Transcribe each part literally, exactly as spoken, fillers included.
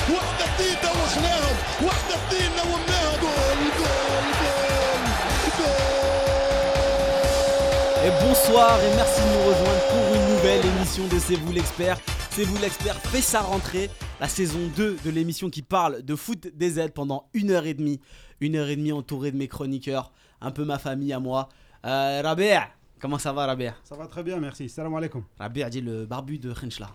واحدة اثنين دوخناهم واحدة اثنين نومناها جول جول جول جول. Et bonsoir et merci de nous rejoindre pour une nouvelle émission de C'est vous l'expert. C'est vous l'expert fait sa rentrée, la saison deux de l'émission qui parle de foot D Z pendant une heure et demie. Une heure et demie entouré de mes chroniqueurs, un peu ma famille à moi. Euh, Rabia, comment ça va Rabia? Ça va très bien, merci. Salam alaikum. Rabia dit le barbu de Khenchla.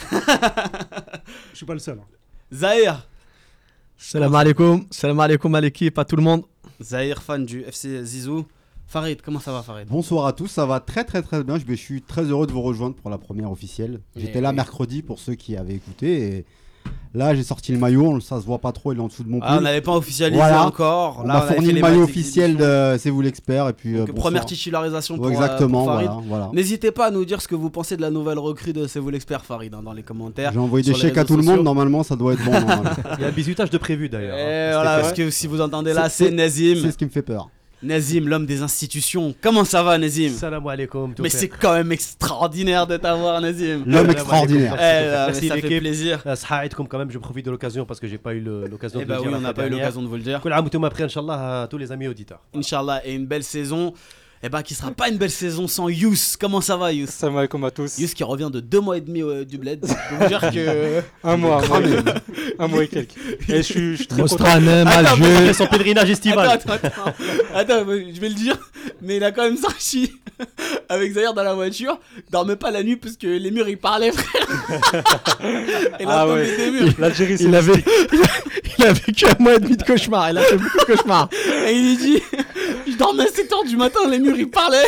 Je suis pas le seul. Zahir. Salam alaikum, salam alaikum à l'équipe, à tout le monde. Zahir, fan du F C Zizou. Farid, comment ça va Farid? Bonsoir à tous, ça va très très très bien. Je suis très heureux de vous rejoindre pour la première officielle. J'étais Et là oui. mercredi pour ceux qui avaient écouté. Et là, j'ai sorti le maillot, ça se voit pas trop, il est en dessous de mon Ah, on pull. n'avait pas officialisé Voilà. encore. On Là, m'a avait fourni fait le les maillot matchs officiel d'exhibition. de C'est vous l'expert. Et puis, Donc, euh, première bonsoir. titularisation pour, Ouais, euh, exactement, pour Farid. voilà, voilà. N'hésitez pas à nous dire ce que vous pensez de la nouvelle recrue de C'est vous l'expert Farid hein, dans les commentaires. J'ai envoyé des sur les chèques à réseaux tout le sociaux. monde, normalement ça doit être bon. normalement. Il y a un bisutage de prévu d'ailleurs. Et hein. voilà, C'était parce fait. que si vous entendez là, C'est- c'est Nazim. C'est ce qui me fait peur. Nazim, l'homme des institutions. Comment ça va, Nazim? Salam alaikum. tout Mais fait. c'est quand même extraordinaire de t'avoir, Nazim. L'homme Salam extraordinaire. alaikum. Eh, là, mais Merci, ça fait l'équipe. plaisir. Euh, Sahaïdkoum, quand même, je profite de l'occasion parce que j'ai pas eu le- l'occasion Eh de bah le dire oui, la on n'a fois pas eu dernière. l'occasion de vous le dire. Kul aam wa antum après, Inch'Allah, à tous les amis auditeurs. Inch'Allah, et une belle saison. Eh bah, qui sera pas une belle saison sans Yous. Comment ça va, Yous? Salam alaikum à tous. Yous qui revient de deux mois et demi euh, du bled. Je peux vous dire que. Un mois, un mois, un mois et quelques. Et je suis, je suis très content. Mostranem, Attends, Alger. Après son pèlerinage estival. Attends, attends, attends. Attends, je vais le dire, mais il a quand même sorti avec Zahir dans la voiture. Dormait pas la nuit parce que les murs ils parlaient, frère. Et là, Ah tombé ouais. des murs. L'Algérie, c'est Il avait, il a vécu un mois et demi de cauchemar. Il a fait beaucoup de cauchemars. Et il dit je dormais à sept heures du matin, les murs ils parlaient.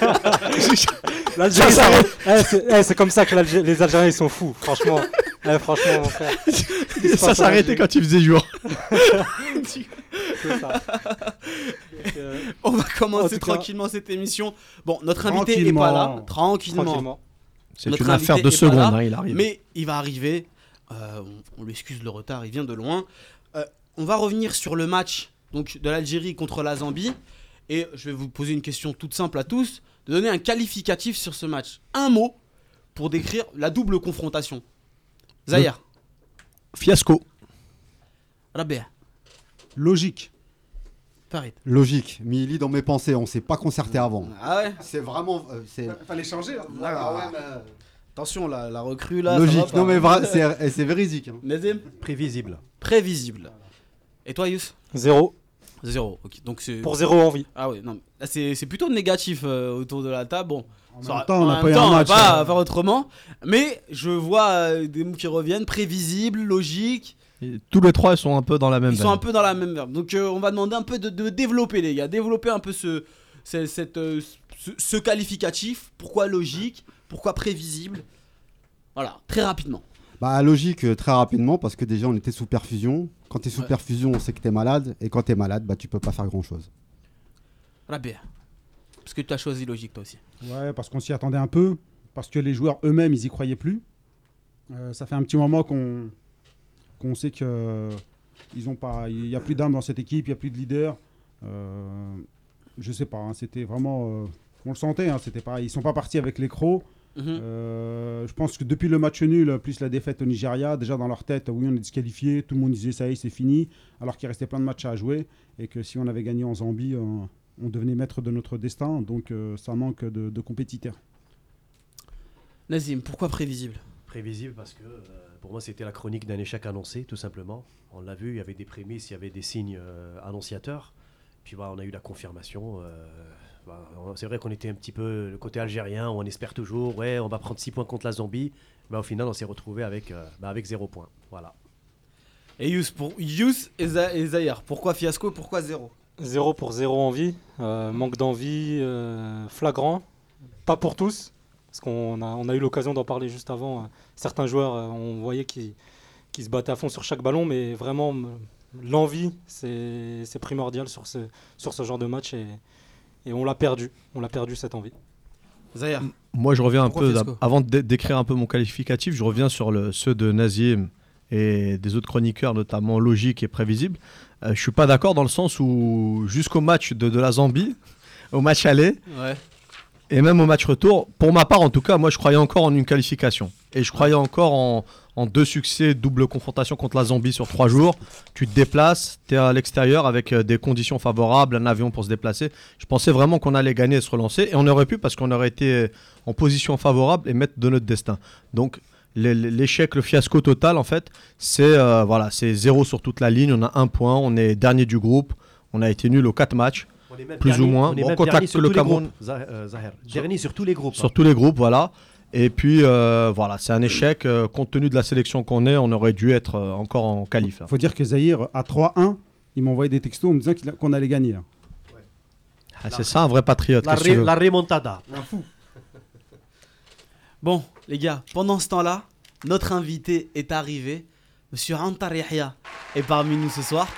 l'Algérie. Ça, ça ça- eh, c'est, eh, c'est comme ça que l'Algé- les Algériens ils sont fous, franchement. Eh, franchement, mon frère. Et ça s'arrêtait quand il faisait jour. C'est ça. Donc, euh, On va En commencer tout cas- tranquillement cette émission. Bon, notre invité est Tranquillement. pas là. Tranquillement. tranquillement. C'est Notre une affaire invité de est pas secondes, là, hein, il arrive. Mais il va arriver. Euh, on, on lui excuse le retard, il vient de loin. Euh, on va revenir sur le match donc, de l'Algérie contre la Zambie. Et je vais vous poser une question toute simple à tous. De donner un qualificatif sur ce match. Un mot pour décrire la double confrontation. Zahir. Fiasco. Rabia. Logique. Farid. Logique, mais il lit dans mes pensées, on s'est pas concerté avant. Ah ouais. C'est vraiment. euh, c'est... Fallait changer. Hein. Ah ouais, mais- Attention, la, la recrue là. ça Logique, va pas. non mais vra- c'est, eh, c'est véridique. hein. Nazim. Prévisible. Prévisible. Et toi, Yous? Zéro. Zéro. Ok. Donc c'est. Pour zéro envie. Ah ouais, non. Là, c'est, c'est plutôt négatif euh, autour de la table. Bon. En Ça- même temps, on en n'a même pas eu temps, un on va match. pas hein. faire autrement. Mais je vois euh, des mots qui reviennent, prévisibles, logiques. Et tous les trois, ils sont un peu dans la même Ils sont veine. un peu dans la même verbe. Donc euh, on va demander un peu de, de développer, les gars. Développer un peu ce, ce, cette, euh, ce, ce qualificatif. Pourquoi logique? Pourquoi prévisible? Voilà, très rapidement. Bah logique, euh, très rapidement, parce que déjà on était sous perfusion. Quand t'es sous Ouais. perfusion, on sait que t'es malade. Et quand t'es malade, bah tu peux pas faire grand chose. Rabia. Parce que tu as choisi logique, toi aussi. Ouais, parce qu'on s'y attendait un peu. Parce que les joueurs eux-mêmes, ils y croyaient plus. Euh, ça fait un petit moment qu'on, qu'on sait que euh, ils ont pas, il y a plus d'âme dans cette équipe, il y a plus de leader. Euh, je sais pas, hein, c'était vraiment, euh, on le sentait. Hein, c'était pas, ils sont pas partis avec les crocs. Mhm. Euh, je pense que depuis le match nul, plus la défaite au Nigeria, déjà dans leur tête, oui, on est disqualifié. Tout le monde disait ça y est, c'est fini. Alors qu'il restait plein de matchs à jouer. Et que si on avait gagné en Zambie, euh, on devenait maître de notre destin. Donc euh, ça manque de, de compétiteurs. Nazim, pourquoi prévisible? Prévisible parce que euh, pour moi c'était la chronique d'un échec annoncé tout simplement. On l'a vu, il y avait des prémices, il y avait des signes euh, annonciateurs. Puis voilà, on a eu la confirmation. euh, bah, on- c'est vrai qu'on était un petit peu le côté algérien, où on espère toujours, ouais, on va prendre six points contre la Zambie. Mais au final, on s'est retrouvé avec, euh, bah, avec zéro point. Voilà. Et Yous, pour Yous et, Za- et Zahir, pourquoi fiasco? Pourquoi zéro? Zéro pour zéro envie. Euh, manque d'envie euh, flagrant. Pas pour tous. Parce qu'on a, on a eu l'occasion d'en parler juste avant. Euh, certains joueurs, euh, on voyait qu'ils, qu'ils se battaient à fond sur chaque ballon. Mais vraiment, m- l'envie, c'est, c'est primordial sur ce, sur ce genre de match. Et, et on l'a perdu. On l'a perdu cette envie. Zahir. Moi, je reviens un Pourquoi peu, fiasco avant de dé- décrire un peu mon qualificatif, je reviens sur le, ceux de Nazim et des autres chroniqueurs, notamment logique et prévisible. Euh, je suis pas d'accord dans le sens où, jusqu'au match de, de la Zambie, au match aller, Ouais. Et même au match retour, pour ma part en tout cas, moi je croyais encore en une qualification. Et je croyais encore en, en deux succès, double confrontation contre la Zambie sur trois jours. Tu te déplaces, tu es à l'extérieur avec euh, des conditions favorables, un avion pour se déplacer. Je pensais vraiment qu'on allait gagner et se relancer. Et on aurait pu parce qu'on aurait été en position favorable et maître de notre destin. Donc l'échec, le fiasco total en fait, c'est euh, voilà, c'est zéro sur toute la ligne. On a un point, on est dernier du groupe. On a été nul aux quatre matchs. Plus dernier, ou moins. On est Bon, même contact dernier que sur le tous les Cameroun. groupes, Zah- euh, Zahir. Dernier sur tous les groupes. Sur hein. tous les groupes, voilà. Et puis, euh, voilà, c'est un échec. Euh, compte tenu de la sélection qu'on est, on aurait dû être euh, encore en qualif. Il faut dire que Zahir, à trois un, il m'a envoyé des textos en me disant qu'il a- qu'on allait gagner. hein. Ah, c'est ça, un vrai patriote. La, qu'est-ce que tu ré- veux la remontada. Bon, les gars, pendant ce temps-là, notre invité est arrivé. Monsieur Antar Yahya est parmi nous ce soir.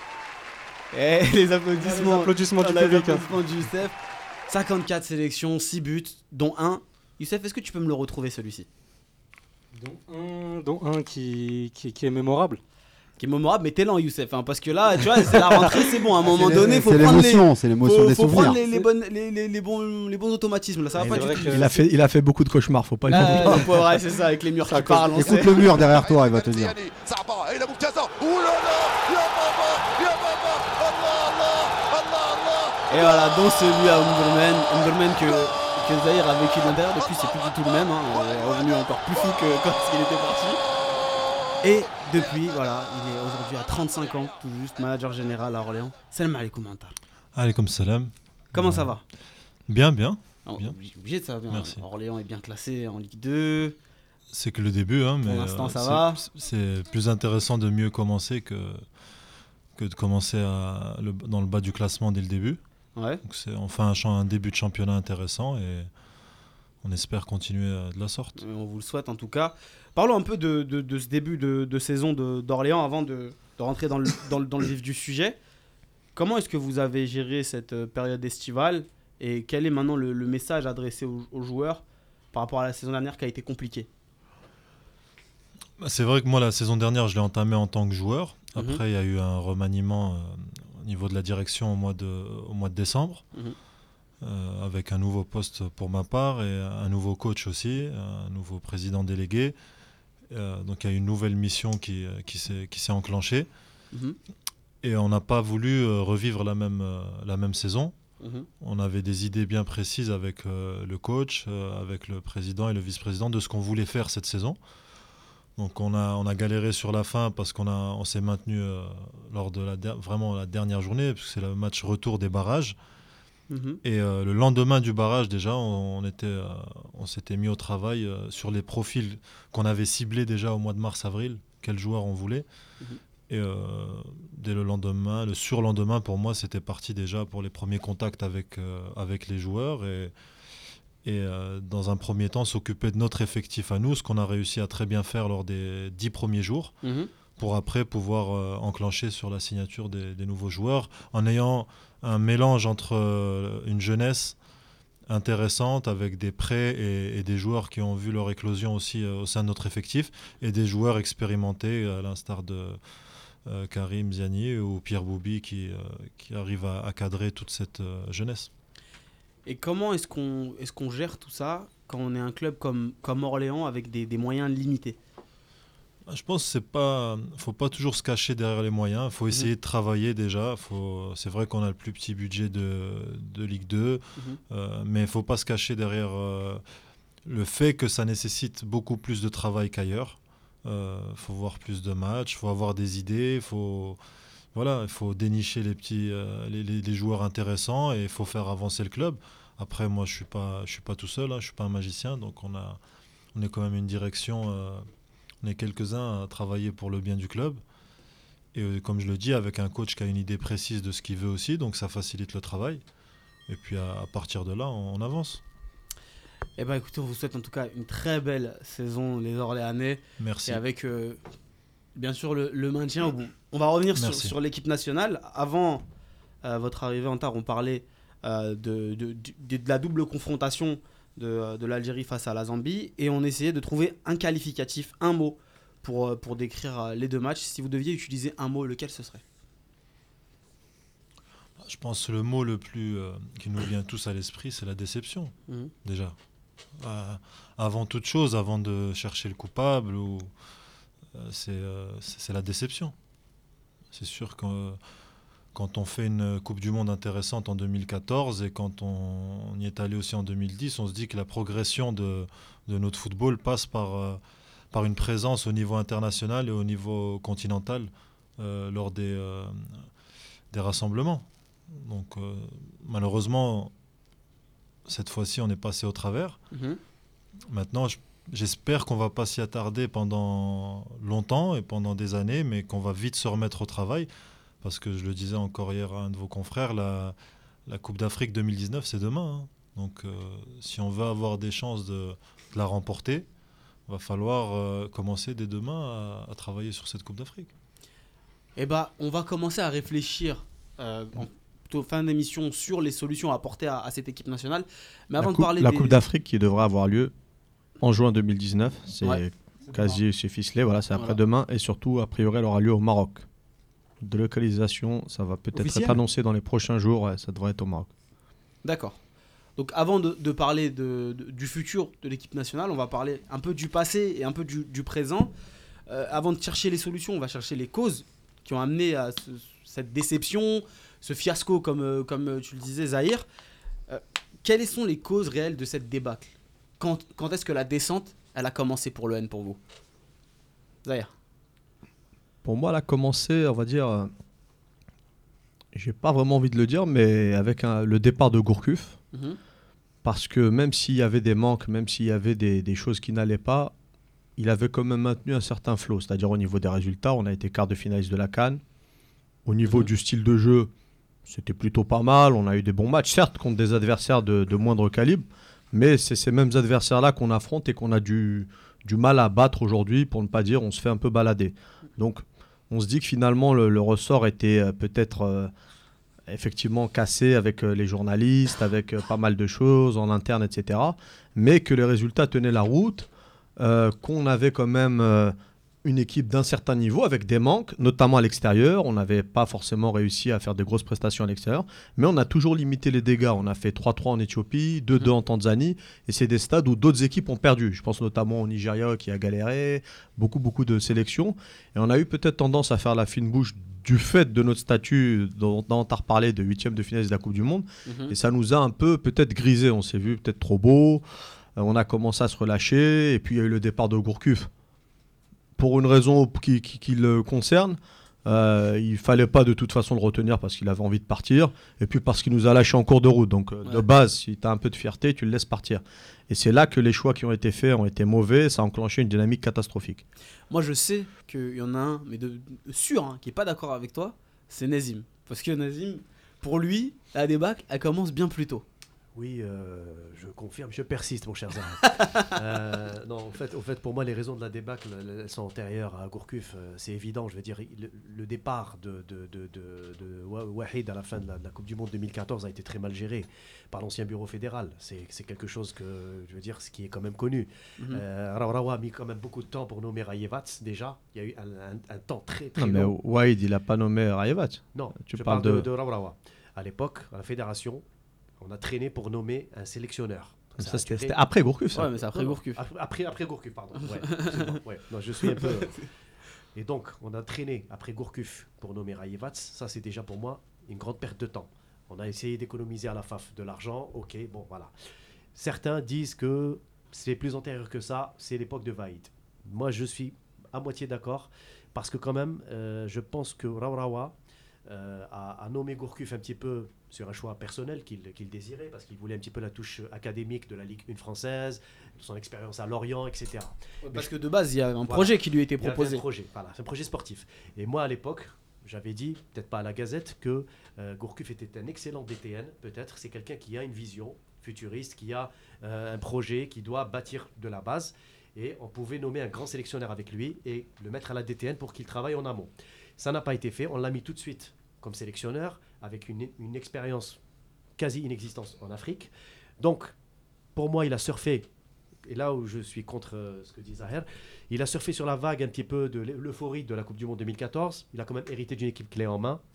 Et les applaudissements, Les applaudissements du les public, hein. applaudissements de Youssef. cinquante-quatre sélections, six buts, dont un. Youssef, est-ce que tu peux me le retrouver celui-ci? Dont un, dont un qui, qui, qui est mémorable. Qui est mémorable, mais t'es lent, Youssef, hein, parce que là, tu vois, c'est la rentrée, c'est bon. À un moment C'est donné, l'é- faut c'est prendre les, l'émotion, c'est l'émotion faut, des faut souvenirs. prendre les, les, bonnes, les, les, les bons, les bons automatismes. Là, ça va Ouais, pas c'est du vrai tout. que- il a, fait, il a fait beaucoup de cauchemars, faut pas le Ah, comprendre. le pauvre, ouais, c'est ça, avec les murs Ça qui parlent. on sait. Écoute le mur derrière toi, il va te dire. صعبة إلى ممتازة ولا يا بابا يا بابا الله الله الله الله Et voilà, dans celui à Umberman, Umberman que, que Zahir a vécu de l'intérieur, depuis c'est plus du tout le même, hein, il est revenu encore plus fou que quand il était parti. Et depuis, voilà, il est aujourd'hui à trente-cinq ans, tout juste, manager général à Orléans. Salam alaikum Antar. Alaikum salam. Comment Euh, ça va? Bien, bien. Non, bien. obligé, obligé de ça, bien. Merci. Orléans est bien classé en Ligue deux. C'est que le début, hein, mais l'instant, ça c'est- va. C'est plus intéressant de mieux commencer que, que de commencer à, le- dans le bas du classement dès le début. Ouais. Donc c'est enfin un, champ- un début de championnat intéressant et on espère continuer euh, de la sorte. Euh, On vous le souhaite en tout cas. Parlons un peu de, de- de ce début de, de saison de- d'Orléans avant de, de rentrer dans le, dans, le, dans le vif du sujet. Comment est-ce que vous avez géré cette euh, période estivale et quel est maintenant le, le message adressé aux, aux joueurs par rapport à la saison dernière qui a été compliquée? Bah, C'est vrai que moi la saison dernière je l'ai entamé en tant que joueur. Mhm. Après il y a eu un remaniement euh, au niveau de la direction au mois de, au mois de décembre. Mhm. Euh, avec un nouveau poste pour ma part et un nouveau coach aussi, un nouveau président délégué. Euh, donc il y a une nouvelle mission qui, euh, qui s'est qui s'est enclenchée Mhm. et on n'a pas voulu euh, revivre la même, euh, la même saison. Mhm. On avait des idées bien précises avec euh, le coach, euh, avec le président et le vice-président de ce qu'on voulait faire cette saison. Donc on a, on a galéré sur la fin parce qu'on a, on s'est maintenu euh, lors de la, der- vraiment la dernière journée, parce que c'est le match retour des barrages. Mhm. Et euh, le lendemain du barrage, déjà, on, on était, euh, on s'était mis au travail euh, sur les profils qu'on avait ciblés déjà au mois de mars-avril, quels joueurs on voulait. Mhm. Et euh, dès le lendemain, le surlendemain, pour moi, c'était parti déjà pour les premiers contacts avec, euh, avec les joueurs. Et, et euh, dans un premier temps, s'occuper de notre effectif à nous, ce qu'on a réussi à très bien faire lors des dix premiers jours, Mhm. pour après pouvoir euh, enclencher sur la signature des, des nouveaux joueurs, en ayant un mélange entre euh, une jeunesse intéressante avec des prêts et, et des joueurs qui ont vu leur éclosion aussi euh, au sein de notre effectif, et des joueurs expérimentés à l'instar de euh, Karim Ziani ou Pierre Boubi qui, euh, qui arrivent à, à cadrer toute cette euh, jeunesse. Et comment est-ce qu'on est-ce qu'on gère tout ça quand on est un club comme, comme Orléans avec des, des moyens limités? Je pense qu'il ne faut pas toujours se cacher derrière les moyens. Il faut essayer de travailler déjà. Faut, c'est vrai qu'on a le plus petit budget de, de Ligue deux, Mhm. euh, mais il ne faut pas se cacher derrière euh, le fait que ça nécessite beaucoup plus de travail qu'ailleurs. Il euh, faut voir plus de matchs, il faut avoir des idées, il faut, voilà, il faut dénicher les, petits, euh, les, les, les joueurs intéressants et il faut faire avancer le club. Après, moi, je ne suis, je suis pas tout seul, hein, je ne suis pas un magicien, donc on, a, on est quand même une direction... Euh, On est quelques-uns à travailler pour le bien du club. Et euh, comme je le dis, avec un coach qui a une idée précise de ce qu'il veut aussi, donc ça facilite le travail. Et puis à, à partir de là, on, on avance. Eh ben écoutez, on vous souhaite en tout cas une très belle saison, les Orléanais. Merci. Et avec, euh, bien sûr, le, le maintien au bout. On va revenir sur, Merci. sur l'équipe nationale. Avant euh, votre arrivée en tard, on parlait euh, de, de, de, de la double confrontation de, de l'Algérie face à la Zambie. Et on essayait de trouver un qualificatif, un mot, pour, pour décrire les deux matchs. Si vous deviez utiliser un mot, lequel ce serait? Je pense que le mot le plus euh, qui nous vient tous à l'esprit, c'est la déception, Mhm. déjà. Euh, avant toute chose, avant de chercher le coupable, ou, euh, c'est, euh, c'est, c'est la déception. C'est sûr que euh, quand on fait une Coupe du Monde intéressante en deux mille quatorze et quand on, on y est allé aussi en deux mille dix, on se dit que la progression de, de notre football passe par, euh, par une présence au niveau international et au niveau continental euh, lors des, euh, des rassemblements. Donc euh, malheureusement, cette fois-ci, on est passé au travers. Mhm. Maintenant, je- j'espère qu'on ne va pas s'y attarder pendant longtemps et pendant des années, mais qu'on va vite se remettre au travail. Parce que je le disais encore hier à un de vos confrères, la, la Coupe d'Afrique deux mille dix-neuf, c'est demain. hein. Donc euh, si on veut avoir des chances de, de la remporter, il va falloir euh, commencer dès demain à, à travailler sur cette Coupe d'Afrique. Eh bah, on va commencer à réfléchir euh, en plutôt fin d'émission sur les solutions à apporter à, à cette équipe nationale. Mais La, avant de coupe, parler la des- Coupe d'Afrique qui devrait avoir lieu en juin deux mille dix-neuf, c'est Ouais. quasi c'est ficelé, voilà, c'est Voilà. après-demain et surtout a priori elle aura lieu au Maroc. De localisation, ça va peut-être Officiel être annoncé dans les prochains jours, ouais, ça devrait être au Maroc. D'accord. Donc avant de, de parler de, de- du futur de l'équipe nationale, on va parler un peu du passé et un peu du, du présent. Euh, avant de chercher les solutions, on va chercher les causes qui ont amené à ce- cette déception, ce fiasco comme, euh, comme euh, tu le disais Zahir. Euh, quelles sont les causes réelles de cette débâcle? Quand, quand est-ce que la descente, elle a commencé pour le N pour vous? Zahir. Pour moi, elle a commencé, on va dire, euh, j'ai pas vraiment envie de le dire, mais avec un- le départ de Gourcuff, Mhm. parce que même s'il y avait des manques, même s'il y avait des, des choses qui n'allaient pas, il avait quand même maintenu un certain flow, c'est-à-dire au niveau des résultats, on a été quart de finaliste de la CAN. Au niveau Mhm. du style de jeu, c'était plutôt pas mal, on a eu des bons matchs, certes contre des adversaires de, de moindre calibre, mais c'est ces mêmes adversaires-là qu'on affronte et qu'on a du, du mal à battre aujourd'hui, pour ne pas dire on se fait un peu balader. Donc on se dit que finalement le, le ressort était euh, peut-être euh, effectivement cassé avec euh, les journalistes, avec euh, pas mal de choses en interne, et cetera. Mais que les résultats tenaient la route, euh, qu'on avait quand même euh, une équipe d'un certain niveau avec des manques, notamment à l'extérieur. On n'avait pas forcément réussi à faire des grosses prestations à l'extérieur, mais on a toujours limité les dégâts. On a fait trois trois en Éthiopie, deux deux en Tanzanie, et c'est des stades où d'autres équipes ont perdu. Je pense notamment au Nigeria qui a galéré, beaucoup beaucoup de sélections. Et on a eu peut-être tendance à faire la fine bouche du fait de notre statut dont, dont tu as reparlé de huitième de finaliste de la Coupe du Monde. Mhm. Et ça nous a un peu peut-être grisé. On s'est vu peut-être trop beau. Euh, on a commencé à se relâcher. Et puis il y a eu le départ de Gourcuff. Pour une raison qui, qui- qui le concerne, euh, il fallait pas de toute façon le retenir parce qu'il avait envie de partir. Et puis parce qu'il nous a lâché en cours de route. Donc euh, de Ouais. base, si tu as un peu de fierté, tu le laisses partir. Et c'est là que les choix qui ont été faits ont été mauvais. Ça a enclenché une dynamique catastrophique. Moi, je sais qu'il y en a un, mais de, de sûr, hein, qui est pas d'accord avec toi, c'est Nazim. Parce que Nazim, pour lui, la débâcle, elle commence bien plus tôt. Oui, euh, je confirme, je persiste, mon cher Zahar. Euh, non, en fait, en fait, pour moi, les raisons de la débâcle, elles elles sont antérieures à Gourcuff. euh, C'est évident, je veux dire, le, le départ de, de, de, de, de Wa- Wahid à la fin de la, de la Coupe du Monde deux mille quatorze a été très mal géré par l'ancien bureau fédéral. C'est c'est quelque chose que, je veux dire, ce qui est quand même connu. Mhm. Euh, Raouraoua a mis quand même beaucoup de temps pour nommer Rayevats, déjà. Il y a eu un, un- un temps très, très Non, mais long. Wade, il a pas nommé Rayevat. Non, tu je parles parle de, de- de Raouraoua. À l'époque, à la fédération, on a traîné pour nommer un sélectionneur. Ça, a c'était duré- c'était après Gourcuff, ça. Ouais, mais c'est après Non, non, Gourcuff. Après, après, après Gourcuff, pardon. Ouais, excuse-moi, ouais. Non, je suis un peu. Et donc, on a traîné après Gourcuff pour nommer Rayevats. Ça, c'est déjà pour moi une grande perte de temps. On a essayé d'économiser à la F A F de l'argent. Ok, bon, voilà. Certains disent que c'est plus antérieur que ça. C'est l'époque de Vaïd. Moi, je suis à moitié d'accord parce que quand même, euh, je pense que Raouraoua euh, a, a nommé Gourcuff un petit peu sur un choix personnel qu'il qu'il désirait, parce qu'il voulait un petit peu la touche académique de la Ligue un française, son expérience à Lorient, et cetera. Parce que de base, il y a un Voilà. projet qui lui a été Il y avait proposé. un projet, voilà, c'est un projet sportif. Et moi, à l'époque, j'avais dit, peut-être pas à la Gazette, que euh, Gourcuff était un excellent D T N, peut-être. C'est quelqu'un qui a une vision futuriste, qui a euh, un projet, qui doit bâtir de la base. Et on pouvait nommer un grand sélectionneur avec lui et le mettre à la D T N pour qu'il travaille en amont. Ça n'a pas été fait. On l'a mis tout de suite comme sélectionneur, avec une, une expérience quasi inexistante en Afrique. Donc, pour moi, il a surfé, et là où je suis contre euh, ce que dit Zahir, il a surfé sur la vague un petit peu de l'euphorie de la Coupe du Monde deux mille quatorze. Il a quand même hérité d'une équipe clé en main.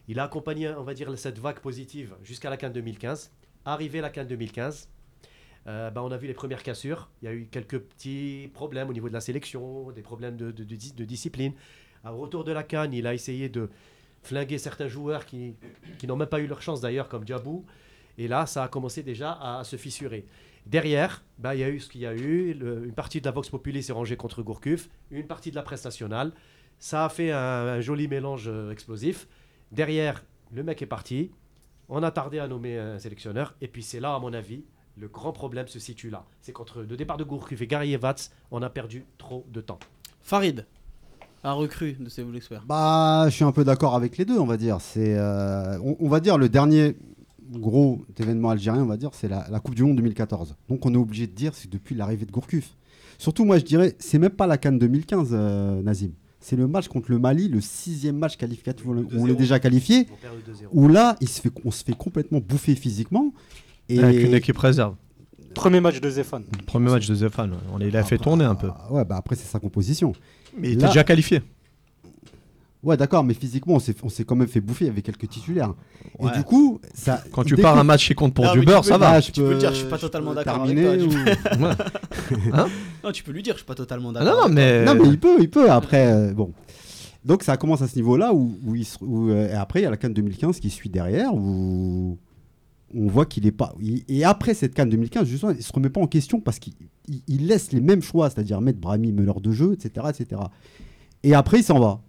Il a accompagné, on va dire, cette vague positive jusqu'à la CAN deux mille quinze. Arrivé la CAN deux mille quinze, euh, bah, on a vu les premières cassures. Il y a eu quelques petits problèmes au niveau de la sélection, des problèmes de, de, de, de discipline. Au retour de la CAN, il a essayé de flinguer certains joueurs qui, qui n'ont même pas eu leur chance d'ailleurs, comme Diabou. Et là, ça a commencé déjà à se fissurer. Derrière, bah, il y a eu ce qu'il y a eu. Le, une partie de la Vox Populi s'est rangée contre Gourcuff. Une partie de la presse nationale. Ça a fait un, un joli mélange euh, explosif. Derrière, le mec est parti. On a tardé à nommer un sélectionneur. Et puis c'est là, à mon avis, le grand problème se situe là. C'est qu'entre le départ de Gourcuff et Gary Evans, on a perdu trop de temps. Farid, un recrue de C'est vous l'expert. Bah, je suis un peu d'accord avec les deux, on va dire. C'est, euh, on, on va dire le dernier gros événement algérien, on va dire, c'est la, la Coupe du Monde deux mille quatorze. Donc on est obligé de dire c'est depuis l'arrivée de Gourcuff. Surtout, moi, je dirais, c'est même pas la CAN deux mille quinze, euh, Nazim. C'est le match contre le Mali, le sixième match qualificatif où on, on est déjà qualifié, où là, il se fait, on se fait complètement bouffer physiquement. Et avec une équipe réserve. Premier match de Zéphane. Premier match de Zéphane, on il a fait tourner un peu. Ouais, bah après c'est sa composition. Mais il était déjà qualifié. Ouais, d'accord, mais physiquement, on s'est, on s'est quand même fait bouffer avec quelques titulaires. Ouais. Et du coup, ça. Quand tu pars un match qui compte pour Non, du mais beurre, tu ça peux- va. Ah, tu peux le dire, je suis pas totalement d'accord avec terminer toi, tu ou- Ouais. Hein Non, tu peux lui dire, je suis pas totalement Ah d'accord. non, non, mais. Non, mais il peut, il peut. Après, euh, bon. Donc ça commence à ce niveau-là où, où il se- où, euh, et après il y a la CAN deux mille quinze qui suit derrière où on voit qu'il est pas. il- Et après cette CAN deux mille quinze, justement, il se remet pas en question parce qu'il il- il laisse les mêmes choix, c'est-à-dire mettre Brahimi meneur de jeu, et cetera, et cetera. Et après il s'en va.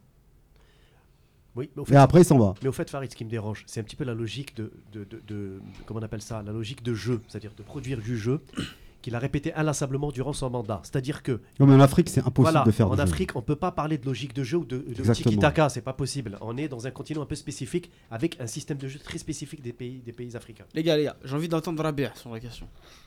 Oui, mais au Et fait, après il s'en va. mais au fait, Farid, ce qui me dérange, c'est un petit peu la logique de, de, de, de- comment on appelle ça, la logique de jeu, c'est-à-dire de produire du jeu qu'il a répété inlassablement durant son mandat. C'est-à-dire que Non, mais en Afrique c'est impossible voilà, de faire. en du jeu. Afrique, on ne peut pas parler de logique de jeu ou de, de Exactement. tiki-taka, c'est pas possible. On est dans un continent un peu spécifique avec un système de jeu très spécifique des pays, des pays africains. Les gars, les gars, j'ai envie d'entendre Rabia sur la question.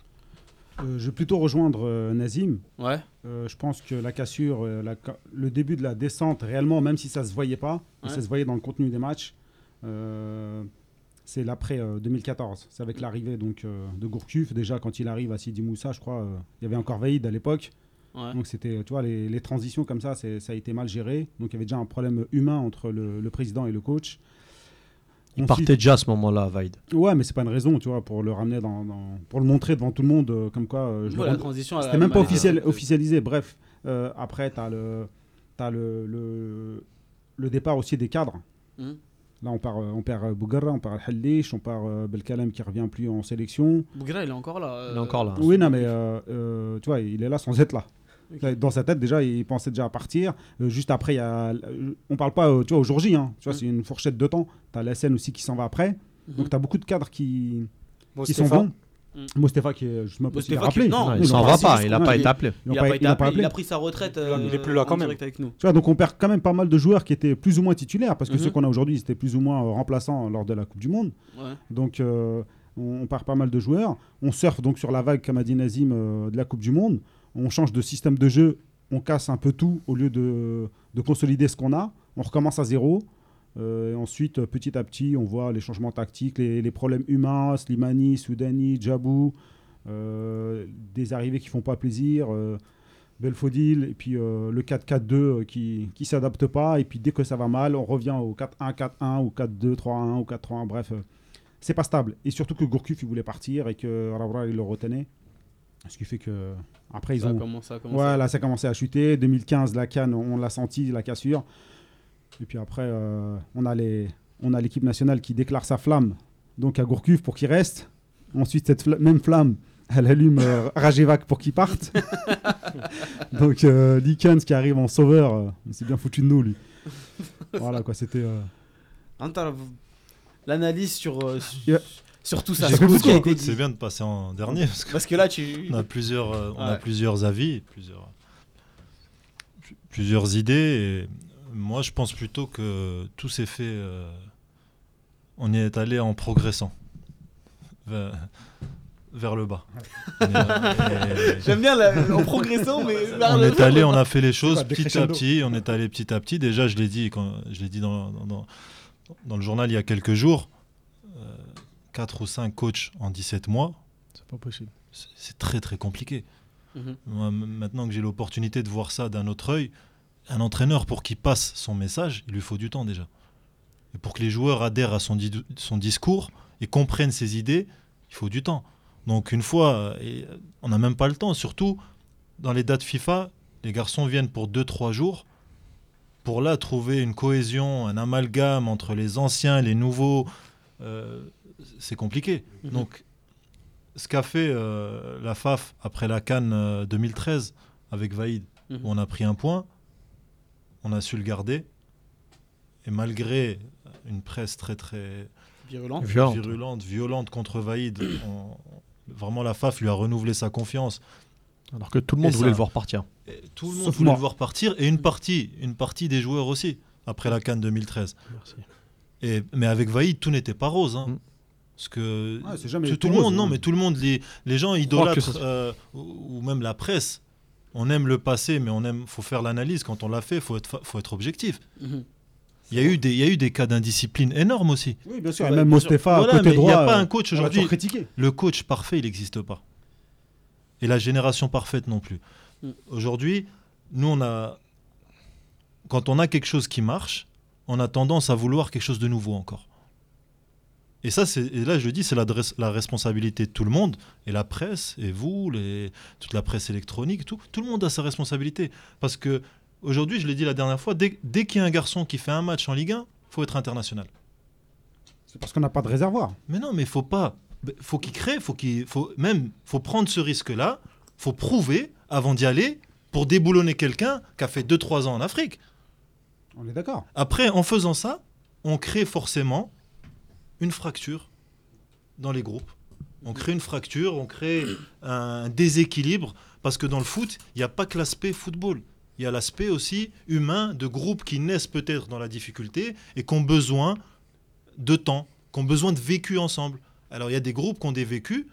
Euh, je vais plutôt rejoindre euh, Nazim. Ouais. Euh, je pense que la cassure, euh, la ca- le début de la descente, réellement, même si ça se voyait pas, mais Ouais. ça se voyait dans le contenu des matchs, euh, c'est l'après euh, deux mille quatorze. C'est avec l'arrivée donc euh, de Gourcuff. Déjà, quand il arrive à Sidi Moussa, je crois, euh, il y avait encore Vaïd à l'époque. Ouais. Donc c'était, tu vois, les, les transitions comme ça, c'est- ça a été mal géré. Donc il y avait déjà un problème humain entre le, le président et le coach. Il Ensuite- partait déjà à ce moment-là, Vaid. Ouais, mais c'est pas une raison, tu vois, pour le ramener dans, dans- pour le montrer devant tout le monde, euh, comme quoi. euh, je Ouais, le la rem- transition, elle C'était a même pas mal été officiel, faite. officialisé. Bref, euh, après, t'as le, t'as le, le, le départ aussi des cadres. Mhm. Là, on, part, euh, on perd euh, Bougarra, on perd Hallish, on perd euh, Belkalem qui revient plus en sélection. Bougra, il est encore là. euh, Il est encore là. Oui, non, mais euh, euh, tu vois, il est là sans être là. Dans sa tête, déjà, il pensait déjà à partir. Euh, juste après, il y a, euh, on parle pas, euh, tu vois, au jour J. Hein, tu vois, Mhm. c'est une fourchette de temps. Tu as l'A S N aussi qui s'en va après. Mhm. Donc, tu as beaucoup de cadres qui, qui sont Mostefa. bons. Mhm. Mostefa qui est justement pas Mostefa rappelé. qui- non, Non, Oui, il s'en non, va si, pas, juste il n'a qu'on pas a- été appelé. Ils Il ont a pas- pas ils été l'ont appelé, appelé. il a pris sa retraite. euh, Il est plus là en quand même. direct avec nous. Tu vois, donc on perd quand même pas mal de joueurs qui étaient plus ou moins titulaires parce que Mhm. ceux qu'on a aujourd'hui, c'était plus ou moins euh, remplaçants lors de la Coupe du Monde. Ouais. Donc euh, on, on perd pas mal de joueurs. On surfe donc sur la vague, comme a dit Nazim, euh, de la Coupe du Monde. On change de système de jeu, on casse un peu tout au lieu de, de consolider ce qu'on a. On recommence à zéro. Euh, et ensuite, euh, petit à petit, on voit les changements tactiques, les, les problèmes humains, Slimani, Soudani, Djabou, euh, des arrivées qui font pas plaisir, euh, Belfodil, et puis euh, le quatre quatre deux euh, qui ne s'adapte pas. Et puis dès que ça va mal, on revient au quatre un quatre un ou quatre deux trois un ou quatre trois un. Bref, euh, c'est pas stable. Et surtout que Gourcuff, il voulait partir et que Rawra, il le retenait. Ce qui fait que après ils Ça a ont... commencé à commencer. Ouais, là, ça a commencé à chuter. deux mille quinze, la CAN, on l'a senti, la cassure. Et puis après, euh, on a les, on a l'équipe nationale qui déclare sa flamme donc à Gourcuff pour qu'il reste. Ensuite, cette fla- même flamme, elle allume euh, Rajevac pour qu'il parte. Donc, euh, Likens qui arrive en sauveur, euh, il s'est bien foutu de nous, lui. Voilà, quoi, c'était... euh, Antar, vous- l'analyse sur, euh, sur, Yeah. sur tout ça. J'ai sur tout beaucoup ce qui a de- été C'est dit. bien de passer en dernier parce Parce que là, tu. qu'on a plusieurs, euh, on a Ouais. plusieurs avis, plusieurs, plusieurs idées. Et moi, je pense plutôt que tout s'est fait. euh, on y est allé en progressant vers, vers le bas. On est- et- J'aime bien la- en progressant, mais vers on le- est allé, on a fait les choses quoi, petit à décrescendo. petit. On est allé petit à petit. Déjà, je l'ai dit quand je l'ai dit dans, dans, dans- dans le journal il y a quelques jours. euh, quatre ou cinq coachs en dix-sept mois, C'est pas possible. c'est c'est très très compliqué. Mhm. Moi, m- maintenant que j'ai l'opportunité de voir ça d'un autre œil, un entraîneur pour qu'il passe son message, il lui faut du temps déjà. Et pour que les joueurs adhèrent à son, di- son discours et comprennent ses idées, il faut du temps. Donc une fois, et on n'a même pas le temps, surtout dans les dates FIFA, les garçons viennent pour deux trois jours. Pour là trouver une cohésion, un amalgame entre les anciens et les nouveaux, euh, c'est compliqué. Mhm. Donc ce qu'a fait euh, la F A F après la CAN euh, deux mille treize avec Vaïd, Mhm. où on a pris un point, on a su le garder. Et malgré une presse très très Virulent. Violente. virulente, violente contre Vaïd, on- vraiment la F A F lui a renouvelé sa confiance. Alors que tout le monde Et voulait ça- le voir partir. Et tout le monde Sauf voulait moi. le voir partir, et une partie, une partie des joueurs aussi, après la CAN deux mille treize. Merci. Et, mais avec Vaïd, tout n'était pas rose. Hein. Mm. Parce que Ouais, c'est jamais tout, tout tout le monde, rose, non, hein. mais tout le monde, les, les gens que idolâtrent, ça- euh, ou, ou même la presse. On aime le passé, mais on aime, faut faire l'analyse. Quand on l'a fait, faut être, fa- faut être objectif. Mhm. Il y a eu des, il y a eu des cas d'indiscipline énormes aussi. Oui, bien sûr. Et Ouais, même bien sûr. Mostefa, Voilà, côté mais il droit. n'y a pas euh, un coach on l'a aujourd'hui. toujours critiqué. Le coach parfait, il n'existe pas. Et la génération parfaite non plus. Mm. Aujourd'hui, nous, on a, quand on a quelque chose qui marche, on a tendance à vouloir quelque chose de nouveau encore. Et ça, c'est, et là, je le dis, c'est la, dres- la responsabilité de tout le monde, et la presse, et vous, les, toute la presse électronique, tout, tout le monde a sa responsabilité. Parce que aujourd'hui, je l'ai dit la dernière fois, dès, dès qu'il y a un garçon qui fait un match en Ligue un, faut être international. C'est parce qu'on n'a pas de réservoir. Mais non, mais il faut pas. Faut qu'il crée, faut qu'il faut même faut prendre ce risque-là, faut prouver avant d'y aller pour déboulonner quelqu'un qui a fait deux trois ans en Afrique. On est d'accord. Après, en faisant ça, on crée forcément une fracture dans les groupes. On crée une fracture, on crée un déséquilibre parce que dans le foot, il n'y a pas que l'aspect football. Il y a l'aspect aussi humain de groupes qui naissent peut-être dans la difficulté et qui ont besoin de temps, qui ont besoin de vécu ensemble. Alors il y a des groupes qui ont des vécus.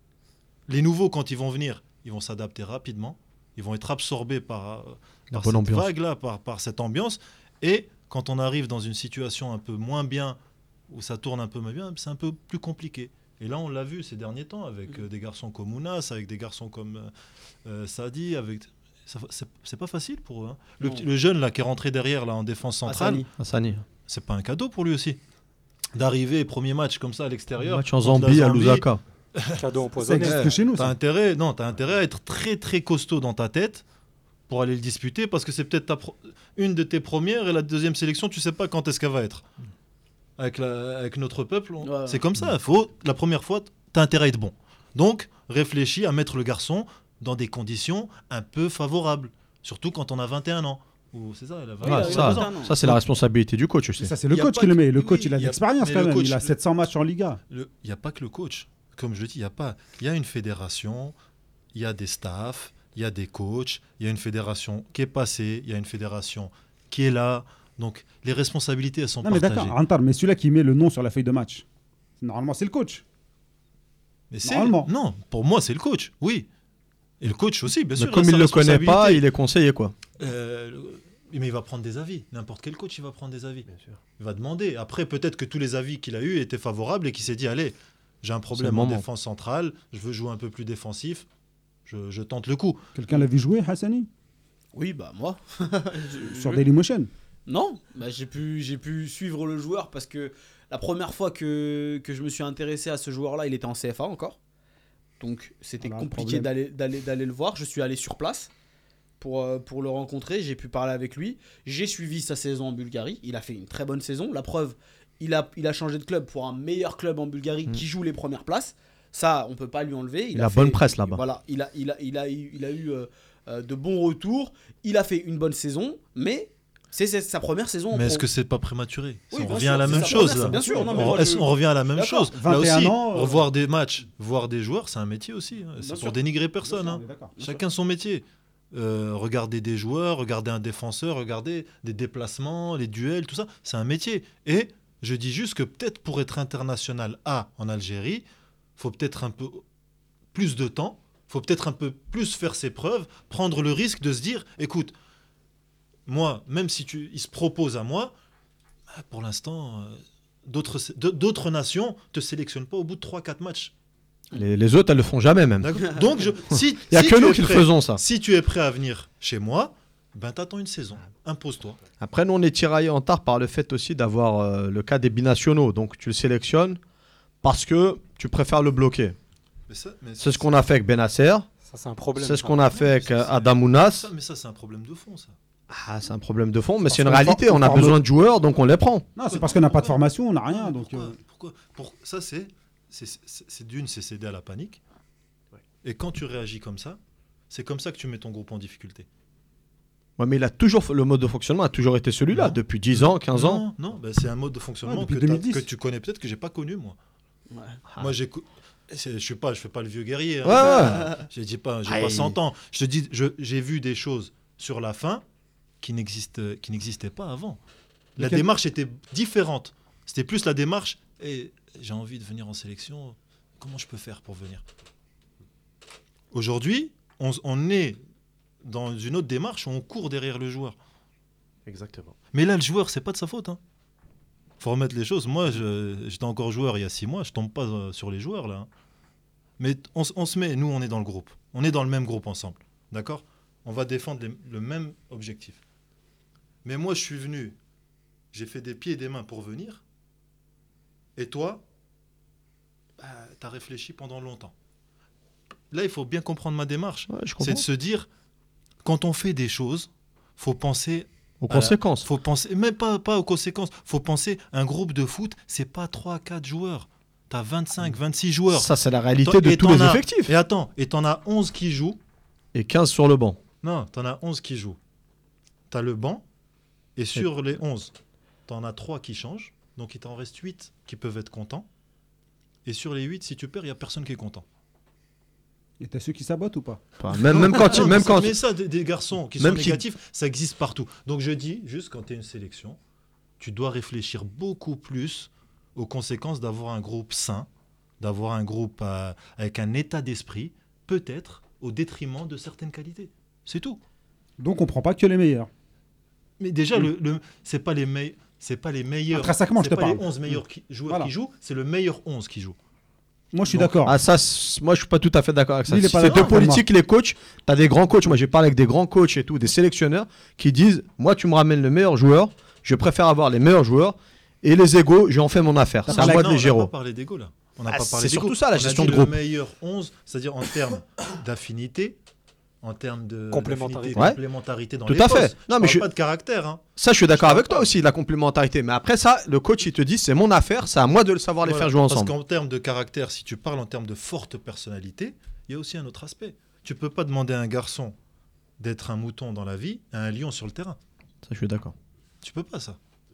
Les nouveaux, quand ils vont venir, ils vont s'adapter rapidement. Ils vont être absorbés par, euh, La par bonne cette ambiance. vague-là, par, par cette ambiance. Et quand on arrive dans une situation un peu moins bien, où ça tourne un peu moins bien, c'est un peu plus compliqué. Et là, on l'a vu ces derniers temps avec euh, des garçons comme Ounas, avec des garçons comme euh, euh, Sadi. Avec... ça- C'est c'est pas facile pour eux. hein. Le, Non. petit- le jeune là, qui est rentré derrière là, en défense centrale, Hassani. Hassani. c'est pas un cadeau pour lui aussi. D'arriver, premier match comme ça à l'extérieur. Match en contre la Zambie, à Lusaka. Cadeau Ça empoisonné. existe Ouais, que chez nous. T'as Ça. intérêt, non, t'as intérêt à être très très costaud dans ta tête pour aller le disputer parce que c'est peut-être ta pro- une de tes premières et la deuxième sélection, tu sais pas quand est-ce qu'elle va être. Avec, la- avec notre peuple, on- Ouais. c'est comme ça. Faut, la première fois, t'as intérêt à être bon. Donc, réfléchis à mettre le garçon dans des conditions un peu favorables. Surtout quand on a vingt et un ans. Ou c'est ça, elle a vingt, Oui, Ouais, il a ça, vingt et un ans. ça c'est la responsabilité du coach aussi. Ça, c'est le Y a coach pas qui le que- met. Le oui, coach, il a y de a- l'expérience mais quand le même. coach- Il a sept cents matchs en Liga. Il n'y a pas que le coach. Comme je le dis, il y a pas. Il y a une fédération, il y a des staffs, il y a des coachs, il y a une fédération qui est passée, il y a une fédération qui est là. Donc les responsabilités, elles sont Non, mais partagées. d'accord. Antar, mais celui-là qui met le nom sur la feuille de match, normalement, c'est le coach. Mais c'est Normalement. non, pour moi, c'est le coach. Oui. Et le coach aussi, bien Mais sûr. comme a il sa le connaît pas, responsabilité. il est conseillé quoi. Euh, le- mais il va prendre des avis. N'importe quel coach, il va prendre des avis. Bien sûr. Il va demander. Après, peut-être que tous les avis qu'il a eus étaient favorables et qu'il s'est dit, allez, j'ai un C'est problème le en moment. défense centrale, je veux jouer un peu plus défensif, je, je tente le coup. Quelqu'un l'a vu jouer, Hassani, Oui, bah moi. sur Je- Dailymotion. Non, bah, j'ai pu, j'ai pu suivre le joueur parce que la première fois que, que je me suis intéressé à ce joueur-là, il était en C F A encore. Donc c'était Voilà, le compliqué problème. d'aller, d'aller, d'aller le voir. Je suis allé sur place pour, euh, pour le rencontrer. J'ai pu parler avec lui. J'ai suivi sa saison en Bulgarie. Il a fait une très bonne saison. La preuve, il a, il a changé de club pour un meilleur club en Bulgarie Mm. qui joue les premières places. Ça, on peut pas lui enlever. Il a bonne presse là-bas. Voilà, il a, il a, il a eu, il a eu euh, euh, de bons retours. Il a fait une bonne saison, mais c'est, c'est sa première saison en Mais est-ce pro. que c'est pas prématuré? Oui, on bien revient sûr, à la c'est même sa chose. première, là. bien sûr, non, mais on, moi, est-ce- je- on revient à la même D'accord. chose. Là vingt et un aussi, ans, euh, revoir des matchs, voir des joueurs, c'est un métier aussi. hein. C'est Bien pour sûr. dénigrer personne. Bien hein. sûr, on est d'accord. Chacun son métier. Euh, regarder des joueurs, regarder un défenseur, regarder des déplacements, les duels, tout ça, c'est un métier. Et je dis juste que peut-être pour être international A en Algérie, faut peut-être un peu plus de temps, faut peut-être un peu plus faire ses preuves, prendre le risque de se dire, écoute, moi, même si tu, il se propose à moi, ah, pour l'instant, euh, d'autres, d'autres nations te sélectionnent pas au bout de trois quatre matchs. Les, les autres, elles le font jamais même. D'accord. Donc, je, si, Il y a si que tu nous es qui le prêt- faisons ça. Si tu es prêt à venir chez moi, ben t'attends une saison. Impose-toi. Après, nous, on est tiraillés en tard par le fait aussi d'avoir euh, le cas des binationaux. Donc, tu le sélectionnes parce que tu préfères le bloquer. Mais ça, mais C'est ce qu'on a fait avec Benasser. Ça, c'est un problème. C'est ce ça. qu'on a fait avec ça, euh, c'est- Adamounas. ça, mais ça, c'est un problème de fond, ça. Ah, c'est un problème de fond, mais Parce c'est une qu'on réalité. for- On a on forme- besoin de joueurs, donc on les prend. Non, c'est parce qu'on n'a pas de formation, on n'a rien. Donc, Pourquoi, euh, pourquoi pour, Ça, c'est, c'est, c'est, c'est d'une, c'est céder à la panique. Et quand tu réagis comme ça, c'est comme ça que tu mets ton groupe en difficulté. Ouais, mais il a toujours, le mode de fonctionnement a toujours été celui-là, Non. depuis dix ans, quinze ans. Non, non, ben, c'est un mode de fonctionnement Ouais, depuis que, deux t'as- mille dix. que tu connais peut-être, que j'ai pas connu, moi. Ouais. Moi, j'ai... co- c'est- Je suis pas, je fais pas le vieux guerrier. hein. Ouais, ouais. Je dis pas, j'ai Aïe. pas cent ans. Je te dis, je- j'ai vu des choses sur la fin qui n'existent, qui n'existaient pas avant. La Lequel- démarche était différente. C'était plus la démarche. Et j'ai envie de venir en sélection. Comment je peux faire pour venir? Aujourd'hui, on, on est dans une autre démarche où on court derrière le joueur. Exactement. Mais là, le joueur, c'est pas de sa faute. Hein. Faut remettre les choses. Moi, je- j'étais encore joueur il y a six mois. Je tombe pas euh, sur les joueurs là. hein. Mais on, s- on se met. Nous, on est dans le groupe. On est dans le même groupe ensemble. D'accord? On va défendre les- le même objectif. Mais moi, je suis venu. J'ai fait des pieds et des mains pour venir. Et toi, bah, tu as réfléchi pendant longtemps. Là, il faut bien comprendre ma démarche. Ouais, je C'est comprends. de se dire, quand on fait des choses, faut penser Aux à la- conséquences. faut penser, même pas, pas aux conséquences. Faut penser, un groupe de foot, c'est pas trois quatre joueurs. Tu as vingt-cinq, vingt-six joueurs. Ça, c'est la réalité Toi- de et tous t'en les as- effectifs. Et attends, et t'en as onze qui jouent. Et quinze sur le banc. Non, t'en as onze qui jouent. T'as le banc. Et sur les onze, t'en as trois qui changent. Donc il t'en reste huit qui peuvent être contents. Et sur les huit, si tu perds, il n'y a personne qui est content. et t'as ceux qui sabotent ou pas? Enfin, même, même quand, Non, même mais quand, ça, mais ça, des, des garçons qui Même sont qui- négatifs, ça existe partout. Donc je dis, juste quand tu es une sélection, tu dois réfléchir beaucoup plus aux conséquences d'avoir un groupe sain, d'avoir un groupe euh, avec un état d'esprit, peut-être au détriment de certaines qualités. C'est tout. Donc on prend pas que les meilleurs. Mais déjà, Mm. le, le, c'est pas les meilleurs. C'est pas les meilleurs. Intrinsèquement, je c'est te pas les parle. onze meilleurs qui- joueurs Voilà. qui jouent, c'est le meilleur onze qui joue. Moi je suis Donc, d'accord. ah, ça, c'est- moi, je suis pas tout à fait d'accord avec ça. Lui, il est Si pas c'est d'accord deux avec moi. politiques, les coachs, t'as des grands coachs. Moi, j'ai parlé avec des grands coachs et tout, des sélectionneurs qui disent, moi, tu me ramènes le meilleur joueur, je préfère avoir les meilleurs joueurs et les égos, j'en fais mon affaire. C'est à parlé- moi de Non, les on gérer. n'a pas parlé d'ego là. On n'a Ah, pas c'est parlé d'ego. surtout ça, la On a gestion dit de groupe. Le meilleur onze, c'est-à-dire en termes d'affinité, en termes de Complémentarité. d'affinité, Ouais. complémentarité dans Tout les à fait. postes. Non, Je mais parle je- pas de caractère. Hein. Ça, je suis d'accord Je avec parle toi pas. aussi, la complémentarité. Mais après ça, le coach, il te dit, c'est mon affaire, c'est à moi de le savoir les Voilà. faire jouer ensemble. Parce qu'en termes de caractère, si tu parles en termes de forte personnalité, il y a aussi un autre aspect. Tu peux pas demander à un garçon d'être un mouton dans la vie, à un lion sur le terrain. Ça, je suis d'accord. Tu peux pas ça.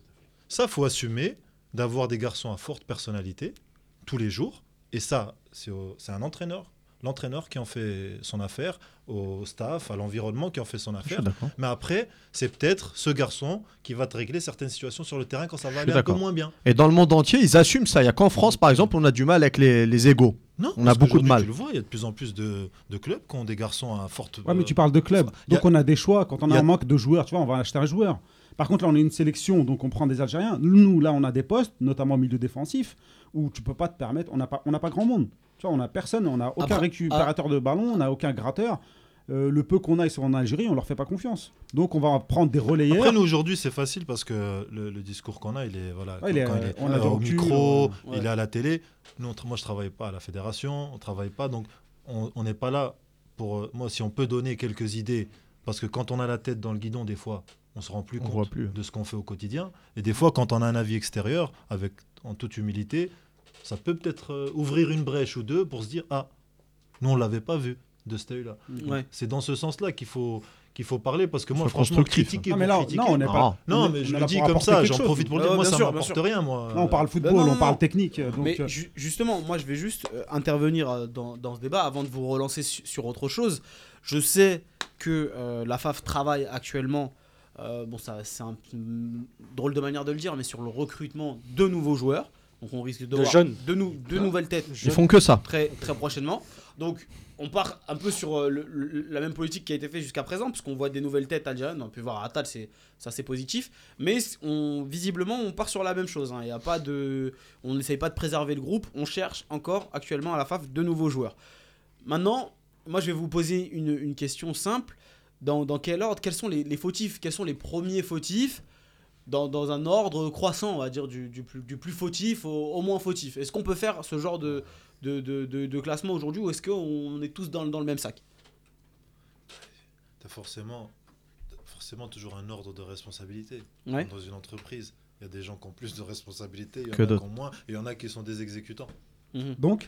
Ça, faut assumer d'avoir des garçons à forte personnalité tous les jours. Et ça, c'est au- c'est un entraîneur. L'entraîneur qui en fait son affaire, au staff, à l'environnement qui en fait son Je suis affaire. d'accord. Mais après, c'est peut-être ce garçon qui va te régler certaines situations sur le terrain quand ça Je va suis aller un peu d'accord. moins bien. Et dans le monde entier, ils assument ça. Il n'y a qu'en France, par exemple, on a du mal avec les, les égos. Non, On a parce beaucoup de qu'aujourd'hui, mal. Tu le vois, il y a de plus en plus de, de clubs qui ont des garçons à forte. Ouais, mais tu euh, parles de club. il y a- Donc on a des choix. Quand on il y a a- un manque de joueurs, tu vois, on va acheter un joueur. Par contre, là, on est une sélection, donc on prend des Algériens. Nous, là, on a des postes, notamment au milieu défensif, où tu peux pas te permettre. On n'a pas, on n'a pas grand monde. Tu vois, on a personne, on n'a aucun Après- récupérateur de ballon, on n'a aucun gratteur. Euh, le peu qu'on a, ils sont en Algérie, on leur fait pas confiance. Donc on va prendre des relayeurs. Après, nous, aujourd'hui, c'est facile parce que le, le discours qu'on a, il est, voilà, Ouais, il est, quand euh, il est on a euh, du au recul, micro, euh, ouais. il est à la télé. Nous, on tra- moi, je travaille pas à la fédération, on travaille pas. Donc, on on n'est pas là pour. euh, moi, si on peut donner quelques idées, parce que quand on a la tête dans le guidon, des fois, on se rend plus On voit compte plus. de ce qu'on fait au quotidien. Et des fois, quand on a un avis extérieur, avec, en toute humilité, ça peut peut-être euh, ouvrir une brèche ou deux pour se dire ah, nous, on l'avait pas vu de cet œil-là. Ouais. C'est dans ce sens-là qu'il faut, qu'il faut parler, parce que moi, Faut franchement, constructif. critiquer Non, mais pour là, critiquer, non, on n'est Ah. pas. non, on est- mais on je est le là dis pour comme apporter ça, quelque j'en chose. profite pour le Ouais, dire. Moi, bien ça sûr, bien m'apporte sûr. rien, moi. Là, on parle Euh, football, non, non, on parle non. technique. Donc, Mais euh, ju- justement, moi je vais juste euh, intervenir euh, dans, dans ce débat avant de vous relancer su- sur autre chose. Je sais que euh, la F A F travaille actuellement, euh, bon ça c'est un mm, drôle de manière de le dire, mais sur le recrutement de nouveaux joueurs. Donc on risque de, De voir jeunes. de, nou- de nouvelles têtes Ils font que ça. très, très prochainement. Donc on part un peu sur euh, le- le- la même politique qui a été faite jusqu'à présent, parce qu'on voit des nouvelles têtes algériennes. On peut voir Attal, c'est, ça c'est positif. Mais on, visiblement, on part sur la même chose. hein. Il y a pas de, on n'essaye pas de préserver le groupe. On cherche encore actuellement à la F A F de nouveaux joueurs. Maintenant, moi je vais vous poser une, une question simple. dans, dans quel ordre, quels sont les, les fautifs, quels sont les premiers fautifs dans, dans un ordre croissant, on va dire, du, du, plus, du plus fautif au, au moins fautif. Est-ce qu'on peut faire ce genre de, de, de, de, de classement aujourd'hui ou est-ce qu'on est tous dans, dans le même sac? T'as forcément, t'as forcément toujours un ordre de responsabilité. Ouais. Dans une entreprise, il y a des gens qui ont plus de responsabilités, il y en Que a qui d'autres. ont moins, et il y en a qui sont des exécutants. Mhm. Donc,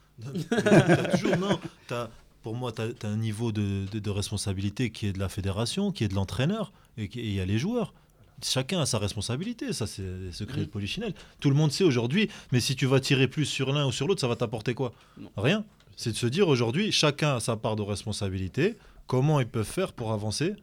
T'as toujours, non, t'as, pour moi, tu as un niveau de, de, de responsabilité qui est de la fédération, qui est de l'entraîneur, et il y a les joueurs. Chacun a sa responsabilité, ça c'est les secrets Mhm. de Polichinelle. Tout le monde sait aujourd'hui, mais si tu vas tirer plus sur l'un ou sur l'autre, ça va t'apporter quoi? Non. Rien. C'est de se dire aujourd'hui, chacun a sa part de responsabilité, comment ils peuvent faire pour avancer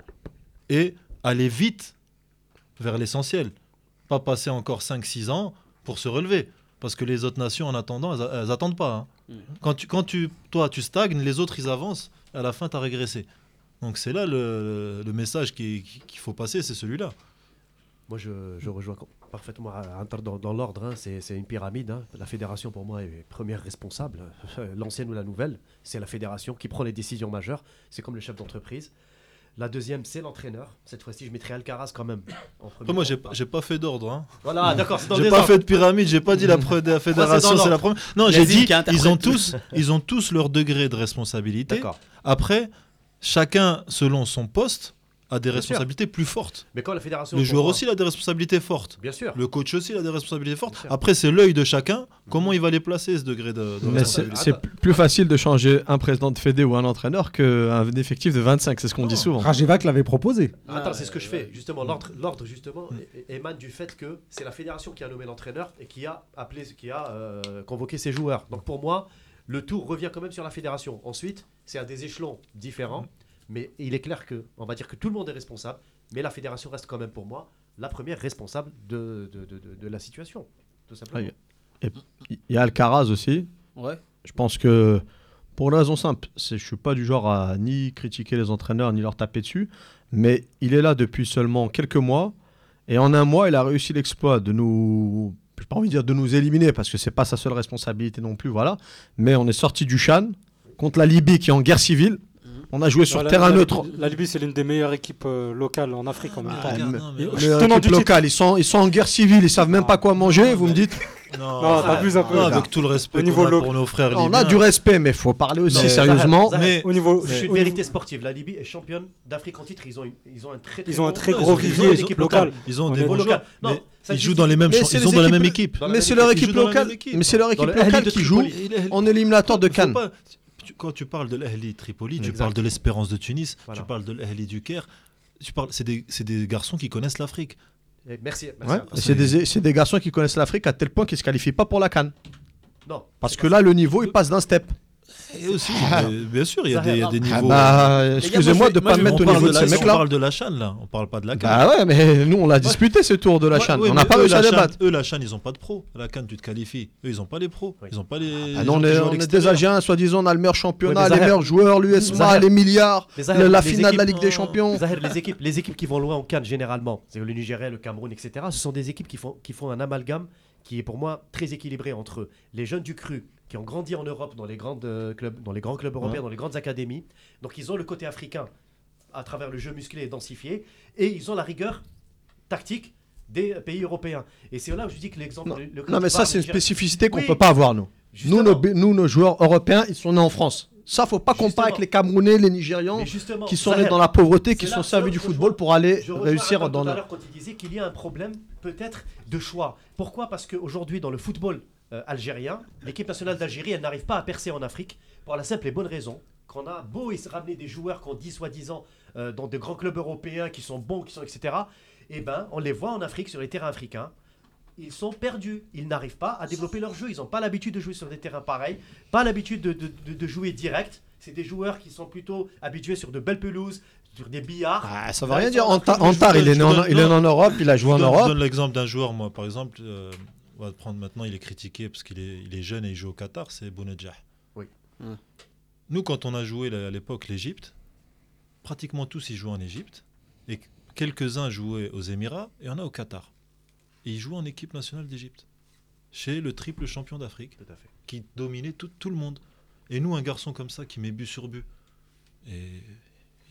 et aller vite vers l'essentiel. Pas passer encore cinq six ans pour se relever. Parce que les autres nations, en attendant, elles, elles attendent pas. Hein. Mhm. Quand, tu, quand tu, toi, tu stagnes, les autres, ils avancent. À la fin, tu as régressé. Donc c'est là le, le message qui- qui- qu'il faut passer, c'est celui-là. Moi, je, je rejoins com- parfaitement à- à- dans, dans l'ordre. Hein, c'est c'est une pyramide. Hein. La fédération, pour moi, est première responsable. L'ancienne ou la nouvelle, c'est la fédération qui prend les décisions majeures. C'est comme le chef d'entreprise. La deuxième, c'est l'entraîneur. Cette fois-ci, je mettrai Alcaraz quand même. En premier Après, moi, temps. j'ai pas- j'ai pas fait d'ordre. Hein. Voilà, d'accord, c'est dans J'ai le pas désordre. fait de pyramide, j'ai pas dit la, pre- la fédération, c'est la première. Non, j'ai Yazid dit, qui interprète ils ont, tout. tous, ils ont tous leur degré de responsabilité. D'accord. Après, chacun, selon son poste, a des Bien responsabilités plus fortes. Mais quand la fédération. Le pour joueur moi- aussi il a des responsabilités fortes. Bien sûr. Le coach aussi il a des responsabilités fortes. Bien sûr. Après, c'est l'œil de chacun. Comment il va les placer, ce degré de, de Mais c'est responsabilité. c'est plus facile de changer un président de fédé ou un entraîneur qu'un effectif de vingt-cinq, c'est ce qu'on dit souvent. Rajevac l'avait proposé. Attends, c'est ce que je fais. Justement, Mm. l'ordre, l'ordre justement, é- é- émane du fait que c'est la fédération qui a nommé l'entraîneur et qui a appelé, qui a euh, convoqué ses joueurs. Donc pour moi, le tour revient quand même sur la fédération. Ensuite, c'est à des échelons différents, mais il est clair que, on va dire que tout le monde est responsable, mais la fédération reste quand même pour moi la première responsable de, de, de, de- de la situation, tout simplement. Ah, Il y a Alcaraz aussi. Ouais. Je pense que pour une raison simple, c'est je suis pas du genre à ni critiquer les entraîneurs ni leur taper dessus, mais il est là depuis seulement quelques mois et en un mois, il a réussi l'exploit de nous, j'ai pas envie de dire de nous éliminer parce que c'est pas sa seule responsabilité non plus, voilà. Mais on est sorti du Chan contre la Libye qui est en guerre civile. On a joué sur Non, la- terrain la- neutre. La Libye, c'est l'une des meilleures équipes euh, locales en Afrique en même temps. Ah, regarde, mais- non, mais- Et- Le Tenant équipe du titre. locale, ils sont, ils sont en guerre civile, ils savent même pas quoi manger, vous me dites. Non, Non, t'abuses un peu. non, avec tout le respect Au qu'on niveau a lo- pour nos frères On a libyens. du respect, mais il faut parler aussi Mais- sérieusement. Zahar, Mais- Au niveau, C'est au une niveau- vérité sportive. La Libye est championne d'Afrique en titre. Ils ont, une- ils ont un très, très Ils ont un bon- très Non, gros ils ont- vivier ils ont- équipe local. locale. Ils ont On des est bons local. joueurs. Non, mais ça ils existe. jouent dans les mêmes Mais champs- c'est ils les sont dans la équipes- même équipe. Dans la Mais même c'est leur équipe, ils équipe jouent dans la locale. même équipe. Mais c'est leur Dans équipe le Ahli locale de qui joue Tripoli. en éliminatoire de Faut Cannes. pas- tu- Quand tu parles de l'Ahli Tripoli, tu Exact. parles de l'Espérance de Tunis, Voilà. tu parles de l'Ahli du Caire. Tu parles, c'est des, c'est des garçons qui connaissent l'Afrique. Eh, Merci. merci. Ouais. Et C'est des, c'est des garçons qui connaissent l'Afrique à tel point qu'ils se qualifient pas pour la Cannes. Non. Parce c'est que pas là, le niveau, il passe d'un step. Et aussi, mais bien sûr, il y a des, il y a des Ah niveaux. bah, excusez-moi de moi, pas je- me on mettre au parle niveau de de la, ces on mecs-là. parle de la Chan là, on parle pas de la Cannes. Bah ouais, mais nous, on l'a disputé ce tour de la Ouais, Chan. ouais, On n'a mais pas eux, réussi à la débattre. Chan- Eux, la Chan, ils ont pas de pro. La Cannes, tu te qualifies. Eux, ils ont pas les pros. Oui. Ils ont pas les. Ah les non, gens on qui est, jouent à on est des l'extérieur. Agiens, soi-disant, on a le meilleur championnat, Ouais, mais les Zahir- meilleurs joueurs, l'U S M A, Zahir- les milliards, Mais Zahir, le- la les finale de la équipes- Ligue des Champions. Zahir, les équipes, les équipes qui vont loin en Cannes généralement, c'est le Nigeria, le Cameroun, et cetera. Ce sont des équipes qui font, qui font un amalgame qui est pour moi très équilibré entre les jeunes du cru qui ont grandi en Europe dans les grandes euh, clubs, dans les grands clubs européens, dans les grandes académies. Donc ils ont le côté africain à travers le jeu musclé et densifié, et ils ont la rigueur tactique des pays européens. Et c'est là où je dis que l'exemple. Non, le- le non, mais ça, Côte c'est une d'Ivoire, spécificité qu'on Oui. peut pas avoir, nous. Nous Justement. nos, nous, nos joueurs européens, ils sont nés en France. Ça, faut pas comparer Justement. avec les Camerounais, les Nigérians, Mais justement, qui sont Zahir, nés dans la pauvreté, qui c'est sont là- servis je du rejoins- football pour aller Je rejoins réussir Adam dans tout à le... l'heure quand il disait qu'il y a un problème peut-être de choix. Pourquoi? Parce qu'aujourd'hui dans le football euh, algérien, l'équipe nationale d'Algérie, elle n'arrive pas à percer en Afrique pour la simple et bonne raison qu'on a beau y se ramener des joueurs qui ont dix soi-disant euh, dans de grands clubs européens qui sont bons, qui sont et cetera. Et ben on les voit en Afrique sur les terrains africains. Ils sont perdus, ils n'arrivent pas à développer leur jeu, ils n'ont pas l'habitude de jouer sur des terrains pareils, pas l'habitude de, de- de- de jouer direct. C'est des joueurs qui sont plutôt habitués sur de belles pelouses, sur des billards. Ah, ça veut Là, rien ils dire. sont en Anta- Afrique, Antar, il est né en, donne- il est né en Europe, il a joué en je donne, je Europe. donne l'exemple d'un joueur, moi, par exemple. euh, on va prendre maintenant, il est critiqué parce qu'il est, il est jeune et il joue au Qatar, c'est Bounedjah. Oui. Hum. Nous, quand on a joué là, à l'époque l'Égypte, pratiquement tous ils jouaient en Égypte et quelques-uns jouaient aux Émirats et on a au Qatar. Et ils jouaient en équipe nationale d'Égypte, chez le triple champion d'Afrique, Tout à fait. qui dominait tout, tout le monde. Et nous, un garçon comme ça qui met but sur but, et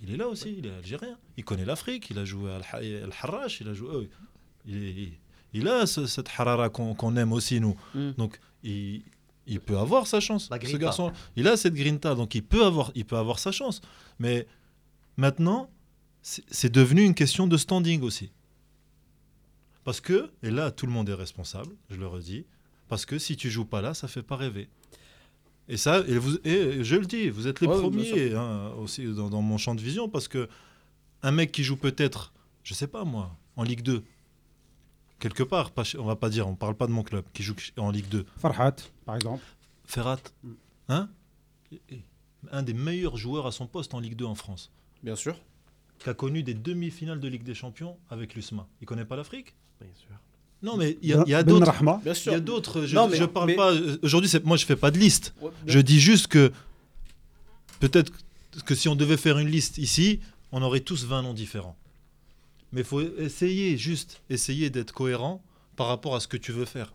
il est là aussi, il est algérien. Il connaît l'Afrique, il a joué à Al-Harrach, il a joué. euh, il, est- il- il a ce- cette harara qu'on qu'on aime aussi, nous. Mm. Donc, il, il peut avoir sa chance. La Ce grinta. garçon, il a cette grinta, donc il peut avoir, il peut avoir sa chance. Mais maintenant, c'est c'est devenu une question de standing aussi. Parce que, et là, tout le monde est responsable, je le redis, parce que si tu joues pas là, ça fait pas rêver. Et ça, et, vous, et je le dis, vous êtes les Ouais, bien premiers hein, aussi dans, dans mon champ de vision, parce que un mec qui joue peut-être, je sais pas moi, en Ligue deux, quelque part, pas chez- on va pas dire, on parle pas de mon club, qui joue en Ligue deux, Farhat, par exemple. Ferrat, Mm. hein, un des meilleurs joueurs à son poste en Ligue deux en France, Bien sûr. qui a connu des demi-finales de Ligue des Champions avec l'U S M A. Il connaît pas l'Afrique? Bien sûr. Non, mais il y a, il y a Ben d'autres. Rahma. Bien Il sûr. y a d'autres. Je, Non, mais- je parle mais- pas. euh, Aujourd'hui, c'est- moi, je fais pas de liste. Ouais, Je dis juste que peut-être que si on devait faire une liste ici, on aurait tous vingt noms différents. Mais il faut essayer, juste essayer d'être cohérent par rapport à ce que tu veux faire.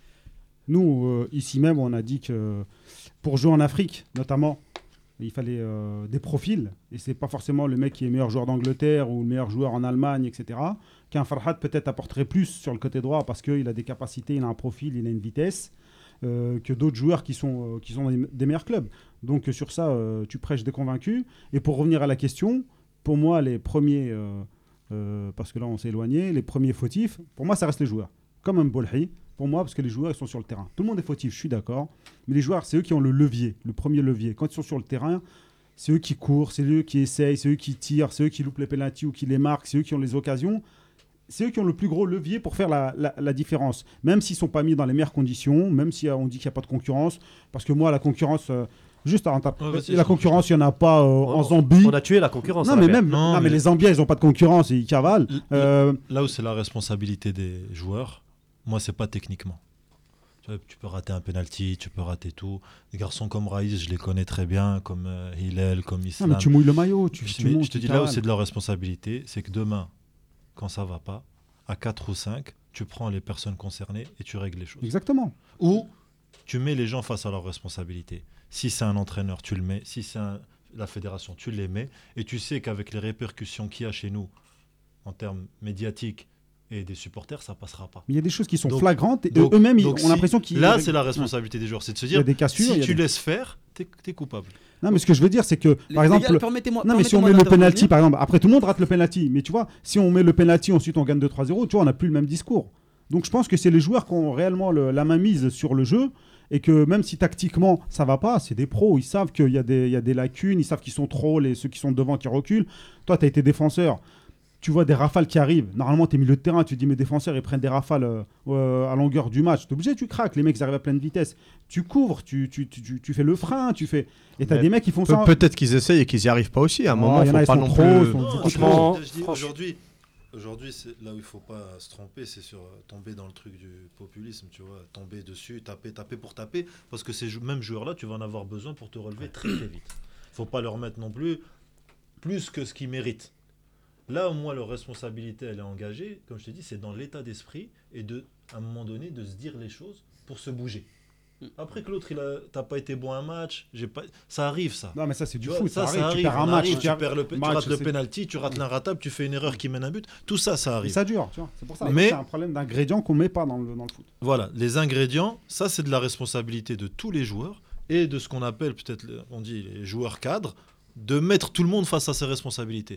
Nous, euh, ici même, on a dit que pour jouer en Afrique, notamment, il fallait euh, des profils. Et c'est pas forcément le mec qui est meilleur joueur d'Angleterre ou le meilleur joueur en Allemagne, et cetera. Qu'un Farhat peut-être apporterait plus sur le côté droit parce qu'il a des capacités, il a un profil, il a une vitesse, euh, que d'autres joueurs qui sont, euh, qui sont dans des- des meilleurs clubs. Donc sur ça, euh, tu prêches des convaincus. Et pour revenir à la question, pour moi, les premiers, euh, euh, parce que là on s'est éloigné, les premiers fautifs, pour moi, ça reste les joueurs. Comme un Bolhi, pour moi, parce que les joueurs, ils sont sur le terrain. Tout le monde est fautif, je suis d'accord. Mais les joueurs, c'est eux qui ont le levier, le premier levier. Quand ils sont sur le terrain, c'est eux qui courent, c'est eux qui essayent, c'est eux qui tirent, c'est eux qui loupent les pénaltys ou qui les marquent, c'est eux qui ont les occasions. C'est eux qui ont le plus gros levier pour faire la, la- la différence. Même s'ils ne sont pas mis dans les meilleures conditions, même si euh, on dit qu'il n'y a pas de concurrence. Parce que moi, la concurrence, euh, juste à Ouais, vas-y, la je- concurrence, il n'y en a pas euh, en On- Zambie. On a tué la concurrence. Non, à la mais belle. même, Non, non, mais mais- les Zambiens, ils n'ont pas de concurrence, ils cavalent. L- Euh, Là où c'est la responsabilité des joueurs, moi, c'est pas techniquement. Tu vois, tu peux rater un penalty, tu peux rater tout. Des garçons comme Raïs, je les connais très bien, comme euh, Hillel, comme non, Islam. mais tu mouilles le maillot. Tu, je, tu mais montes, je te tu dis là où cavales. c'est de leur responsabilité, c'est que demain, quand ça va pas, à quatre ou cinq, tu prends les personnes concernées et tu règles les choses. Exactement. Ou tu mets les gens face à leurs responsabilités. Si c'est un entraîneur, tu le mets. Si c'est un- la fédération, tu les mets. Et tu sais qu'avec les répercussions qu'il y a chez nous, en termes médiatiques et des supporters, ça passera pas. Mais il y a des choses qui sont Donc- flagrantes et donc- eux-mêmes, ils donc ont si- l'impression qu'ils. Là, c'est la responsabilité des joueurs. C'est de se Il y a dire, des cassures. si il y a tu des- laisses faire, t'es es coupable. Non, mais ce que je veux dire, c'est que, Les- par les exemple. gars, permettez-moi. Non, mais si on permettez-moi met le d'intervenir. penalty, par exemple, après tout le monde rate le penalty, mais tu vois, si on met le penalty, ensuite on gagne deux trois zéro, tu vois, on n'a plus le même discours. Donc je pense que c'est les joueurs qui ont réellement le- la main mise sur le jeu et que même si tactiquement ça va pas, c'est des pros, ils savent qu'il y, a des- il y a des lacunes, ils savent qu'ils sont trop, les, ceux qui sont devant qui reculent. Toi, tu as été défenseur. Tu vois des rafales qui arrivent. Normalement, tu es milieu de terrain. Tu te dis, mes défenseurs, ils prennent des rafales euh, euh, à longueur du match. Tu es obligé, tu craques. Les mecs, ils arrivent à pleine vitesse. Tu couvres, tu, tu, tu, tu- tu fais le frein. Tu fais... Et tu as Mais des mecs qui font Pe- ça. Peut-être qu'ils essayent et qu'ils n'y arrivent pas aussi. À un Oh, moment, il y en faut a, ils pas sont non trop, plus. ils sont- Non, beaucoup je- trop. je dis Franchement- aujourd'hui, aujourd'hui, c'est là où il faut pas se tromper, c'est sur euh, tomber dans le truc du populisme, tu vois, tomber dessus, taper, taper pour taper, parce que ces jou- mêmes joueurs-là, tu vas en avoir besoin pour te relever très très vite. Faut pas leur mettre non plus plus que ce qu'ils méritent. Là, au moins, leur responsabilité, elle est engagée. Comme je t'ai dit, c'est dans l'état d'esprit et de, à un moment donné, de se dire les choses pour se bouger. Après que l'autre, il a, t'as pas été bon un match, j'ai pas, ça arrive ça. Non, mais ça, c'est du Tu vois, foot. ça, Ça, ça arrive. Tu arrive. perds un on match. arrive, tu tu, perds- perds le, pe- tu match, rates le c'est- penalty, tu rates l'inratable, tu fais une erreur qui mène un but. Tout ça, ça Et arrive. ça dure, tu vois. C'est pour ça. Mais- C'est un problème d'ingrédients qu'on met pas dans le, dans le foot. Voilà, les ingrédients, ça c'est de la responsabilité de tous les joueurs et de ce qu'on appelle peut-être, le- on dit les joueurs cadres, de mettre tout le monde face à ses responsabilités.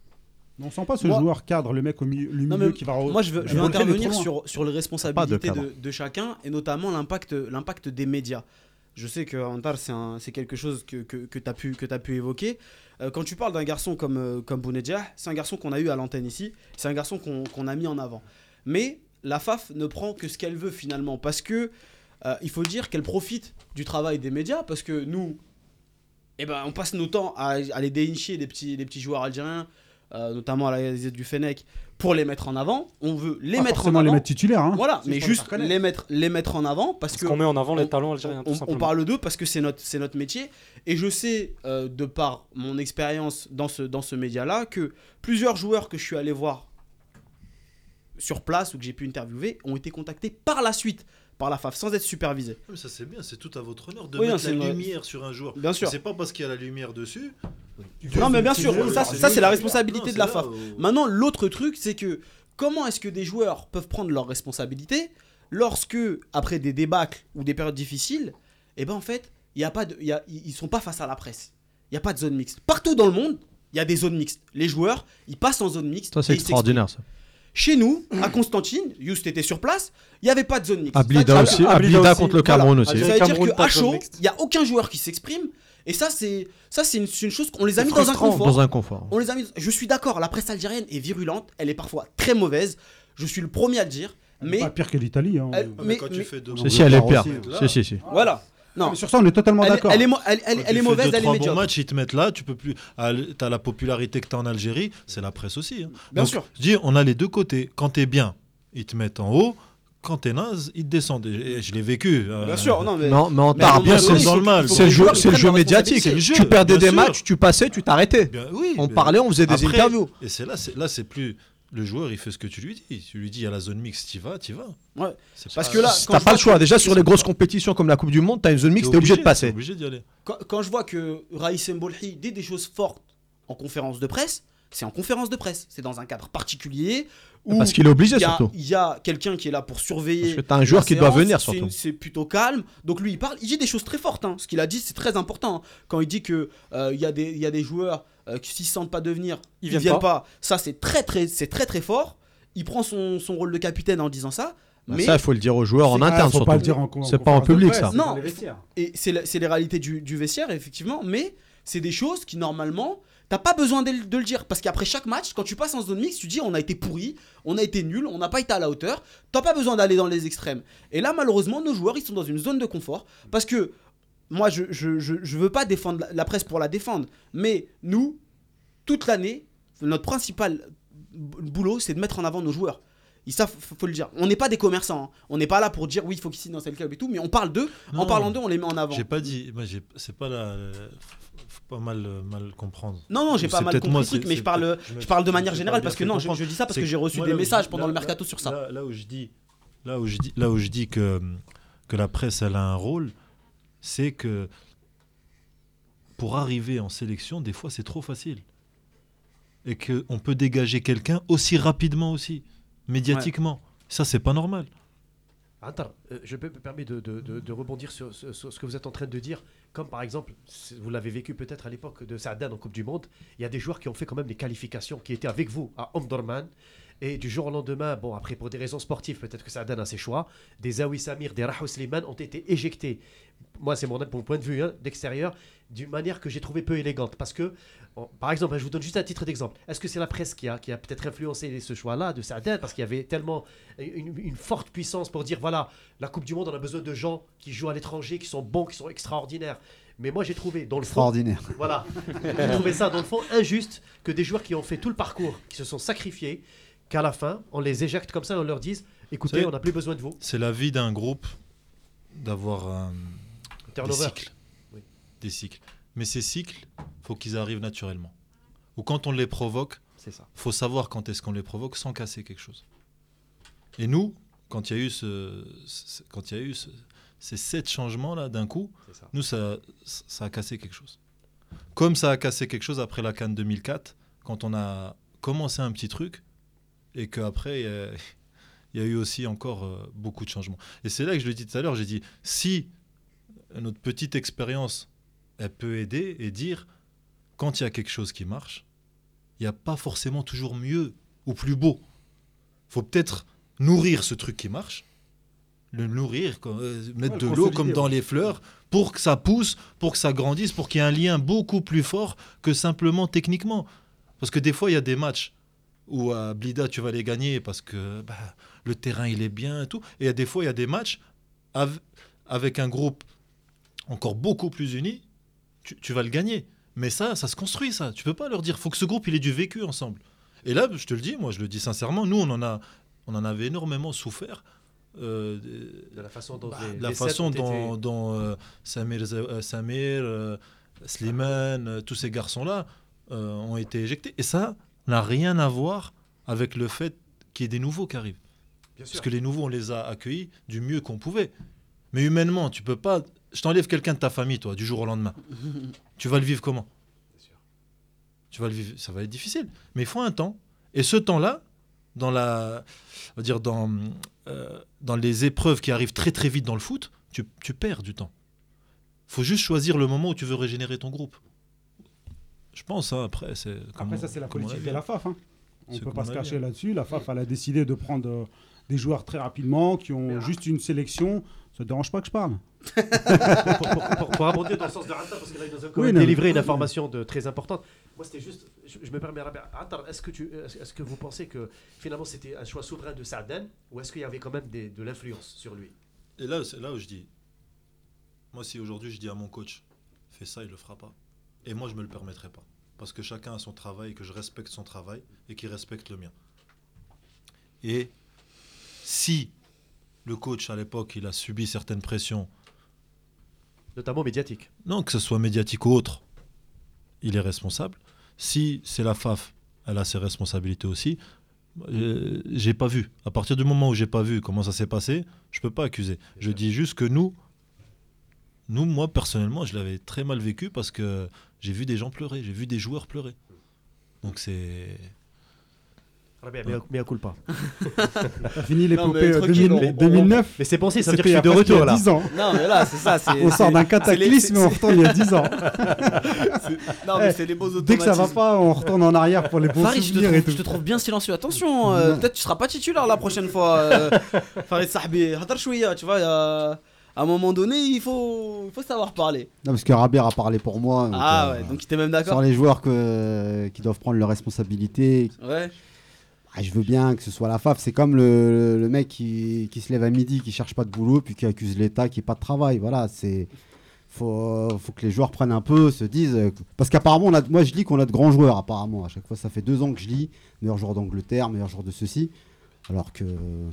On sent pas ce Moi- joueur cadre, le mec au milieu, le Non, milieu mais qui va. re- Moi, je veux, je qui veux va relever intervenir trop loin. sur, sur les responsabilités cadre. de, de chacun et notamment l'impact, l'impact des médias. Je sais que Antar, c'est, un- c'est quelque chose que, que, que tu as pu, que t'as pu évoquer. Euh, quand tu parles d'un garçon comme, euh, comme Bounedjah, c'est un garçon qu'on a eu à l'antenne ici, c'est un garçon qu'on, qu'on a mis en avant. Mais la F A F ne prend que ce qu'elle veut finalement parce que euh, il faut dire qu'elle profite du travail des médias parce que nous, eh ben, on passe nos temps à, à aller dénicher des petits, des petits joueurs algériens, euh, notamment à la Gazette du Fennec, pour les mettre en avant. On veut les Pas mettre en forcément avant. les mettre titulaires. Hein. Voilà, C'est mais pour les juste faire connaître. les mettre, les mettre en avant parce, Parce que qu'on met en avant les on- talents algériens, tout on, on simplement. parle d'eux parce que c'est notre, c'est notre métier. Et je sais, euh, de par mon expérience dans ce, dans ce média-là, que plusieurs joueurs que je suis allé voir sur place ou que j'ai pu interviewer ont été contactés par la suite par la F A F sans être supervisés. Mais ça c'est bien, c'est tout à votre honneur de Oui, non, mettre c'est la une- lumière sur un joueur. Bien sûr. C'est pas parce qu'il y a la lumière dessus Non, mais bien sûr, ça, ça c'est la responsabilité Non, de la c'est F A F. là où- Maintenant, l'autre truc, c'est que comment est-ce que des joueurs peuvent prendre leurs responsabilités lorsque, après des débâcles ou des périodes difficiles, eh ben en fait, y a pas de, y a, ils sont pas face à la presse. Il n'y a pas de zone mixte. Partout dans le monde, il y a des zones mixtes. Les joueurs, ils passent en zone mixte. Ça, c'est et ils extraordinaire, ça. s'expriment. Chez nous, à Constantine, Youst était sur place, il n'y avait pas de zone mixte. Ablida Ça, aussi, ça- Ablida Ablida aussi, contre le voilà. Cameroun aussi. Ça veut dire Cameroun, qu'à pas de zone chaud, mixte. il n'y a aucun joueur qui s'exprime. Et ça, c'est ça, c'est une, c'est une chose qu'on les a C'est mis dans un frustrant. confort. Dans un confort. On les a mis. Je suis d'accord, la presse algérienne est virulente, elle est parfois très mauvaise. Je suis le premier à le dire. Mais Pas pire que l'Italie. Hein. Elle- Mais, mais- quand mais- tu fais deux Si, si, elle est pire. Aussi. Si, si, si. voilà. Non, Mais sur ça, on est totalement elle, est- d'accord. elle est, mo- elle, elle- Quand elle est tu fais mauvaise, deux, elle est trois bons médiocre. matchs, ils te mettent là, tu peux plus. Tu as la popularité que tu as en Algérie, c'est la presse aussi. hein. Bien Donc, sûr. Je dis, on a les deux côtés. Quand tu es bien, ils te mettent en haut. Quand tu es naze, ils te descendent. Et je l'ai vécu. euh, Bien sûr, non mais. Non, mais en Mais à un tard, moment bien, donné, c'est il faut dans le que- mal. il faut c'est que le les jeu, joueurs c'est le prennent jeu leurs médiatique. responsabilités. C'est le jeu, Tu perdais bien des sûr. matchs, tu passais, tu t'arrêtais. Bien, oui, On mais- parlait, on faisait des Après, interviews. Et c'est là, c'est là, c'est plus le joueur, il fait ce que tu lui dis. Tu lui dis, il y a la zone mixte, tu vas, tu vas. Ouais. C'est Parce pas- que là, c'est- quand T'as je pas vois le choix. que- Déjà, sur les grosses compétitions comme la Coupe du Monde, t'as une zone mixte, t'es obligé de t'es passer. obligé d'y aller. Quand, quand je vois que Raïs Mbolhi dit des choses fortes en conférence de presse, c'est en conférence de presse. C'est dans un cadre particulier. Où Parce qu'il est obligé, il y a, surtout. il y a quelqu'un qui est là pour surveiller. Parce que t'as un joueur la qui doit séance, venir, c'est surtout. une- C'est plutôt calme. Donc lui, il parle. Il dit des choses très fortes. hein. Ce qu'il a dit, c'est très important. Quand il dit que euh, il y a des, il y a des joueurs euh, qui s'ils se sentent pas de venir, Ils ils viennent viennent pas. pas. Ça, c'est très très, c'est très très fort. Il prend son, son rôle de capitaine en disant ça. Bah, Mais ça, il faut le dire aux joueurs en C'est- ah, interne, faut surtout. pas le dire en, C'est pas en conférence de public, presse, ça. c'est dans Non. les vestiaires. Et c'est la- c'est les réalités du, du vestiaire, effectivement, mais c'est des choses qui, normalement, t'as pas besoin de, le- de le dire. Parce qu'après chaque match, quand tu passes en zone mixte, tu dis on a été pourri, on a été nul, on n'a pas été à la hauteur. T'as pas besoin d'aller dans les extrêmes. Et là, malheureusement, nos joueurs, ils sont dans une zone de confort. Parce que moi, je, je, je, je veux pas défendre la, la presse pour la défendre. Mais nous, toute l'année, notre principal b- boulot, c'est de mettre en avant nos joueurs. Ils savent, faut, faut le dire. On n'est pas des commerçants. hein. On n'est pas là pour dire oui, il faut qu'ils signent dans tel club et tout. Mais on parle d'eux. En Non. parlant d'eux, on les met en avant. J'ai pas dit. Moi, j'ai- c'est pas la. Faut pas mal, mal comprendre. Non, non, j'ai pas C'est mal peut-être compris moi, le truc, c'est- mais c'est je parle, peut-être- je me- je parle de je me manière suis générale pas parce que bien non, fait je, comprendre. je dis ça parce C'est que j'ai reçu moi, des là où je messages dis- pendant le là- mercato sur ça. Là, là où je dis, là où je dis, là où je dis que que la presse elle a un rôle, c'est que pour arriver en sélection, des fois c'est trop facile et que on peut dégager quelqu'un aussi rapidement aussi, médiatiquement. Ça c'est pas normal. Attends, euh, je peux me permettre de, de- de- de rebondir sur, sur- sur ce que vous êtes en train de dire. Comme par exemple, c'est- vous l'avez vécu peut-être à l'époque de Saadane en Coupe du Monde, il y a des joueurs qui ont fait quand même des qualifications, qui étaient avec vous à Omdurman. Et du jour au lendemain, bon, après pour des raisons sportives, peut-être que Saadane a ses choix, des Aoui Samir, des Rahou Slimane ont été éjectés. Moi, c'est mon, mon point de vue hein, d'extérieur, d'une manière que j'ai trouvé peu élégante. Parce que, on- par exemple, je vous donne juste un titre d'exemple. Est-ce que c'est la presse qui a, qui a peut-être influencé ce choix-là de Saadane parce qu'il y avait tellement une, une forte puissance pour dire voilà, la Coupe du Monde, on a besoin de gens qui jouent à l'étranger, qui sont bons, qui sont extraordinaires. Mais moi, j'ai trouvé dans le fond, Extraordinaire. voilà, j'ai trouvé ça dans le fond injuste que des joueurs qui ont fait tout le parcours, qui se sont sacrifiés, qu'à la fin, on les éjecte comme ça, et on leur dise écoutez, C'est- on n'a plus besoin de vous. C'est la vie d'un groupe d'avoir euh, des Turnover. cycles. Oui. Des cycles. Mais ces cycles, faut qu'ils arrivent naturellement. Ou quand on les provoque, C'est ça. faut savoir quand est-ce qu'on les provoque sans casser quelque chose. Et nous, quand il y a eu ce, ce- quand il y a eu ce- ces sept changements là d'un coup, C'est ça. nous ça, ça a cassé quelque chose. Comme ça a cassé quelque chose après la CAN deux mille quatre, quand on a commencé un petit truc et qu'après il y a- il y a eu aussi encore euh, beaucoup de changements. Et c'est là que je le dis tout à l'heure, j'ai dit si notre petite expérience elle peut aider et dire quand il y a quelque chose qui marche, il n'y a pas forcément toujours mieux ou plus beau. Faut peut-être nourrir ce truc qui marche, le nourrir, quoi, euh, mettre Ouais, de le l'eau consolider, comme dans ouais. les fleurs pour que ça pousse, pour que ça grandisse, pour qu'il y ait un lien beaucoup plus fort que simplement techniquement. Parce que des fois, il y a des matchs où à Blida, tu vas les gagner parce que bah, le terrain, il est bien et tout. Et il y a des fois, il y a des matchs av- avec un groupe encore beaucoup plus uni, tu, tu vas le gagner. Mais ça, ça se construit, ça. Tu peux pas leur dire, faut que ce groupe, il ait du vécu ensemble. Et là, je te le dis, moi, je le dis sincèrement, nous, on en, a, on en avait énormément souffert. euh, De la façon dont bah, les, de la les sept façon ont dont, été- dont, euh, Samir, euh, Samir euh, Slimane, euh, tous ces garçons-là euh, ont été éjectés. Et ça n'a rien à voir avec le fait qu'il y ait des nouveaux qui arrivent. Bien sûr. Parce que les nouveaux, on les a accueillis du mieux qu'on pouvait. Mais humainement, tu peux pas. Je t'enlève quelqu'un de ta famille, toi, du jour au lendemain. Tu vas le vivre comment? Tu vas le vivre, ça va être difficile. Mais il faut un temps. Et ce temps-là, dans, la, on va dire dans, euh, dans les épreuves qui arrivent très très vite dans le foot, tu, tu perds du temps. Il faut juste choisir le moment où tu veux régénérer ton groupe. Je pense, hein, après, c'est... Après, ça, c'est la politique de la F A F. Hein. On ne peut pas se cacher avis. là-dessus. La F A F, elle a décidé de prendre euh, des joueurs très rapidement, qui ont juste une sélection. Ça ne te dérange pas que je parle? pour, pour, pour, pour abonder dans le sens de Rattar, parce qu'il a quand Oui, même non, délivré mais- une information de, très importante. Moi, c'était juste, je, je me permets, Rattar, est-ce que, tu, est-ce, est-ce que vous pensez que finalement c'était un choix souverain de Saaden, ou est-ce qu'il y avait quand même des, de l'influence sur lui? Et là, c'est là où je dis, moi si aujourd'hui je dis à mon coach, fais ça, il le fera pas. Et moi je me le permettrai pas. Parce que chacun a son travail, que je respecte son travail et qu'il respecte le mien. Et si le coach à l'époque, il a subi certaines pressions, Notamment médiatique. non, que ce soit médiatique ou autre, il est responsable. Si c'est la F A F, elle a ses responsabilités aussi. Euh, j'ai pas vu. À partir du moment où j'ai pas vu comment ça s'est passé, je peux pas accuser. Je dis juste que nous, nous, moi personnellement, je l'avais très mal vécu parce que j'ai vu des gens pleurer, j'ai vu des joueurs pleurer. Donc c'est. Mais à coup pas. T'as fini Non, mais l'épopée euh, tranquille, deux mille on- on- deux mille neuf. Mais c'est pensé, ça veut dire C'était que je il y suis de a presque retour là. dix ans. Non, mais là, c'est ça. c'est- On sort c'est- d'un c'est les- cataclysme, c'est- on retourne il y a dix ans. Non, mais Eh, c'est les beaux automatismes. Dès que ça va pas, on retourne en arrière pour les bons Farid, je te, souvenirs et trouve, tout. je te trouve bien silencieux. Attention, euh, Non. peut-être tu seras pas titulaire la prochaine fois. Euh, Farid Sahbi, Hadar Chouïa, tu vois, il y a- à un moment donné, il faut, il faut savoir parler. Non, parce que Rabir a parlé pour moi. donc, Ah euh, ouais, donc tu es même Sur d'accord. les joueurs que, qui doivent prendre leurs responsabilités. Ouais. Ah, je veux bien que ce soit la F A F. C'est comme le, le mec qui, qui se lève à midi, qui cherche pas de boulot, puis qui accuse l'État, qui n'a pas de travail. Voilà, c'est. Faut, faut que les joueurs prennent un peu, se disent. euh, Parce qu'apparemment, on a, moi je lis qu'on a de grands joueurs, apparemment. À chaque fois, ça fait deux ans que je lis meilleur joueur d'Angleterre, meilleur joueur de ceci. Alors que.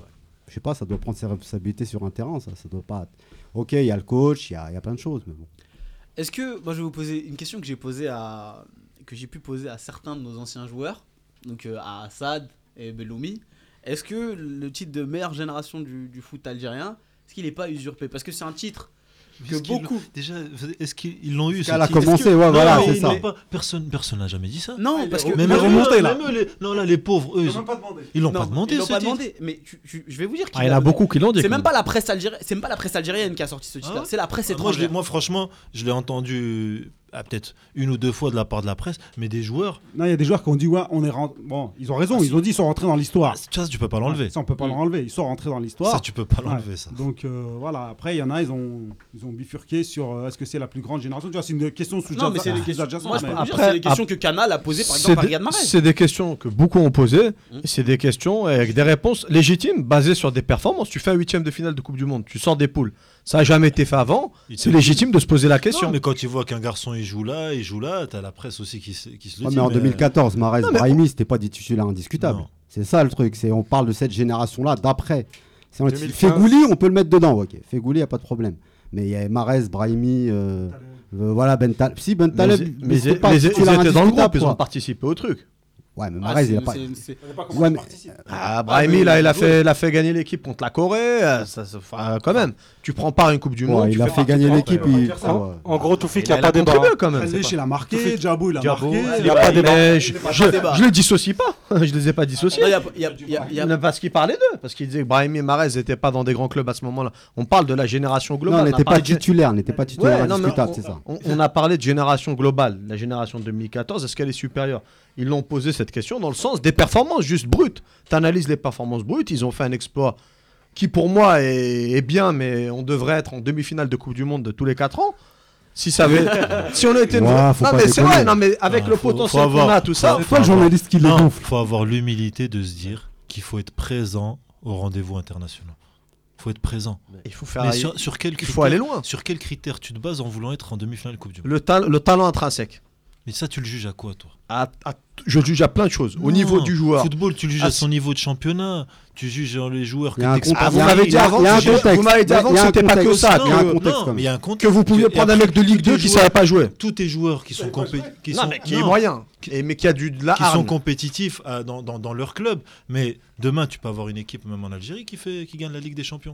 Je sais pas, ça doit prendre ses responsabilités sur un terrain, ça. Ça doit pas. Ok, il y a le coach, il y a, il y a plein de choses, mais bon. Est-ce que, moi je vais vous poser une question que j'ai posée à, que j'ai pu poser à certains de nos anciens joueurs, donc euh, à Assad et Belloumi. Est-ce que le titre de meilleure génération du, du foot algérien, est-ce qu'il n'est pas usurpé? Parce que c'est un titre que Est-ce qu'ils l'ont- beaucoup. Déjà, est-ce qu'ils l'ont eu ce Elle a titre commencé, Est-ce que- ouais, Non, voilà, mais c'est ils ça. l'ont pas- Personne, personne n'a jamais dit ça. Non, parce que Mais Mais même remontez, eux, là. même eux, les- non là, les pauvres, eux, ils ont- pas demandé. ils l'ont Non, pas demandé ils l'ont ce pas titre. demandé. Mais tu- tu- je vais vous dire qu'il Ah, il y en a beaucoup qui l'ont dit. C'est quand même même. pas la presse algérienne, c'est même pas la presse algérienne qui a sorti ce titre. Ah ouais C'est la presse Moi, je l'ai- étrangère. moi, franchement, je l'ai entendu ah, peut-être une ou deux fois de la part de la presse, mais des joueurs, Non, il y a des joueurs qui ont dit ouais, on est rentré. Bon, ils ont raison, Ah, ils ont dit ils sont rentrés dans l'histoire. ça, tu peux pas l'enlever. Ça, on peut pas Mm. l'enlever. Ils sont rentrés dans l'histoire. Ça, tu peux pas Ouais. l'enlever, ça. Donc euh, voilà, après il y en a, ils ont, ils ont bifurqué sur euh, est-ce que c'est la plus grande génération. Tu vois, c'est une question sous Non, mais c'est des questions. Moi, je peux vous dire, Après- c'est les questions que Canal a posées par exemple C'est à des- Riyad Mahrez. C'est des questions que beaucoup ont posées. Mm. et C'est des questions avec des réponses légitimes basées sur des performances. Tu fais un huitième de finale de Coupe du Monde, tu sors des poules. Ça n'a jamais été fait avant. Il te- C'est légitime de se poser la question. Non, mais quand tu vois qu'un garçon il joue là, il joue là, t'as la presse aussi qui, se- qui se le Ouais, dit. mais en mais- deux mille quatorze, Mahrez, Non, mais- Brahimi, c'était pas des titulaires indiscutables. Non. C'est ça le truc. C'est on parle de cette génération-là d'après. C'est un- deux mille quinze. Fegouli, on peut le mettre dedans. Ok, Fegouli, y a pas de problème. Mais il y a Mahrez, Brahimi, euh, euh, voilà Ben Taleb. Si Ben Mais, Taleb, ils- mais mais c'était ils, pas les- ils titulaire étaient dans le groupe, indiscutable, ils ont quoi. participé au truc. Ouais, mais Ah, Mahrez, c'est- il a pas. c'est- c'est- Ouais, mais- Ah, Brahimi, mais- là, il a, ouais. fait, il a fait gagner l'équipe contre la Corée. euh, Ça, ça- enfin, quand même, tu prends part à une Coupe du Ouais, Monde. il tu a fais fait partie gagner de- l'équipe. ouais, il- ouais, ouais. ouais. En gros, Toufik, il Il n'y a pas débat. contribué quand même. Rennes, il a marqué, Djabou il a Djabou, marqué. il y a pas débat. Mais je, Il y a pas je, débat. je les dissocie pas. Je les ai pas dissociés. Non, il y a- il y a- il y a- il y a- Il y a- Parce qu'il parlait d'eux, parce qu'il disait que Brahimi et Mahrez n'étaient pas dans des grands clubs à ce moment-là. On parle de la génération Non, globale. on on a n'était pas parlé de- titulaire, n'était pas titulaire Ouais, non, mais indiscutable, on, c'est ça. on- on a parlé de génération globale, la génération deux mille quatorze, est-ce qu'elle est supérieure? Ils l'ont posé cette question dans le sens des performances juste brutes. Tu analyses les performances brutes, ils ont fait un exploit qui pour moi est, est bien, mais on devrait être en demi-finale de Coupe du Monde de tous les quatre ans. Si ça avait, si on était, Ouais, non faut pas mais c'est déconner. vrai, non mais avec Ah, le faut- potentiel faut qu'on avoir- a, tout ça. faut- C'est toi le journaliste qui les Non, gonfle. faut avoir l'humilité de se dire qu'il faut être présent aux rendez-vous internationaux. Il faut être présent. Il faut faire, Mais il, sur, sur quel il critère, faut aller loin. Sur quels critères tu te bases en voulant être en demi-finale de Coupe du Monde? Le, ta- le talent intrinsèque. Mais ça, tu le juges à quoi, toi? À- à- je juge à plein de choses. Au Non, niveau du joueur. Football, tu le juges Ah, à son niveau de championnat. Tu juges dans les joueurs Il y a que un t'exposes. contexte. Ah, vous Il y a- m'avez il dit y a- avant il y a un que j'ai- contexte. vous m'avez dit avant Il y a que un c'était pas que contexte. ça. Il y a un que- contexte Non, quand mais il y a un même. contexte. Que vous pouviez Et prendre un après, mec de Ligue tous tes deux qui joueurs- savait pas jouer. Tous tes joueurs qui sont, compé- qui Non, sont, mais qui est non, moyen. Et, mais qui a du, de la qui sont hargne. compétitifs euh, dans, dans, dans leur club. Mais demain, tu peux avoir une équipe, même en Algérie, qui, fait, qui gagne la Ligue des Champions.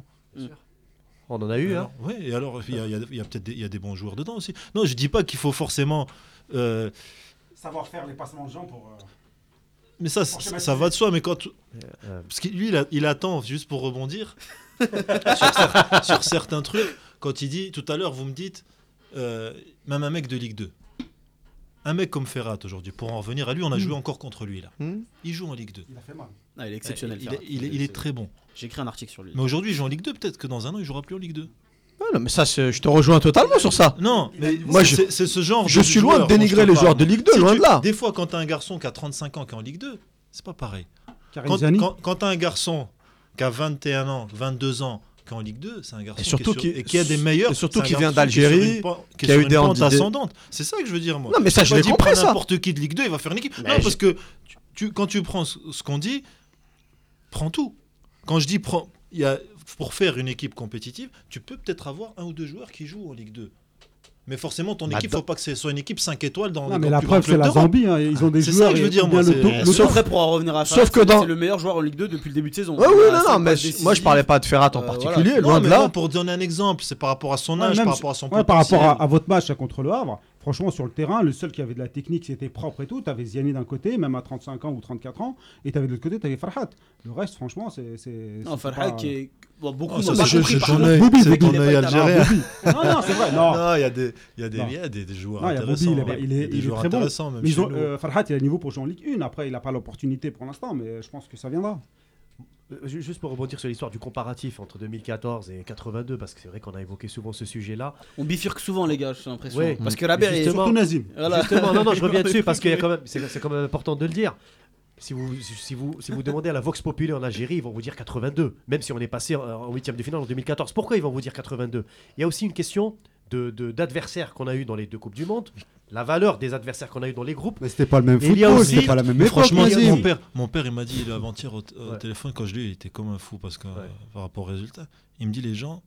On en a eu, hein. Alors, ouais, et alors, il y a, il y a- il y a peut-être des, il y a des bons joueurs dedans aussi. Non, je dis pas qu'il faut forcément. euh, savoir faire les passements de jambes pour. euh, Mais ça, Pour ça, schématiser. ça va de soi, mais quand. tu- Euh, Parce que lui, il, a- il attend, juste pour rebondir, sur, cer- sur certains trucs, quand il dit, tout à l'heure, vous me dites, euh, même un mec de Ligue deux, un mec comme Ferrat aujourd'hui, pour en revenir à lui, on a joué encore contre lui là. Hmm. Il joue en Ligue deux. Il a fait mal. Ah, il est exceptionnel. il, Ferrat. est, il est- il est très bon. J'ai écrit un article sur lui. Mais aujourd'hui, il joue en Ligue deux, peut-être que dans un an, il jouera plus en Ligue deux. Ah non, mais ça, c'est- je te rejoins totalement sur ça. Non, mais Moi, c'est- je- c'est c'est ce genre Je de suis loin de joueur dont je dénigrer te les parle. joueurs de Ligue deux, Si loin tu- de là. Des fois, quand t'as un garçon qui a trente-cinq ans qui est en Ligue deux, c'est pas pareil. Karim Quand, Ziani. quand, quand t'as un garçon qui a vingt et un ans, vingt-deux ans, qui est en Ligue deux, c'est un garçon Et surtout qui, est sur- qui- et qui a des meilleurs. et surtout c'est un qui vient garçon qui est sur d'Algérie, une pen- qui, qui a est eu sur des une pente handicapés. ascendante. C'est ça que je veux dire, moi. Non, mais ça, J'ai je pas l'ai dit compris, prends ça. n'importe qui de Ligue deux, il va faire une équipe. Mais non, je- parce que tu, tu- quand tu prends ce, ce qu'on dit, prends tout. Quand je dis prends, il y a, pour faire une équipe compétitive, tu peux peut-être avoir un ou deux joueurs qui jouent en Ligue deux. Mais forcément, ton Bah, équipe, dans- faut pas que ce soit une équipe cinq étoiles dans Non, les mais la plus grands preuve, c'est clubs la d'Europe. Zambie. hein, Ils ont des C'est ça joueurs. que je veux et- dire, ou bien moi, le c'est- to- Euh, le Sauf top- après pour en revenir à Sauf Ferrat, que c'est- dans- c'est le meilleur joueur en Ligue deux depuis le début de saison. Ouais, oui, Voilà, non, c'est non, pas mais décisif. moi je parlais pas de Ferrat en Euh, particulier, voilà. Non, loin de mais là. non, pour donner un exemple, c'est par rapport à son Ouais, âge, même par si- rapport à son ouais, par rapport potentiel. à, à votre match là, contre le Havre, franchement, sur le terrain, le seul qui avait de la technique, c'était propre et tout. Tu avais Ziani d'un côté, même à trente-cinq ans ou trente-quatre ans, et tu avais de l'autre côté, tu avais Farhat. Le reste, franchement, c'est. c'est- Non, c'est Farhat pas- qui est. Bon, beaucoup Oh, n'ont ça, pas c'est- compris, c'est par ton contre. œil- Boubi, c'est Boubi, ton il est œil pas algérien. Non, non, c'est vrai. Non. Non, il y a des, il y a des, Non. il y a des, des joueurs Non, il y a intéressants. Boubi, il est- mais il est- y a des il est joueurs très bon. intéressants, même Mais ils chez ont, nous. euh, Farhat, il a le niveau pour jouer en Ligue un. Après, il n'a pas l'opportunité pour l'instant, mais je pense que ça viendra. Euh, ju- Juste pour rebondir sur l'histoire du comparatif entre deux mille quatorze et quatre-vingt-deux, parce que c'est vrai qu'on a évoqué souvent ce sujet-là. On bifurque souvent, les gars, j'ai l'impression. Ouais. Parce que Rabert est. Justement. Surtout Nazim. Voilà. Justement, non, non, je reviens dessus parce que quand même, c'est c'est quand même important de le dire. Si vous, si, vous, si vous demandez à la Vox Populi en Algérie, ils vont vous dire quatre-vingt-deux, même si on est passé en- en huitième de finale en deux mille quatorze. Pourquoi ils vont vous dire quatre-vingt-deux? Il y a aussi une question de, de- d'adversaires qu'on a eu dans les deux Coupes du Monde, la valeur des adversaires qu'on a eu dans les groupes. Mais c'était pas le même Et il y a football, aussi- c'était pas la même Mais époque. franchement, Nazim. mon père, mon père, il m'a dit il est avant-hier au, au Ouais. téléphone quand je l'ai eu, il était comme un fou parce que Ouais. euh, par rapport au résultat, il me dit les gens,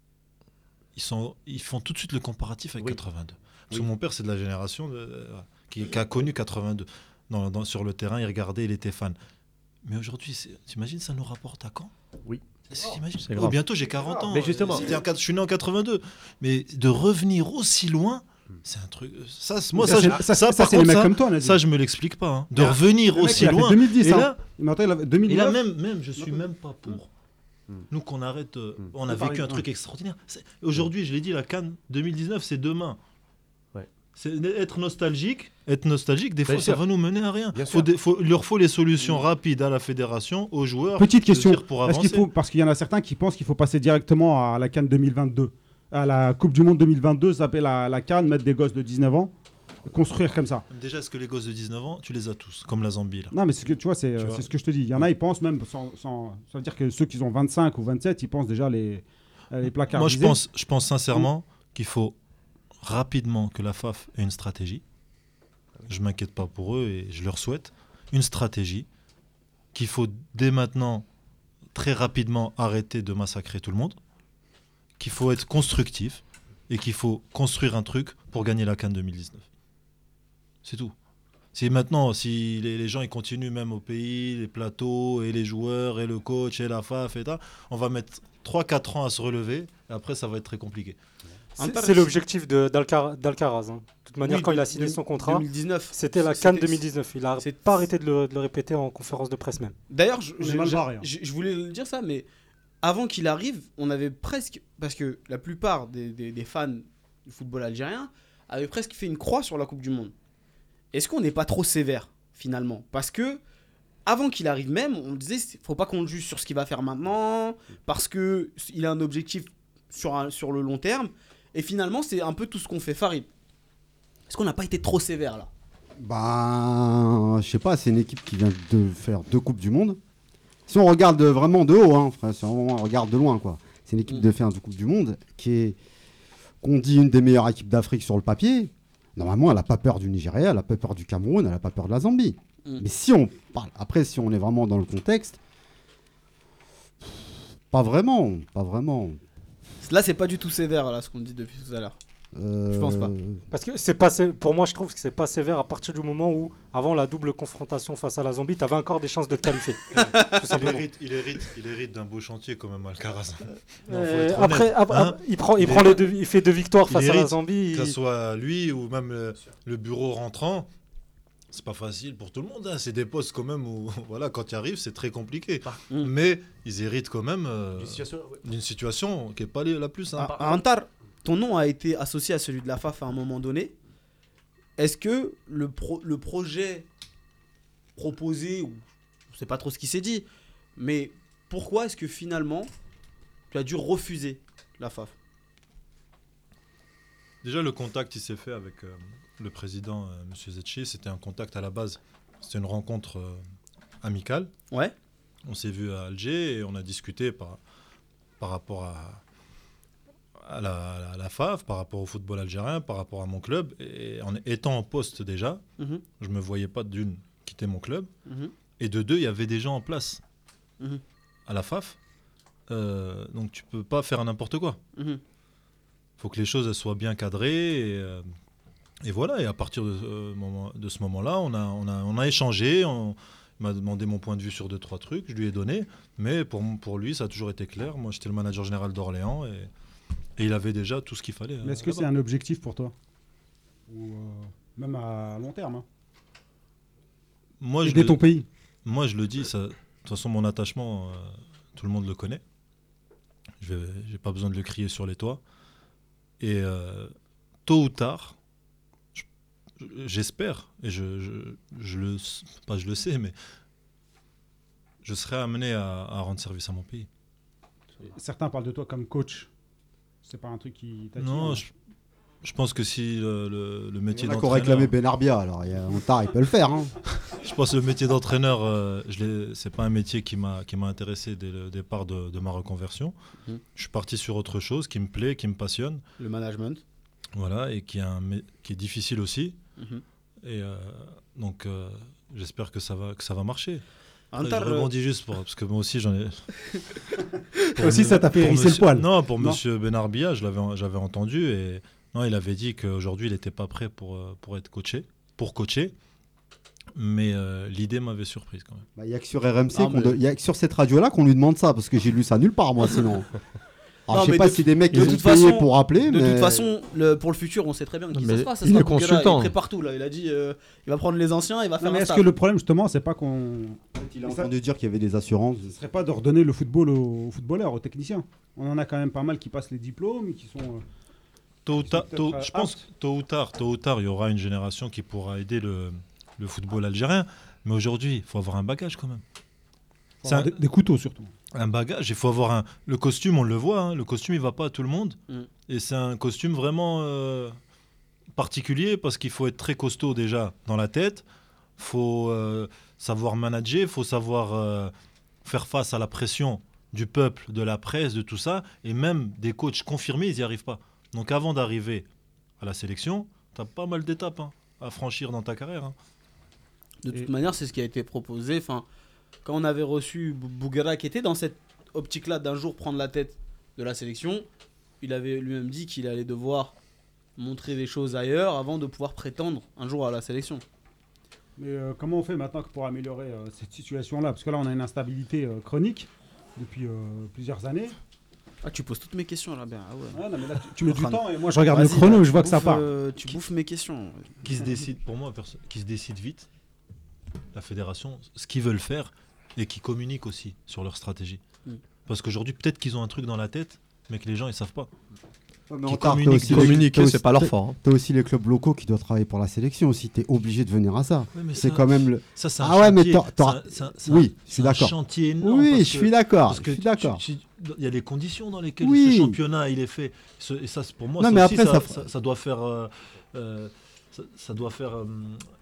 ils sont, ils font tout de suite le comparatif avec Oui. quatre-vingt-deux. Parce Oui. que mon père, c'est de la génération de- euh, qui, qui a connu quatre-vingt-deux. Dans, dans- sur le terrain, il regardait, il était fan. Mais aujourd'hui, c'est- t'imagines, ça nous rapporte à quand? Oui. T'imagines C'est Oh, grave. bientôt, j'ai quarante ans. Mais justement. C'était en quatre- je suis né en quatre-vingt-deux. Mais de revenir aussi loin, c'est un truc. Ça, c'est- moi, ça, Ça, je- c'est- ça, ça, ça, par c'est les contre, mecs ça, comme toi, Nazim. ça, je me l'explique pas. hein. De Mais un- revenir Le mec, aussi il a fait loin. deux mille dix, Et hein. là, Il m'a entendu, il a fait et là deux mille neuf. même, même, je suis Non, même pas pour. Mm. Nous, qu'on arrête. euh, Mm. On a Pareil, vécu un ouais. truc extraordinaire. C'est- Aujourd'hui, je l'ai dit, la Cannes deux mille dix-neuf, c'est demain. Ouais. C'est être nostalgique. Être nostalgique, des fois, Bien ça sûr. va nous mener à rien. Bien Faut sûr. des- faut- il leur faut les solutions rapides à la fédération, aux joueurs. Petite de question. dire pour Est-ce qu'il avancer. faut, parce qu'il y en a certains qui pensent qu'il faut passer directement à la CAN deux mille vingt-deux, à la Coupe du Monde deux mille vingt-deux, s'appelle la, la CAN, mettre des gosses de dix-neuf ans, construire comme ça. Déjà, est-ce que les gosses de dix-neuf ans, tu les as tous, comme la Zambie là. Non, mais c'est ce que tu vois, c'est Tu euh, vois. c'est ce que je te dis. Il y en a, ils pensent même sans, sans- ça veut dire que ceux qui ont vingt-cinq ou vingt-sept, ils pensent déjà les euh, les placards. Moi, je pense, je pense sincèrement qu'il faut rapidement que la F A F ait une stratégie. Je m'inquiète pas pour eux et je leur souhaite une stratégie qu'il faut dès maintenant très rapidement arrêter de massacrer tout le monde, qu'il faut être constructif et qu'il faut construire un truc pour gagner la CAN deux mille dix-neuf. C'est tout. Si maintenant, si les, les gens ils continuent même au pays, les plateaux et les joueurs et le coach et la F A F et tal, on va mettre trois quatre ans à se relever et après ça va être très compliqué. C'est c'est l'objectif de- d'Alcar- d'Alcaraz. hein. De toute manière, Oui, quand il a de- signé de- son contrat, deux mille dix-neuf. c'était la C'était- CAN deux mille dix-neuf. Il a c'est- pas arrêté de le, de le répéter en conférence de presse même. D'ailleurs, je, On est je- mal je- barré, hein. je- je voulais le dire ça, mais avant qu'il arrive, on avait presque. Parce que la plupart des, des- des fans du football algérien avaient presque fait une croix sur la Coupe du Monde. Est-ce qu'on n'est pas trop sévère, finalement? Parce que. Avant qu'il arrive même, on disait il faut pas qu'on le juge sur ce qu'il va faire maintenant, parce que il a un objectif sur, un- sur le long terme. Et finalement, c'est un peu tout ce qu'on fait Farid. Est-ce qu'on n'a pas été trop sévère là? Ben, je sais pas, c'est une équipe qui vient de faire deux Coupes du Monde. Si on regarde vraiment de haut, hein, frère, si on regarde de loin, quoi. C'est une équipe Mm. de faire deux Coupes du Monde qui est, qu'on dit une des meilleures équipes d'Afrique sur le papier. Normalement, elle n'a pas peur du Nigeria, elle n'a pas peur du Cameroun, elle n'a pas peur de la Zambie. Mm. Mais si on parle, après, si on est vraiment dans le contexte, pas vraiment, pas vraiment. Là, c'est pas du tout sévère, là, ce qu'on dit depuis tout à l'heure. Euh, Je pense pas. Parce que c'est pas sé- pour moi, je trouve que c'est pas sévère à partir du moment où, avant la double confrontation face à la Zambie, tu avais encore des chances de te qualifier. Tout Il simplement. hérite, il, hérite, il hérite d'un beau chantier quand même, Alcaraz. Non, faut Euh, être après, honnête, ap- hein. ap- il prend, il Il prend est- les deux, il fait deux victoires il face à la hérite, Zambie. Que ce il- soit lui ou même le, le bureau rentrant, c'est pas facile pour tout le monde. Hein. C'est des postes quand même où, voilà, quand tu arrives, c'est très compliqué. Mm. Mais ils héritent quand même euh, Une situation, ouais. d'une situation qui n'est pas la plus simple. Ah, Antar, ton nom a été associé à celui de la F A F à un moment donné. Est-ce que le, pro- le projet proposé, ou je sais pas trop ce qui s'est dit, mais pourquoi est-ce que finalement tu as dû refuser la F A F? Déjà, le contact il s'est fait avec euh, le président, euh, M. Zetchi. C'était un contact à la base. C'était une rencontre euh, amicale. Ouais. On s'est vu à Alger et on a discuté par, par rapport à, à, la, à la F A F, par rapport au football algérien, par rapport à mon club. Et en étant en poste déjà, Mhm, je ne me voyais pas d'une quitter mon club. mhm, Et de deux, il y avait des gens en place mhm, à la F A F. Euh, donc tu peux pas faire n'importe quoi. mhm. Il faut que les choses elles soient bien cadrées. Et, euh, et voilà, et à partir de, euh, moment, de ce moment-là, on a, on a, on a échangé. On, il m'a demandé mon point de vue sur deux, trois trucs. Je lui ai donné. Mais pour, pour lui, ça a toujours été clair. Moi, j'étais le manager général d'Orléans. Et, et il avait déjà tout ce qu'il fallait. Mais est-ce que c'est un objectif pour toi? Ou euh, même à long terme, hein. Moi, je Aider le- ton pays. Moi, je le dis, ça, de toute façon, mon attachement, euh, tout le monde le connaît. Je n'ai pas besoin de le crier sur les toits. Et euh, tôt ou tard, je- j'espère, et je, je, je le, pas je le sais, mais je serai amené à, à rendre service à mon pays. Certains parlent de toi comme coach. C'est pas un truc qui t'attire? Non, je, je pense que si le, le, le métier Il y en a qui ont d'entraîneur... réclamé Benarbia, alors il y a un tard, il peut le faire. Hein. Je pense que le métier d'entraîneur, euh, je l'ai- c'est pas un métier qui m'a qui m'a intéressé dès le départ de, de ma reconversion. Mhm. Je suis parti sur autre chose qui me plaît, qui me passionne, Le management. voilà, et qui est, un, mé- qui est difficile aussi. Mhm. Et euh, donc, euh, j'espère que ça va que ça va marcher. Après, Antar, je euh, rebondis juste pour parce que moi aussi j'en ai. Toi aussi, ça t'a fait pour hérisser monsieur- le poil. Non, pour Non. Monsieur Benarbia, je l'avais j'avais entendu et non, il avait dit qu'aujourd'hui il n'était pas prêt pour euh, pour être coaché, pour coacher. Mais euh, l'idée m'avait surprise quand même. Bah, il y a que sur R M C, Ah, qu'on mais- de- il y a que sur cette radio-là qu'on lui demande ça, parce que j'ai lu ça nulle part, moi, sinon. Alors, Non, je sais mais pas de si des mecs de qui sont toute payés façon- pour appeler, De mais... toute façon, le, pour le futur, on sait très bien qui Mais ça sera. Ça il sera est Bouguera, consultant. Il est prépare tout là. Il a dit, euh, il va prendre les anciens, il va Non, faire mais un est-ce staff. que le problème, justement, c'est pas qu'on. Il a Ça- entendu dire qu'il y avait des assurances. Ce serait pas de redonner le football aux, aux footballeurs, aux techniciens? On en a quand même pas mal qui passent les diplômes, qui sont. euh, Tôt ou Ils sont tard, peut-être, tôt- euh, je pense aptes. que tôt ou tard, tôt ou tard, il y aura une génération qui pourra aider le, le football algérien. Mais aujourd'hui, il faut avoir un bagage quand même. faut C'est avoir un- des, des couteaux surtout. Un bagage, il faut avoir un. Le costume, on le voit, hein, le costume, il va pas à tout le monde. Mm. Et c'est un costume vraiment euh, particulier parce qu'il faut être très costaud déjà dans la tête. Il faut euh, savoir manager, il faut savoir euh, faire face à la pression du peuple, de la presse, de tout ça. Et même des coachs confirmés, ils n'y arrivent pas. Donc avant d'arriver à la sélection, tu as pas mal d'étapes hein, à franchir dans ta carrière. hein. De toute Et- manière, c'est ce qui a été proposé. Enfin, quand on avait reçu Bou- Bouguera, qui était dans cette optique-là d'un jour prendre la tête de la sélection, il avait lui-même dit qu'il allait devoir montrer des choses ailleurs avant de pouvoir prétendre un jour à la sélection. Mais euh, comment on fait maintenant pour améliorer euh, cette situation-là? Parce que là, on a une instabilité euh, chronique depuis euh, plusieurs années. Ah, tu poses toutes mes questions là, bien. Ah ouais. Ouais, non, mais là, tu, tu mets du Train de- temps et moi, je regarde le Vas-y, chrono là, et je tu vois que ça bouffes, part. euh, tu bouffes mes questions. Qui se décide, pour moi, perso- qui se décide vite, la fédération, ce qu'ils veulent faire et qui communiquent aussi sur leur stratégie. Mm. Parce qu'aujourd'hui, peut-être qu'ils ont un truc dans la tête, mais que les gens ils savent pas. Ouais, mais Qui en tard, t'as communiquent, aussi les- Communiquer, t'as c'est aussi- pas leur t'as- fort. hein. T'as aussi les clubs locaux qui doivent travailler pour la sélection aussi. T'es obligé de venir à ça. Ouais, mais C'est ça- quand même le. Ça, c'est un Ah ouais, mais chantier. t'auras- t'auras- C'est un- c'est un- c'est Oui, un- je suis c'est un d'accord. chantier énorme. Oui, parce je que- suis d'accord. parce Je que suis tu- d'accord. tu- tu- Il y a des conditions dans lesquelles Oui. ce championnat il est fait. Ce- et ça, c'est- pour moi, Non, ça, mais aussi, après, ça, ça- ça- ça doit faire, euh, euh, ça, ça doit faire euh,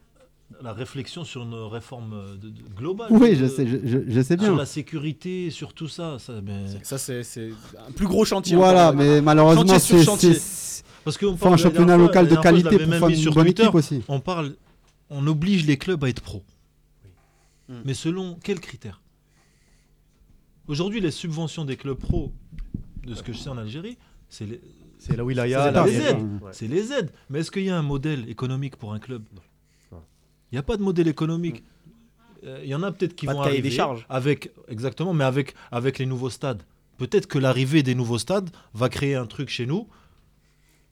la réflexion sur une réforme euh, de- de- globale. Oui, de- je sais, je, je- je sais Sur bien. la sécurité, sur tout ça. ça mais- Ça, c'est c'est un plus gros chantier. Voilà, encore. mais malheureusement, Chantier sur c'est. chantier. c'est- Parce qu'on Faut parle un la dernière championnat fois- local la de dernière fois, je qualité l'avais pour même faire mis une sur bonne Twitter, équipe aussi. On parle, on oblige les clubs à être pros. Mm. Mais selon quels critères? Aujourd'hui, les subventions des clubs pros, de ce que je sais en Algérie, c'est les, C'est la wilaya, C'est la les mairie. aides. Ouais. c'est les aides. Mais est-ce qu'il y a un modèle économique pour un club? Non. Il n'y a pas de modèle économique. Euh, Il y en a peut-être qui Pas de vont cahier arriver des charges. avec exactement, mais avec avec les nouveaux stades. Peut-être que l'arrivée des nouveaux stades va créer un truc chez nous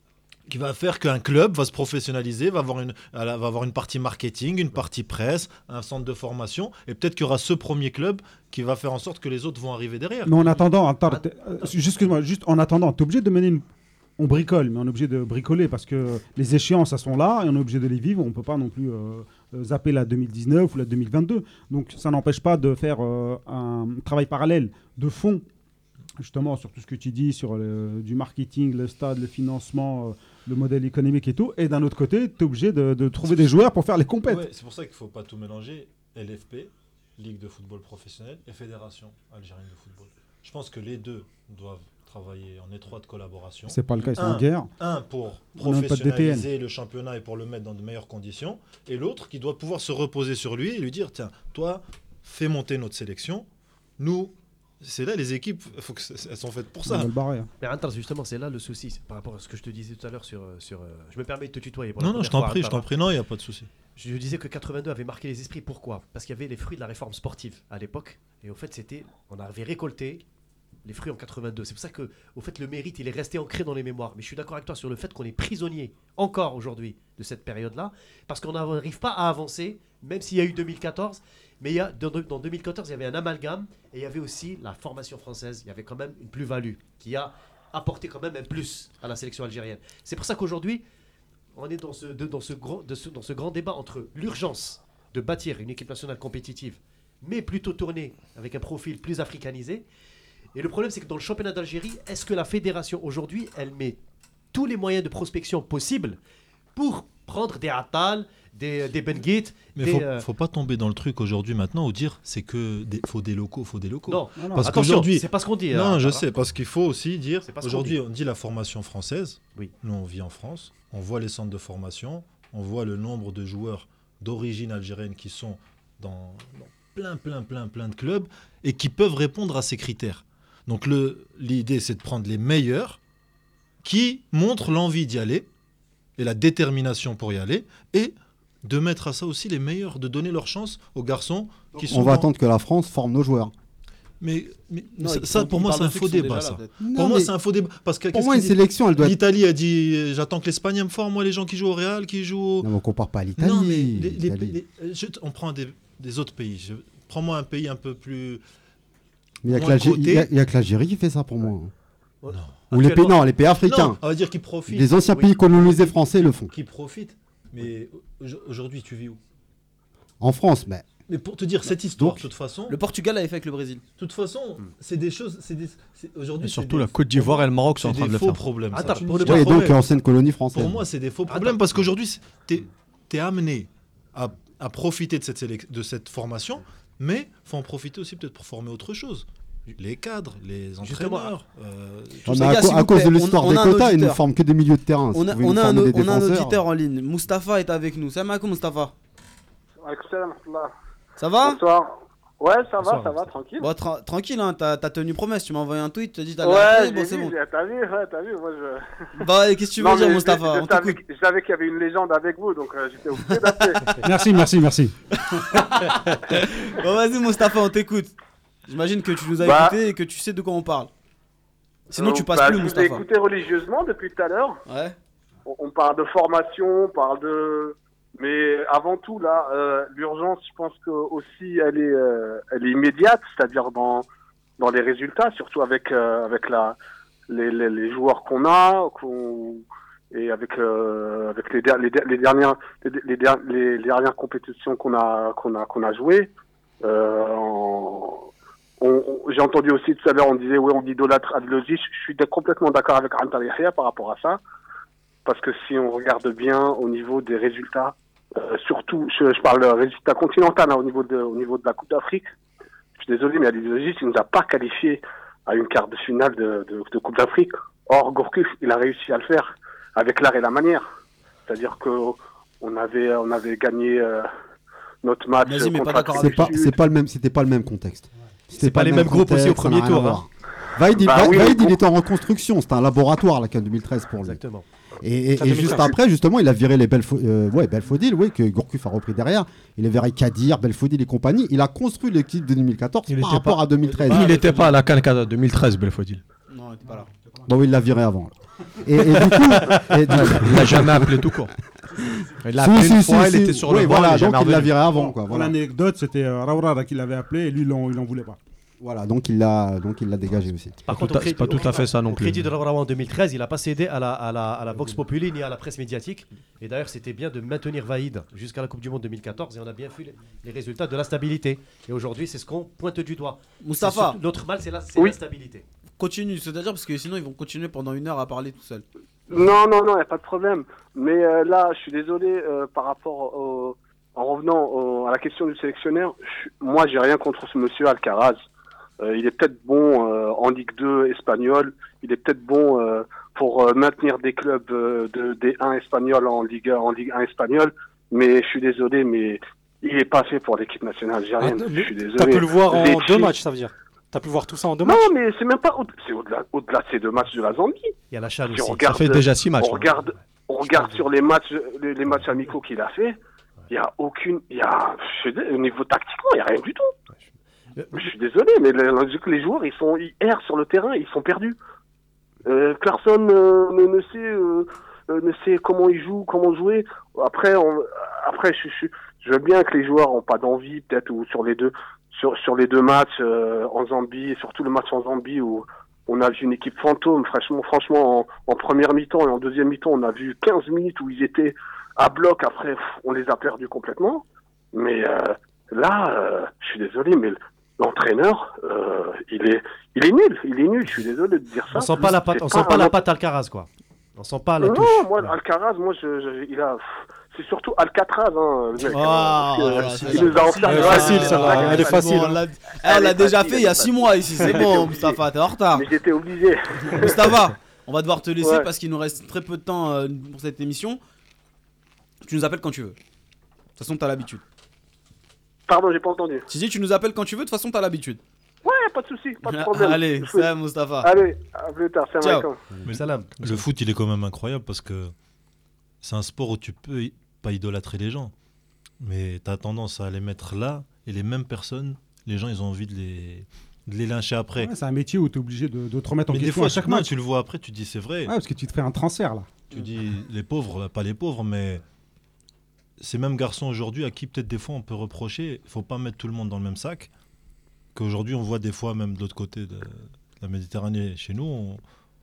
qui va faire qu'un club va se professionnaliser, va avoir une, va avoir une partie marketing, une partie presse, un centre de formation, et peut-être qu'il y aura ce premier club qui va faire en sorte que les autres vont arriver derrière. Mais en attendant, attends, t'es- euh, excuse-moi, juste en attendant, tu es obligé de mener une. On bricole, mais on est obligé de bricoler parce que les échéances, elles sont là et on est obligé de les vivre. On ne peut pas non plus euh, euh, zapper la deux mille dix-neuf ou la deux mille vingt-deux. Donc ça n'empêche pas de faire euh, un travail parallèle de fond, justement, sur tout ce que tu dis, sur le- du marketing, le stade, le financement, euh, le modèle économique et tout. Et d'un autre côté, tu es obligé de, de trouver des joueurs pour faire les compètes. Ouais, c'est pour ça qu'il ne faut pas tout mélanger. L F P, Ligue de football professionnel, et Fédération algérienne de football. Je pense que les deux doivent travailler en étroite collaboration. C'est pas le cas, ils sont Un, en guerre. Un pour On n'a même pas de D T N. professionnaliser le championnat et pour le mettre dans de meilleures conditions, et l'autre qui doit pouvoir se reposer sur lui et lui dire tiens, toi, fais monter notre sélection. Nous, c'est là les équipes, faut que c- elles sont faites pour On ça. va le barrer, hein. Mais attends, justement, c'est là le souci, c'est par rapport à ce que je te disais tout à l'heure sur... euh, sur euh, je me permets de te tutoyer. pour la Non, non, je première t'en fois, prie, je Antara. t'en prie, non, il n'y a pas de souci. Je disais que quatre-vingt-deux avait marqué les esprits. Pourquoi? Parce qu'il y avait les fruits de la réforme sportive à l'époque. Et au fait, c'était, on avait récolté les fruits en quatre-vingt-deux. C'est pour ça que, au fait, le mérite, il est resté ancré dans les mémoires. Mais je suis d'accord avec toi sur le fait qu'on est prisonnier encore aujourd'hui de cette période-là, parce qu'on n'arrive pas à avancer, même s'il y a eu deux mille quatorze. Mais il y a, dans, dans deux mille quatorze, il y avait un amalgame et il y avait aussi la formation française. Il y avait quand même une plus-value qui a apporté quand même un plus à la sélection algérienne. C'est pour ça qu'aujourd'hui, on est dans ce, de- dans ce, grand, de ce- dans ce grand débat entre l'urgence de bâtir une équipe nationale compétitive, mais plutôt tournée avec un profil plus africanisé. Et le problème, c'est que dans le championnat d'Algérie, est-ce que la fédération aujourd'hui, elle met tous les moyens de prospection possibles pour prendre des Attal, des, des Ben Guit, Mais des, faut, euh, faut pas tomber dans le truc aujourd'hui maintenant où dire c'est que des, faut des locaux, faut des locaux. Non, Non, non. Parce attention, qu'aujourd'hui, c'est pas ce qu'on dit. non, hein, je hein. sais, parce qu'il faut aussi dire, C'est pas ce qu'on aujourd'hui dit. on dit la formation française, Oui. nous on vit en France, on voit les centres de formation, on voit le nombre de joueurs d'origine algérienne qui sont dans, dans plein, plein, plein, plein de clubs et qui peuvent répondre à ces critères. Donc le- l'idée c'est de prendre les meilleurs qui montrent l'envie d'y aller et la détermination pour y aller et de mettre à ça aussi les meilleurs, de donner leur chance aux garçons qui sont On va dans- attendre que la France forme nos joueurs. Mais, mais Non, ça, ils ça, sont- pour ils moi, parlent c'est un de ceux faux qui sont débat, déjà là, ça. peut-être. Pour Non, moi, mais c'est un faux débat. Parce que pour qu'est-ce moi, une qu'il dit sélection, elle doit être. L'Italie a dit euh, j'attends que l'Espagne me forme, moi, les gens qui jouent au Real, qui jouent au. Non, mais on compare pas à l'Italie. Non, mais les- les- l'Italie. les- euh, je t- on prend des, des autres pays. Je- Prends-moi un pays un peu plus. Mais il y a que moins l'Algérie- coté. il y a- il y a que l'Algérie qui fait ça pour moi. Non. Ou les pays, Actuellement- non, les pays africains. Non, on va dire qu'ils profitent. Les anciens Oui. pays colonisés français le font. Qui profitent. Mais au- aujourd'hui, tu vis où? En France, mais Mais pour te dire cette histoire, Donc, de toute façon, Le Portugal l'avait fait avec le Brésil. de toute façon, c'est des choses. C'est des, c'est- aujourd'hui, Et c'est surtout des- la Côte d'Ivoire et le Maroc sont c'est en train des de le faux faire. problèmes. ça. Attends, Tu- pour ne je te pas- ouais, promets. donc ancienne colonie française. Pour moi, c'est des faux Attends. problèmes parce qu'aujourd'hui, tu es amené à, à profiter de cette, sélec- de cette formation, mais il faut en profiter aussi peut-être pour former autre chose. Les cadres, les Justement, entraîneurs. euh, Ouais, Les mais à, gars, co- s'il à vous cause plaît, de l'histoire on- on des a un quotas, ils ne auditeur. forment que des milieux de terrain. Si On vous a, voulez on nous a un, former des on a un défenseurs, auditeur en ligne. Mustapha est avec nous. Salam alaikum, Mustapha. Alaikum salam, rahmatullah. Ça va Bonsoir. Ouais, ça Bonsoir, va, ça va, Moustapha. tranquille. Bon, tra- tranquille, hein, t'as t'as tenu promesse. Tu m'as envoyé un tweet, tu as dit t'allais Ouais, appeler, j'ai bon, c'est vu, bon. j'ai- t'as vu, ouais, t'as vu, moi je... Bah, qu'est-ce que tu veux Non, dire, mais Mustapha je, On je, savais, t'écoute. je savais qu'il y avait une légende avec vous, donc euh, j'étais obligé d'appeler. Merci, merci, merci. Bon, vas-y, Mustapha, on t'écoute. J'imagine que tu nous as Bah. écouté et que tu sais de quoi on parle. Sinon, Donc, tu passes bah, plus, je vous ai Mustapha. écouté religieusement depuis tout à l'heure. Ouais. On, on parle de formation, on parle de... Mais avant tout, là, euh, l'urgence, je pense que aussi, elle est, euh, elle est immédiate, c'est-à-dire dans, dans les résultats, surtout avec, euh, avec la, les, les, les joueurs qu'on a, qu'on, et avec, euh, avec les, der- les, der- les dernières, les, les, der- les dernières compétitions qu'on a, qu'on a, qu'on a jouées. Euh, en- on- on- j'ai entendu aussi tout à l'heure, on disait, oui, on idolâtre Adlozic. Je suis complètement d'accord avec Antal Yahya par rapport à ça. Parce que si on regarde bien au niveau des résultats, euh, surtout, je, je parle de résultats continentaux, hein, au niveau de, au niveau de la Coupe d'Afrique. Je suis désolé, mais Adlozic, il nous a pas qualifié à une quart de finale de, de, de Coupe d'Afrique. Or, Gourcuff, il a réussi à le faire avec l'art et la manière. C'est-à-dire que on avait, on avait gagné euh, notre match Vas-y, mais contre pas d'accord c'est Afrique pas, du c'est Sud. pas le même, c'était pas le même contexte. C'était pas les le mêmes groupes aussi au contexte, ça premier n'a rien tour, à hein. voir. Vaïd, il- Bah Va- oui, Vaïd, il bon. était en reconstruction. C'était un laboratoire, la CAN deux mille treize pour lui. Exactement. Et, et- Ça, et deux mille juste treize. après, justement, il a viré les Belfo euh, ouais, Belfodil, ouais, que Gourcuff a repris derrière. Il a viré Kadir, Belfodil et compagnie. Il a construit l'équipe de deux mille quatorze Il par était rapport pas- à deux mille treize. Il n'était pas à la CAN deux mille treize, Belfodil. Non, t'es pas là. Bon, il l'a viré avant. là. Et, et du coup, et du coup- Il l'a jamais appelé tout court. Il l'a Si, appelé si, une si, fois, si. il était sur Oui, le banc, voilà, il est jamais donc il l'a revenu. viré avant, Pour- quoi. Pour Voilà. l'anecdote, c'était euh, Raourara qui l'avait appelé et lui, il en, il en voulait pas. Voilà, donc il l'a, donc il l'a dégagé aussi. Par Tout contre, à- au c'est pas crédit- tout à fait ça non au plus. crédit de Raourawa en deux mille treize, il n'a pas cédé à la, à, la, à la Vox Populi ni à la presse médiatique. Et d'ailleurs, c'était bien de maintenir Vaïd jusqu'à la Coupe du Monde deux mille quatorze et on a bien vu les, les résultats de l'instabilité. Et aujourd'hui, c'est ce qu'on pointe du doigt. C'est Moustapha, surtout- Notre mal, c'est la- c'est Oui. l'instabilité. continue, c'est-à-dire parce que sinon ils vont continuer pendant une heure à parler tout seul. Non, non, non, il n'y a pas de problème. Mais euh, là, je suis désolé euh, par rapport au... En revenant au- à la question du sélectionneur, je- moi, j'ai rien contre ce monsieur Alcaraz. Euh, il est peut-être bon euh, en Ligue deux espagnole. Il est peut-être bon euh, pour euh, maintenir des clubs euh, de D un espagnol en Ligue en Ligue un espagnole. Mais je suis désolé, mais il est pas fait pour l'équipe nationale algérienne. Ah, je suis désolé. T'as pu le voir en Les deux filles- matchs, ça veut dire. T'as pu voir tout ça en deux Non, matchs. mais c'est même pas. Au- c'est au-delà, au-delà de ces deux matchs de la Zambie. Il y a la Chan Si aussi. on Ça regarde, fait déjà six matchs. on regarde, on regarde sur les matchs, les, les matchs amicaux qu'il a fait. Il y a aucune, il y a, je sais, au niveau tactiquement, il y a rien du tout. Je suis désolé, mais le- le- les joueurs, ils sont, ils errent sur le terrain, ils sont perdus. Euh, personne euh, ne, ne sait, euh, euh, ne sait comment ils jouent, comment jouer. Après, on, après, je, je, je veux bien que les joueurs ont pas d'envie, peut-être, ou sur les deux, sur, sur les deux matchs euh, en Zambie, et surtout le match en Zambie où on a vu une équipe fantôme. Franchement, franchement, en, en première mi-temps et en deuxième mi-temps, on a vu quinze minutes où ils étaient à bloc. Après, pff, on les a perdus complètement. Mais euh, là, euh, je suis désolé, mais l'entraîneur, euh, il est, il est nul. Il est nul. Je suis désolé de dire ça. On sent pas la patte, C'est on sent pas un la entraîneur- patte Alcaraz, quoi. On sent pas la non, touche. moi, Voilà. Alcaraz, moi, je, je- il a, c'est surtout Alcatraz, hein, le mec. Ah, hein, parce que, voilà, euh, c'est il ça. nous a enfermés. Elle est facile, ça, Ouais, elle est facile. Bon, on hein. l'a eh, on Elle l'a est déjà facile, fait il y a elle est six facile. mois ici, c'est Elle bon, était obligée. Moustapha, t'es en retard. Mais j'étais obligé. Moustapha, on va devoir te laisser Ouais. parce qu'il nous reste très peu de temps euh, pour cette émission. Tu nous appelles quand tu veux. De toute façon, t'as l'habitude. Pardon, j'ai pas entendu. Si dis, tu nous appelles quand tu veux, de toute façon, t'as l'habitude. Ouais, pas de souci, pas de problème. Allez, Je fais- ça, Moustapha. Allez, à plus tard, c'est Ciao. un Mais Salam. le foot, il est quand même incroyable parce que c'est un sport où tu peux i- pas idolâtrer les gens, mais tu as tendance à les mettre là et les mêmes personnes, les gens, ils ont envie de les, de les lyncher après. Ouais, c'est un métier où tu es obligé de, de te remettre en mais des question fois, à chaque non, match. tu le vois après, tu te dis c'est vrai. Ouais, parce que tu te fais un transfert là. Tu dis les pauvres, là, pas les pauvres, mais ces mêmes garçons aujourd'hui à qui peut-être des fois on peut reprocher, il faut pas mettre tout le monde dans le même sac. Qu'aujourd'hui on voit des fois même de l'autre côté de la Méditerranée chez nous, on,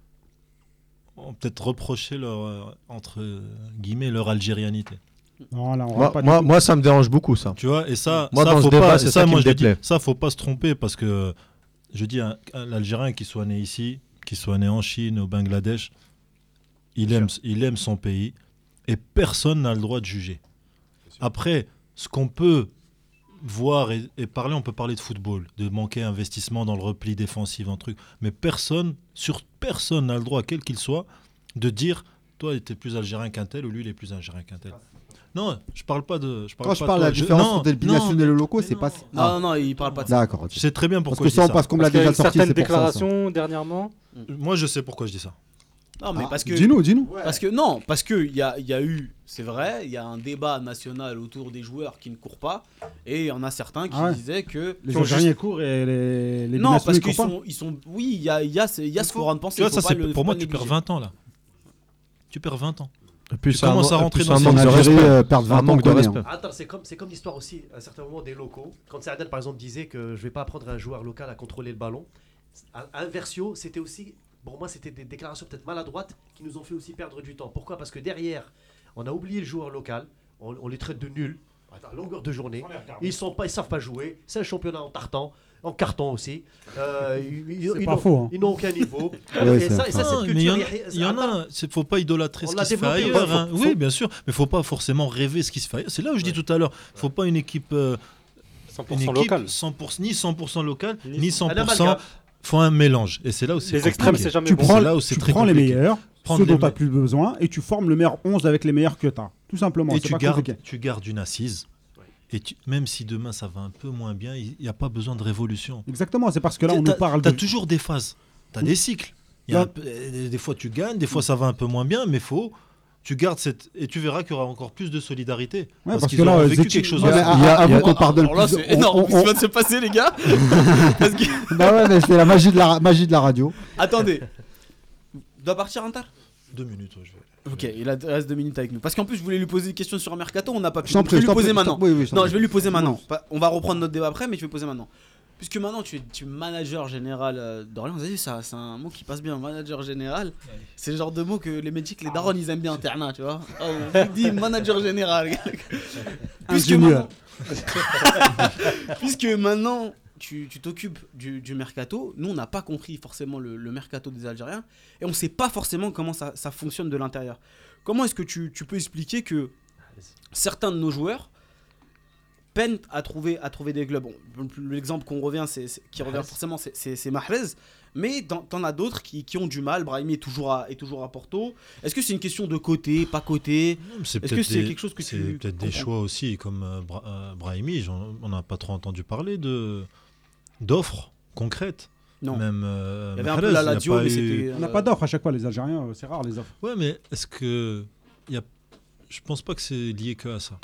on peut-être reprocher leur euh, entre guillemets leur algérianité. Non, là, on Moi, rentre pas du moi, tout. moi, ça me dérange beaucoup ça. Tu vois, et ça, Moi, ça, dans ce faut débat, pas, c'est et ça qui moi me je le dis, déplaît. ça faut pas se tromper parce que je dis un, un Algérien qui soit né ici, qui soit né en Chine, au Bangladesh, il aime, il aime son pays et personne n'a le droit de juger. Après, ce qu'on peut voir et, et parler, on peut parler de football, de manquer d'investissement dans le repli défensif, un truc, mais personne, sur personne n'a le droit, quel qu'il soit, de dire toi, tu es plus algérien qu'un tel ou lui, il est plus algérien qu'un tel. Non, je parle pas de. Je parle Quand pas je parle de toi, la différence non, entre les binationaux et non, le locaux, mais c'est non. pas. Non, non, non, il parle pas de ça. D'accord. ok. Je sais très bien Parce pourquoi que je ça, dis on ça. passe comme l'a Parce qu'il y a déjà eu sorti, certaines c'est pour ça. ça. déclarations dernièrement. Moi, je sais pourquoi je dis ça. Non, mais Ah, parce que. Dis-nous, dis-nous. Parce que non, parce que il y a, il y a eu, c'est vrai, il y a un débat national autour des joueurs qui ne courent pas, et il y en a certains qui Ah ouais. disaient que Les qui ont Algériens juste- courent et les, les non, binationaux, parce ils qu'ils courent pas. sont, ils sont, oui, il y a, il y a, ce- il y a ce courant de pensée. Tu vois, faut ça, pas c'est le- pour faut moi, pas tu le perds négliger. vingt ans là. Tu perds vingt ans. Et puis Tu c'est un, commences à et rentrer puis dans c'est un une manque de Algérie, respect. euh, perdre Un vingt ans, manque de connaît, respect. hein. Attends, c'est comme, c'est comme l'histoire aussi, à un certain moment, des locaux. Quand Sardane, par exemple, disait que je vais pas apprendre à un joueur local à contrôler le ballon, à Inversio, c'était aussi, pour moi, c'était des déclarations peut-être maladroites qui nous ont fait aussi perdre du temps. Pourquoi ? Parce que derrière, on a oublié le joueur local, on, on les traite de nuls, à longueur de journée, ils sont pas, ils savent pas jouer, c'est un championnat en tartan, en carton aussi. Euh, ils, ils- C'est ils pas n'ont- faux, hein. ils n'ont aucun niveau. Ouais, et c'est ça, et ça, vrai. cette Non, culture, mais il y en il a- y a- il y en a, il faut pas idolâtrer On ce l'a qui se fait développé, ailleurs. ouais, hein. faut- Oui, faut- bien sûr, mais faut pas forcément rêver ce qui se fait ailleurs. C'est là où je dis tout à l'heure, faut pas une équipe, euh, cent une pour cent équipe local. cent pour cent ni cent pour cent local, Ni- ni cent Un pour cent. amalgame. Faut un mélange. Et c'est là où c'est Les extrêmes, compliqué. c'est jamais Tu bon. prends, C'est là où c'est tu très prends les compliqué. meilleurs, Prendre ceux les dont tu n'as me- plus besoin, et tu formes le meilleur onze avec les meilleurs que tu as. Tout simplement, Et c'est tu pas gardes, compliqué. tu gardes une assise. Et tu- même si demain ça va un peu moins bien, il n'y a pas besoin de révolution. Exactement, c'est parce que là, on T'as- nous parle T'as de... toujours des phases, t'as des cycles. Il y a Non. un peu- euh, des fois tu gagnes, des fois ça va un peu moins bien, mais faut tu gardes cette et tu verras qu'il y aura encore plus de solidarité Ouais, parce, parce qu'ils que là, auront euh, vécu Zetchi- quelque chose. Ouais, de- mais à- il y a- à- il y a- avant qu'on pardonne Alors là, plus- c'est on- énorme on- ce qui va de se passer, les gars. Parce que- Bah ouais, mais c'est la magie de la, ra- magie de la radio. Attendez. Doit partir Inter. Deux minutes, ouais, je vais. Ok, il a- il reste deux minutes avec nous. Parce qu'en plus, je voulais lui poser une question sur Mercato, on n'a pas pu. Je t'en Donc, je vais prie, je lui t'en poser prie, je maintenant. t'en- oui, oui, je t'en Non, prie. je vais lui poser maintenant. Pas- On va reprendre notre débat après, mais je vais poser maintenant. Puisque maintenant tu es, tu es manager général euh, d'Orléans, vous avez vu ça, c'est un mot qui passe bien, manager général. C'est le genre de mot que les métiers que les darons ils aiment bien internat, tu vois. Oh, on dit manager général. Puisque Ingénieur. maintenant, puisque maintenant tu tu t'occupes du, du mercato, nous on n'a pas compris forcément le, le mercato des Algériens et on ne sait pas forcément comment ça, ça fonctionne de l'intérieur. Comment est-ce que tu, tu peux expliquer que certains de nos joueurs peinent à trouver, à trouver des clubs. Bon, l'exemple qu'on revient, c'est, c'est- qui revient forcément, c'est, c'est, c'est Mahrez. Mais t'en, t'en as d'autres qui, qui ont du mal. Brahimi est toujours à, est toujours à Porto. Est-ce que c'est une question de côté, pas côté? Non, mais c'est Est-ce que peut-être c'est des- quelque chose que c'est tu peut-être des comprends choix aussi, comme euh, Bra- euh, Brahimi, j'en- on n'a pas trop entendu parler de d'offres concrètes. Non. Même, euh, Il y avait un Mahrez, peu la il y a Lazio, pas mais eu- c'était. On n'a euh, pas d'offres à chaque fois, les Algériens, euh, c'est rare les offres. Ouais, mais est-ce que il y a... je pense pas que c'est lié que à ça.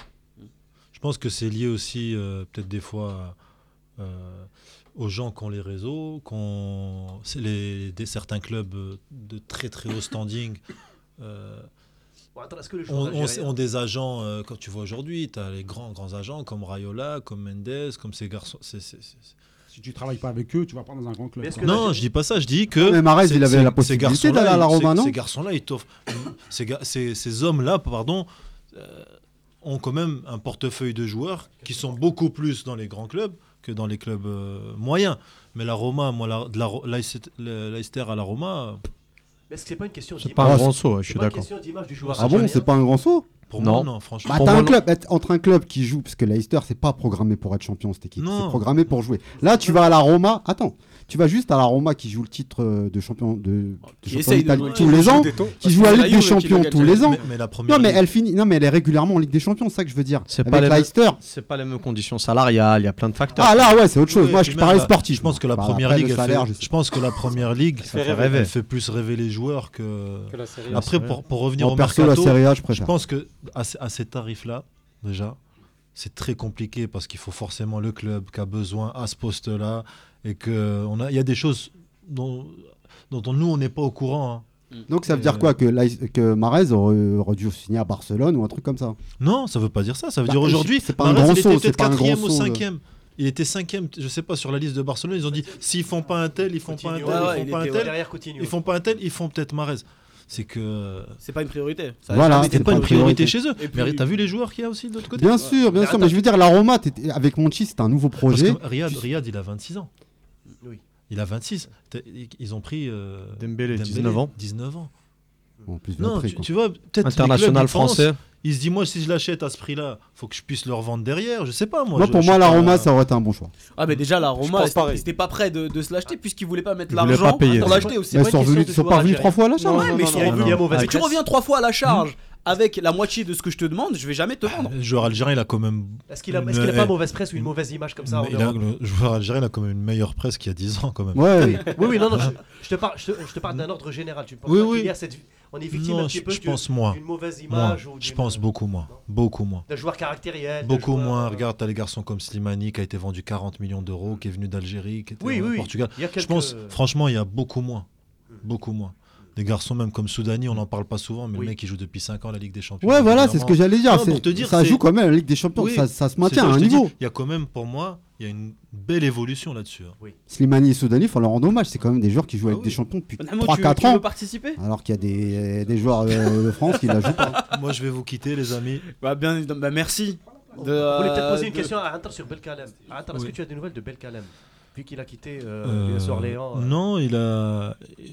Je pense que c'est lié aussi euh, peut-être des fois euh, aux gens qui ont les réseaux, qui ont c'est les, des, certains clubs euh, de très très haut standing. euh, Bon, attends, est-ce que le ont, joueur ont- algérien- ont des agents, euh, comme tu vois aujourd'hui, tu as les grands grands agents comme Rayola, comme Mendes, comme ces garçons. c'est- c'est- c'est- Si tu travailles pas avec eux, tu vas pas dans un grand club. Mais est-ce quoi. que- Non, je dis pas ça, je dis que. Mais Mahrez, ces- il avait ces- la ces possibilité garçons-là, d'aller à la ils- Roma, ces- non Ces garçons-là, ils t'offrent. ces, ga- ces, ces hommes-là, pardon, euh, ont quand même un portefeuille de joueurs qui sont beaucoup plus dans les grands clubs que dans les clubs euh, moyens. Mais la Roma, moi, la, de la, Ro- Leicester Leicester à la Roma, Mais est-ce que c'est pas une question C'est d'image pas un Ah, grand saut, ouais, je C'est suis pas une d'accord. question d'image du joueur Ah bon, algérien c'est pas un grand saut? pour Non. moi, non, franchement. Bah, Pour t'as moi, un non. club, être- entre un club qui joue, parce que Leicester, c'est pas programmé pour être champion, cette équipe. Non. C'est programmé pour jouer. Là, tu vas à la Roma. Attends, tu vas juste à la Roma qui joue le titre euh, de champion de, de Qui champion essaye de d'Italie jouer. tous les ans, qui joue à la c'est Ligue la des Juve qui Champions le tous gagne. les ans. Mais, mais la première Non, mais ligue- elle finit. Non, mais elle est régulièrement en Ligue des Champions, c'est ça que je veux dire. C'est Avec pas les mêmes- Leicester. C'est pas les mêmes conditions salariales, il y a plein de facteurs. Ah là, ouais, c'est autre chose. Oui, Moi, et je puis parlais même la- sportif. Je pense que la Bah, première après, ligue, le elle salaire, fait, je sais je pense que la première ligue, fait fait rêver. rêver. elle fait plus rêver les joueurs que. Que la Serie A. Après, c'est pour, pour revenir En au perso, la mercato, Serie A, je je préfère. pense que à, ce- à ces tarifs-là, déjà, c'est très compliqué parce qu'il faut forcément le club qui a besoin à ce poste-là et que on a, il y a des choses dont, dont on- nous on n'est pas au courant. hein. Donc, ça veut Et, dire euh, quoi? Que, Leis- que Mahrez aurait, aurait dû signer à Barcelone ou un truc comme ça? Non, ça veut pas dire ça. Ça veut Bah, dire aujourd'hui, c'est pas un Mahrez, grand il saut, était c'est peut-être pas un quatrième grand ou saut, cinquième. Il était cinquième, je sais pas, sur la liste de Barcelone. Ils ont dit s'ils font pas un tel, ils font pas un tel, Coutinho, ouais, ils il font pas un était tel, derrière Coutinho. ils font pas un tel, ils font peut-être Mahrez. C'est que C'est pas une priorité. Ça a Voilà, jamais c'est été pas une priorité. priorité chez eux. Et puis- Mais t'as vu les joueurs qu'il y a aussi de l'autre côté? Bien sûr, bien Mais sûr. attends. Mais je veux dire, la Roma, t'étais- avec Monchi, c'était un nouveau Parce projet. que Riyad, Riyad, il a vingt-six ans. Oui. Il a vingt-six. T'as- Ils ont pris euh, Dembélé, dix-neuf ans. dix-neuf ans. En plus de Non, prix, tu, quoi. tu vois, peut-être les clubs, International ils pensent, français. Il se dit, moi, si je l'achète à ce prix-là, faut que je puisse le revendre derrière. Je sais pas, moi. Moi, je- pour je moi, suis la pas- Roma, ça aurait été un bon choix. Ah, mais déjà, la Je Roma, pense c'était pareil. c'était pas prêt de, de se l'acheter puisqu'ils voulaient pas mettre Ils voulaient l'argent pas payer. pour Non, l'acheter aussi. Mais pas ils sont, une question revenus- de ils sont joueur pas revenus algérien. trois fois à la charge. Ouais, mais ils sont Il y a eu- revenus. il y a mauvaise Si tu presse. reviens trois fois à la charge avec la moitié de ce que je te demande, je vais jamais te vendre. Le joueur algérien, il a quand même. Est-ce qu'il a, Mais- est-ce qu'il a pas eh, mauvaise presse ou une mauvaise image comme ça en mais il a- Europe le joueur algérien, il a quand même une meilleure presse qu'il y a dix ans, quand même. Ouais. Oui, oui, non, non, je, je te parle, je te, je te parle d'un ordre général. Tu ne penses Oui, pas oui. qu'il y a cette, on est victime Non, un petit je, peu je du- pense moins. d'une mauvaise Moi, image ou je d'une- pense beaucoup moins. Beaucoup moins. d'un joueur caractériel. d'un Beaucoup joueur, moins. euh, Regarde, t'as les garçons comme Slimani qui a été vendu quarante millions d'euros, qui est venu d'Algérie, qui était Oui, au oui, oui. Portugal. Il y a Je quelques- pense, franchement, il y a beaucoup moins. Beaucoup moins. Des garçons même comme Soudani, on n'en parle pas souvent, mais Oui. le mec il joue depuis cinq ans la Ligue des Champions. Ouais, voilà, c'est ce que j'allais dire. Non, c'est- pour te dire, ça c'est- joue quand même la Ligue des Champions. Oui, ça, ça se C'est maintient ça à que un je te dis. niveau. Il y a quand même, pour moi, il y a une belle évolution là-dessus. hein. Slimani et Soudani, il faut leur rendre hommage. C'est quand même des joueurs qui jouent Ah avec oui. des champions depuis Namo, trois tu, quatre tu veux ans. participer? Alors qu'il y a des, des joueurs euh, de France qui la jouent pas. Moi, je vais vous quitter, les amis. Bah, bien, évidemment. Bah, merci. De, Vous voulez peut-être poser euh, une de- question à Inter sur Belkalem. Inter, est-ce Oui. que tu as des nouvelles de Belkalem vu qu'il a quitté euh, Euh, l'U S Orléans euh, Non, il, a,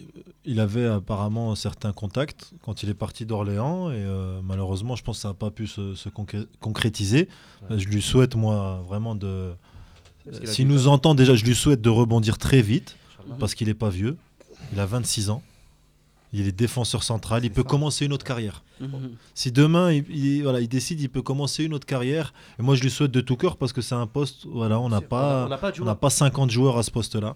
il avait apparemment certains contacts quand il est parti d'Orléans et euh, malheureusement, je pense que ça n'a pas pu se, se concré- concrétiser. Euh, Je lui souhaite, moi, vraiment de. Parce qu'il a S'il dit- nous entend, déjà, je lui souhaite de rebondir très vite Inch'Allah. parce qu'il n'est pas vieux. Il a vingt-six ans. Il est défenseur central. Il peut commencer une autre carrière. Mhm. Si demain, il, il- voilà, il décide, il peut commencer une autre carrière. Et moi, je lui souhaite de tout cœur parce que c'est un poste. Voilà, on n'a C'est- pas, on n'a pas de on joueur. n'a pas cinquante joueurs à ce poste-là.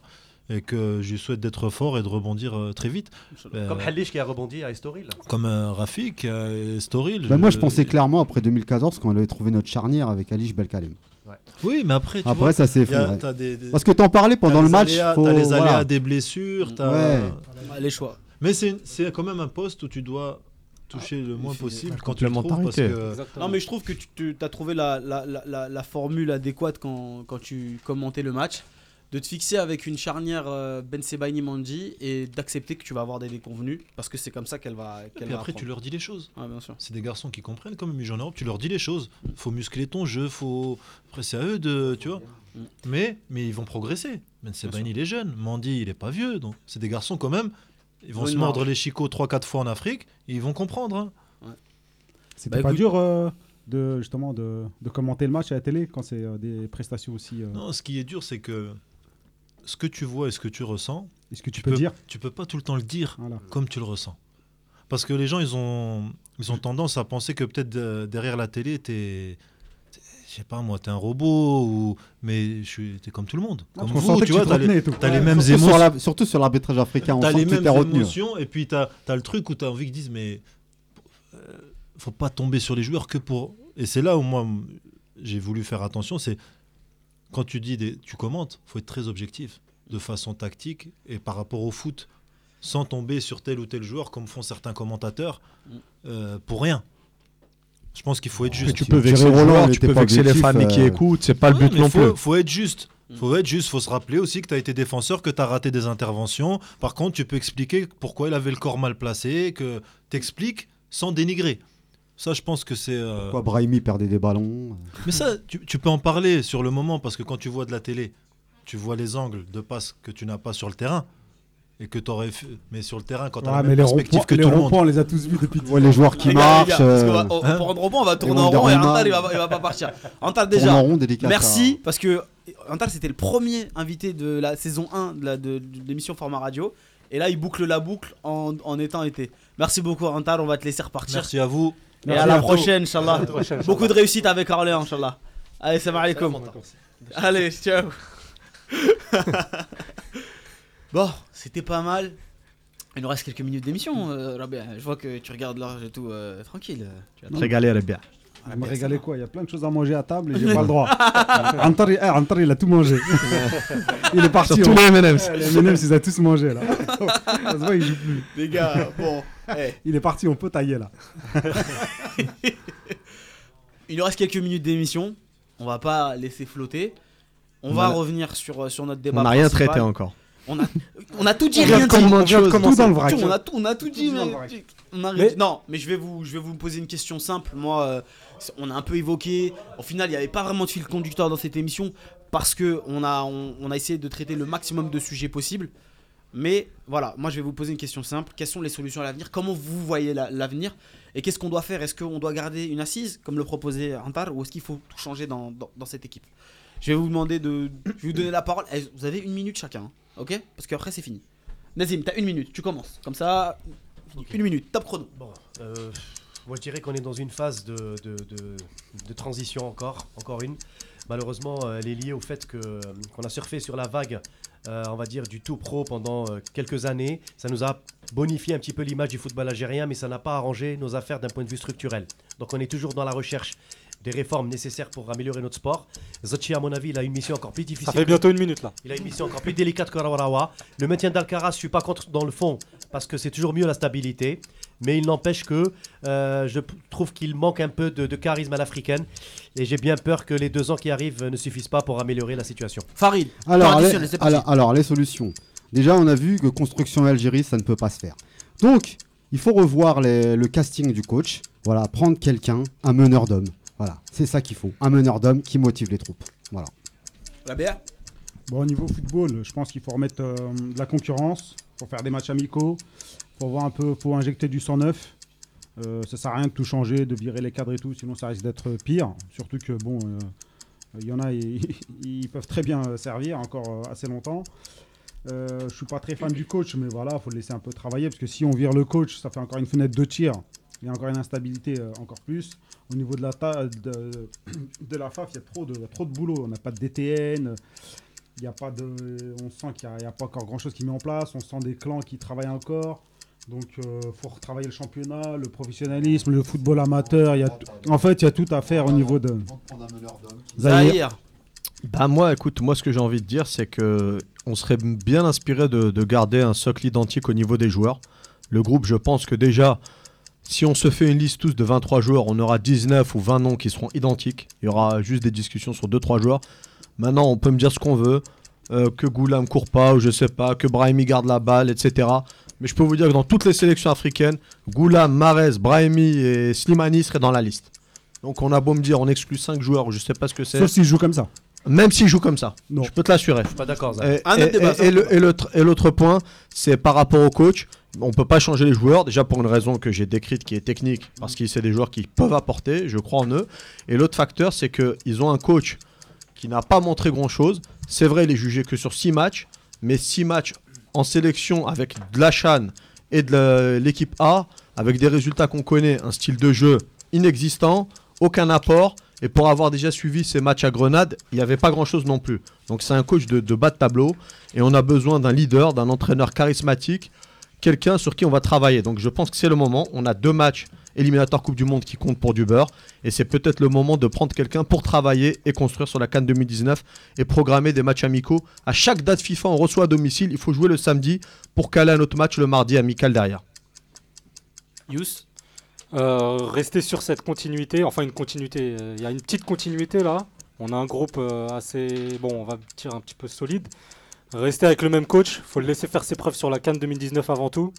et que je lui souhaite d'être fort et de rebondir euh, très vite. Euh, Comme Halish qui a rebondi à Estoril. Comme euh, Rafik, euh, Estoril. Bah, moi, je pensais clairement après deux mille quatorze quand on avait trouvé notre charnière avec Alish Belkalem. Ouais. Oui, mais après, tu Après, vois, ça s'est y a- effondré. t'as des- des- Parce que t'en parlais pendant t'as le les match. aléas- faut- T'as les aléas voilà. des blessures. t'as- Ouais. Les choix. Mais c'est c'est quand même un poste où tu dois toucher le moins c'est- possible la quand tu le trouves. Parce complémentarité. que Exactement. Non, mais je trouve que tu as trouvé la, la, la, la, la formule adéquate quand, quand tu commentais le match. De te fixer avec une charnière euh, Ben Sebaini Mandi et d'accepter que tu vas avoir des déconvenus parce que c'est comme ça qu'elle va. Et Qu'elle puis va après, tu apprendre. leur dis les choses. Ouais, bien sûr. C'est des garçons qui comprennent comme Mijan Europe. Tu leur dis les choses. Faut muscler ton jeu. Faut... Après, c'est à eux de. Tu vois. Mm. Mais, mais ils vont progresser. Ben Sebaini, il est jeune. Mandi, il est pas vieux. Donc, c'est des garçons quand même. Ils vont Ils ont se une mordre marge. les chicots trois quatre fois en Afrique. Et ils vont comprendre. hein. C'était Bah, pas écoute- dur euh, de, justement de, de commenter le match à la télé quand c'est euh, des prestations aussi. euh, Non, ce qui est dur, c'est que ce que tu vois et ce que tu ressens, Est-ce que tu, tu peux peux, dire tu peux pas tout le temps le dire Voilà. comme tu le ressens. Parce que les gens, ils ont, ils ont tendance à penser que peut-être de- derrière la télé, t'es, t'es- je sais pas moi, t'es un robot, ou... mais je suis, t'es comme tout le monde. Ah, Comme tu vous, sentais tu que vois, tu te t'as les, retenais et tout. t'as les Ouais, mêmes surtout émotions. sur la- Surtout sur l'arbitrage africain, on T'as sent les que tu mêmes t'es retenu. émotions, et puis t'as as le truc où t'as envie qu'ils disent, mais euh, faut pas tomber sur les joueurs que pour. Et c'est là où moi m- j'ai voulu faire attention, c'est quand tu dis, des... tu commentes, faut être très objectif, de façon tactique et par rapport au foot, sans tomber sur tel ou tel joueur comme font certains commentateurs, euh, pour rien. Je pense qu'il faut être juste. Tu peux Thierry vexer le Roland, joueur, il tu était peux pas vexer les objectif, familles qui euh, écoutent, c'est pas le Ouais, but mais non faut, plus. faut être juste. Faut être juste, faut se rappeler aussi que tu as été défenseur, que tu as raté des interventions. Par contre, tu peux expliquer pourquoi il avait le corps mal placé, que tu expliques sans dénigrer. Ça, je pense que c'est. euh, Pourquoi Brahimi perdait des ballons. Mais ça, tu, tu peux en parler sur le moment, parce que quand tu vois de la télé, tu vois les angles de passe que tu n'as pas sur le terrain. Et que tu aurais fait. Mais sur le terrain, quand tu as Ouais, la mais même les perspective ronds-points, que les tout le monde. ronds-points, on les a tous vus depuis. Ouais, les joueurs qui Les gars, les marchent. gars, parce qu'on va- euh, on- hein pour un rebond, on va tourner Les en rond et Wonderman. Antal il va, il va pas partir. Antal tourne déjà. en rond, délicat, Merci ça. parce que Antal c'était le premier invité de la saison un de la- de- de l'émission Format Radio et là il boucle la boucle en, en étant été. Merci beaucoup Antal, on va te laisser repartir. Merci à vous. Et Merci à la à vous. prochaine Inch'Allah. À la prochaine, Beaucoup de réussite avec Orléans Inch'Allah. Allez, salam alaikum. Allez, ciao. Bon, c'était pas mal. Il nous reste quelques minutes d'émission, euh, Rabia. Je vois que tu regardes l'heure et tout euh, tranquille. Tu vas te Régaler, les bien. On me régaler quoi Il y a plein de choses à manger à table et j'ai pas le droit. Antar, il- eh, Antar, il a tout mangé. Il est parti. Surtout hein. les M and M's. Eh, Les M and M's, ils ont tous mangé là. Ça se voit, il joue plus. Les gars, bon. eh. Il est parti, on peut tailler là. Il nous reste quelques minutes d'émission. On va pas laisser flotter. On On va a- revenir sur, euh, sur notre débat. On n'a rien principal. traité encore. On a, on a tout dit, On vient rien de dit. commencer, on vient de Tout commencer. dans le vrac. On a tout, on a tout dit. dit dans mais- le vrac. on a Mais- Non, mais je vais vous, je vais vous poser une question simple. Moi, euh, on a un peu évoqué. Au final, il n'y avait pas vraiment de fil conducteur dans cette émission parce que on a, on, on a essayé de traiter le maximum de sujets possibles. Mais voilà, moi je vais vous poser une question simple. Quelles sont les solutions à l'avenir? Comment vous voyez la- l'avenir? Et qu'est-ce qu'on doit faire? Est-ce qu'on doit garder une assise, comme le proposait Antar, ou est-ce qu'il faut tout changer dans, dans, dans cette équipe? Je vais vous demander de... Je vais vous donner la parole. Eh, vous avez une minute chacun, hein, ok? Parce qu'après c'est fini. Nazim, t'as une minute, tu commences. Comme ça, une minute, top chrono. Bon, euh, moi je dirais qu'on est dans une phase de, de, de, de transition encore, encore une. Malheureusement, euh, elle est liée au fait que, euh, qu'on a surfé sur la vague, euh, on va dire, du tout pro pendant euh, quelques années. Ça nous a bonifié un petit peu l'image du football algérien, mais ça n'a pas arrangé nos affaires d'un point de vue structurel. Donc on est toujours dans la recherche des réformes nécessaires pour améliorer notre sport. Zachi, à mon avis, il a une mission encore plus difficile. Ça fait bientôt une minute là. Il a une mission encore plus délicate que Rawarawa. Le maintien d'Alcaraz, je suis pas contre dans le fond, parce que c'est toujours mieux la stabilité. Mais il n'empêche que euh, je p- trouve qu'il manque un peu de, de charisme à l'africaine. Et j'ai bien peur que les deux ans qui arrivent ne suffisent pas pour améliorer la situation. Farid, Alors, temps les, additionnel, c'est parti. alors, alors, les solutions. Déjà, on a vu que construction Algérie, ça ne peut pas se faire. Donc, il faut revoir les- le casting du coach. Voilà, prendre quelqu'un, un meneur d'hommes. Voilà, c'est ça qu'il faut. Un meneur d'hommes qui motive les troupes. Voilà. la B R. Bon, au niveau football, je pense qu'il faut remettre euh, de la concurrence. Il faut faire des matchs amicaux. Il faut voir un peu, faut injecter du sang neuf. Euh, ça sert à rien de tout changer, de virer les cadres et tout, sinon ça risque d'être pire. Surtout que bon, euh, il y en a, ils, ils peuvent très bien servir encore euh, assez longtemps. Euh, je suis pas très fan du coach, mais voilà, faut le laisser un peu travailler parce que si on vire le coach, ça fait encore une fenêtre de tir. Il y a encore une instabilité euh, encore plus. Au niveau de la, ta- de, de la F A F, il y a trop de, trop de boulot. On n'a pas de D T N. il y a pas de, on sent qu'il n'y a, a pas encore grand-chose qui met en place. On sent des clans qui travaillent encore. Donc, il euh, faut retravailler le championnat, le professionnalisme, le football amateur. Y a t- en fait, il y a tout à faire au niveau de... Zahir. Zahir. Bah moi, écoute, moi ce que j'ai envie de dire, c'est que on serait bien inspiré de, de garder un socle identique au niveau des joueurs. Le groupe, je pense que déjà, si on se fait une liste tous de vingt-trois joueurs, on aura dix-neuf ou vingt noms qui seront identiques. Il y aura juste des discussions sur deux trois joueurs. Maintenant, on peut me dire ce qu'on veut, euh, que Goulam court pas ou je sais pas, que Brahimi garde la balle, et cetera. Mais je peux vous dire que dans toutes les sélections africaines, Goulam, Mahrez, Brahimi et Slimani seraient dans la liste. Donc on a beau me dire, on exclut cinq joueurs ou je sais pas ce que c'est. Sauf s'ils jouent comme ça. Même s'ils jouent comme ça. Non. Je peux te l'assurer. Je suis pas d'accord, Zach. Et, Un et- autre débat, et- ça. et le- et l'autre et l'autre point, c'est par rapport au coach. On peut pas changer les joueurs, déjà pour une raison que j'ai décrite qui est technique, parce que c'est des joueurs qui peuvent apporter, je crois en eux. Et l'autre facteur, c'est qu'ils ont un coach qui n'a pas montré grand-chose. C'est vrai, il est jugé que sur six matchs, mais six matchs en sélection avec de la CHAN et de la- l'équipe A, avec des résultats qu'on connaît, un style de jeu inexistant, aucun apport. Et pour avoir déjà suivi ces matchs à Grenade, il n'y avait pas grand-chose non plus. Donc c'est un coach de, de bas de tableau. Et on a besoin d'un leader, d'un entraîneur charismatique, quelqu'un sur qui on va travailler. Donc je pense que c'est le moment. On a deux matchs éliminatoires Coupe du Monde qui comptent pour du beurre. Et c'est peut-être le moment de prendre quelqu'un pour travailler et construire sur la CAN deux mille dix-neuf et programmer des matchs amicaux. À chaque date FIFA, on reçoit à domicile. Il faut jouer le samedi pour caler un autre match le mardi amical derrière. Yous. Euh, rester sur cette continuité, enfin une continuité, euh, il y a une petite continuité là, on a un groupe euh, assez, bon on va dire un petit peu solide, rester avec le même coach, faut le laisser faire ses preuves sur la CAN deux mille dix-neuf avant tout,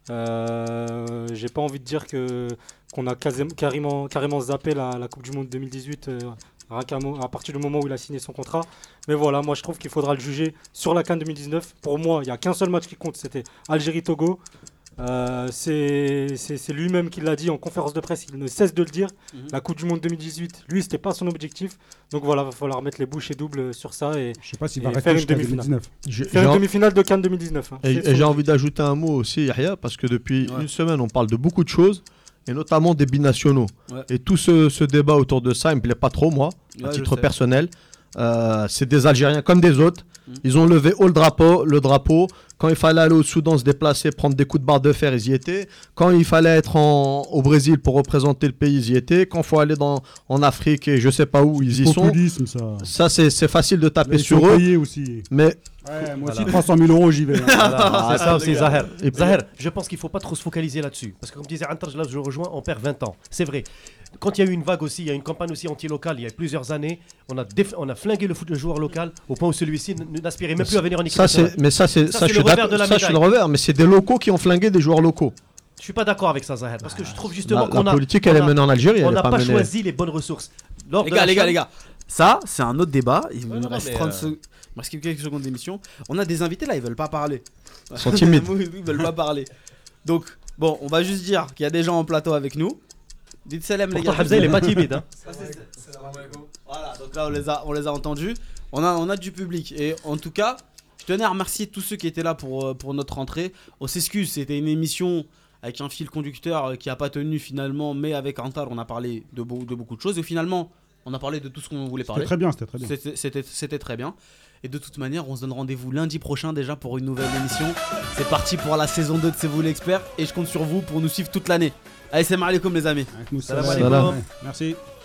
euh, j'ai pas envie de dire que qu'on a quasi- carrément, carrément zappé la, la Coupe du Monde deux mille dix-huit euh, rien qu'à mo- à partir du moment où il a signé son contrat, mais voilà, moi je trouve qu'il faudra le juger sur la CAN deux mille dix-neuf, pour moi il n'y a qu'un seul match qui compte, c'était Algérie-Togo. Euh, c'est c'est- c'est lui-même qui l'a dit en conférence de presse, il ne cesse de le dire. Mhm. La Coupe du Monde deux mille dix-huit, lui, c'était pas son objectif. Donc voilà, va falloir mettre les bouchées doubles sur ça et Je sais pas s'il Et va faire rester une jusqu'à demi-finale. deux mille dix-neuf. J'ai- faire j'ai une en- demi-finale de CAN deux mille dix-neuf. hein. Et, C'est et j'ai son- envie d'ajouter un mot aussi, Yahya, parce que depuis Ouais. une semaine, on parle de beaucoup de choses, et notamment des binationaux. Ouais. Et tout ce, ce débat autour de ça, il me plaît pas trop, moi, à Ouais, je titre sais. personnel. Euh, c'est des Algériens comme des autres. Mhm. Ils ont levé haut le drapeau, le drapeau. Quand il fallait aller au Soudan se déplacer, prendre des coups de barre de fer, ils y étaient. Quand il fallait être en- au Brésil pour représenter le pays, ils y étaient. Quand il faut aller dans, en Afrique et je sais pas où, ils y sont. Populisme, ça. Ça, c'est c'est facile de taper Là, ils sur sont eux. payés aussi. Mais Ouais, moi Voilà. aussi, trois cent mille euros, j'y vais. hein. Voilà, c'est ça aussi, Zahir. Et puis- Zahir, je pense qu'il ne faut pas trop se focaliser là-dessus. Parce que comme disait Antar, là je rejoins, on perd vingt ans. C'est vrai. Quand il y a eu une vague aussi, il y a une campagne aussi anti-locale il y a plusieurs années, on a, déf- on a flingué le, foot, le joueur local au point où celui-ci n- n'aspirait même plus à venir en équipe ça, nationale. c'est, mais ça, c'est, Ça, ça, c'est je le suis revers d'accord. de la Ça, je suis le médaille. revers. Mais c'est des locaux qui ont flingué des joueurs locaux. Je suis pas d'accord avec ça, Zahir. Parce que je trouve justement La, qu'on la a. politique, on elle est a- menée en Algérie. On elle n'a est pas pas menée- choisi les bonnes ressources. Lors Les de gars, la les gars, CHAN, les gars. Ça, c'est un autre débat. Il Ouais, me non, reste mais, trente euh, secondes. Il me reste quelques secondes d'émission. On a des invités là, ils veulent pas parler. Ils sont timides. Ils veulent pas parler. Donc, bon, on va juste dire qu'il y a des gens en plateau avec nous. Dites salam les Pourtant, gars. Hamza, il est pas timide. hein. Voilà, donc là on les a, on les a entendus. On a, on a du public. Et en tout cas, je tenais à remercier tous ceux qui étaient là pour, euh, pour notre rentrée. On s'excuse, c'était une émission avec un fil conducteur euh, qui a pas tenu finalement, mais avec Antar, on a parlé de, beau- de beaucoup de choses. Et finalement, on a parlé de tout ce qu'on voulait C'était parler. très bien, c'était très bien. C'était- C'était c'était très bien. Et de toute manière, on se donne rendez-vous lundi prochain déjà pour une nouvelle émission. C'est parti pour la saison deux de C'est vous l'expert. Et je compte sur vous pour nous suivre toute l'année. Allez, c'est alaikum les amis. Avec nous, Salam ça va. alaikum. Ouais, Merci.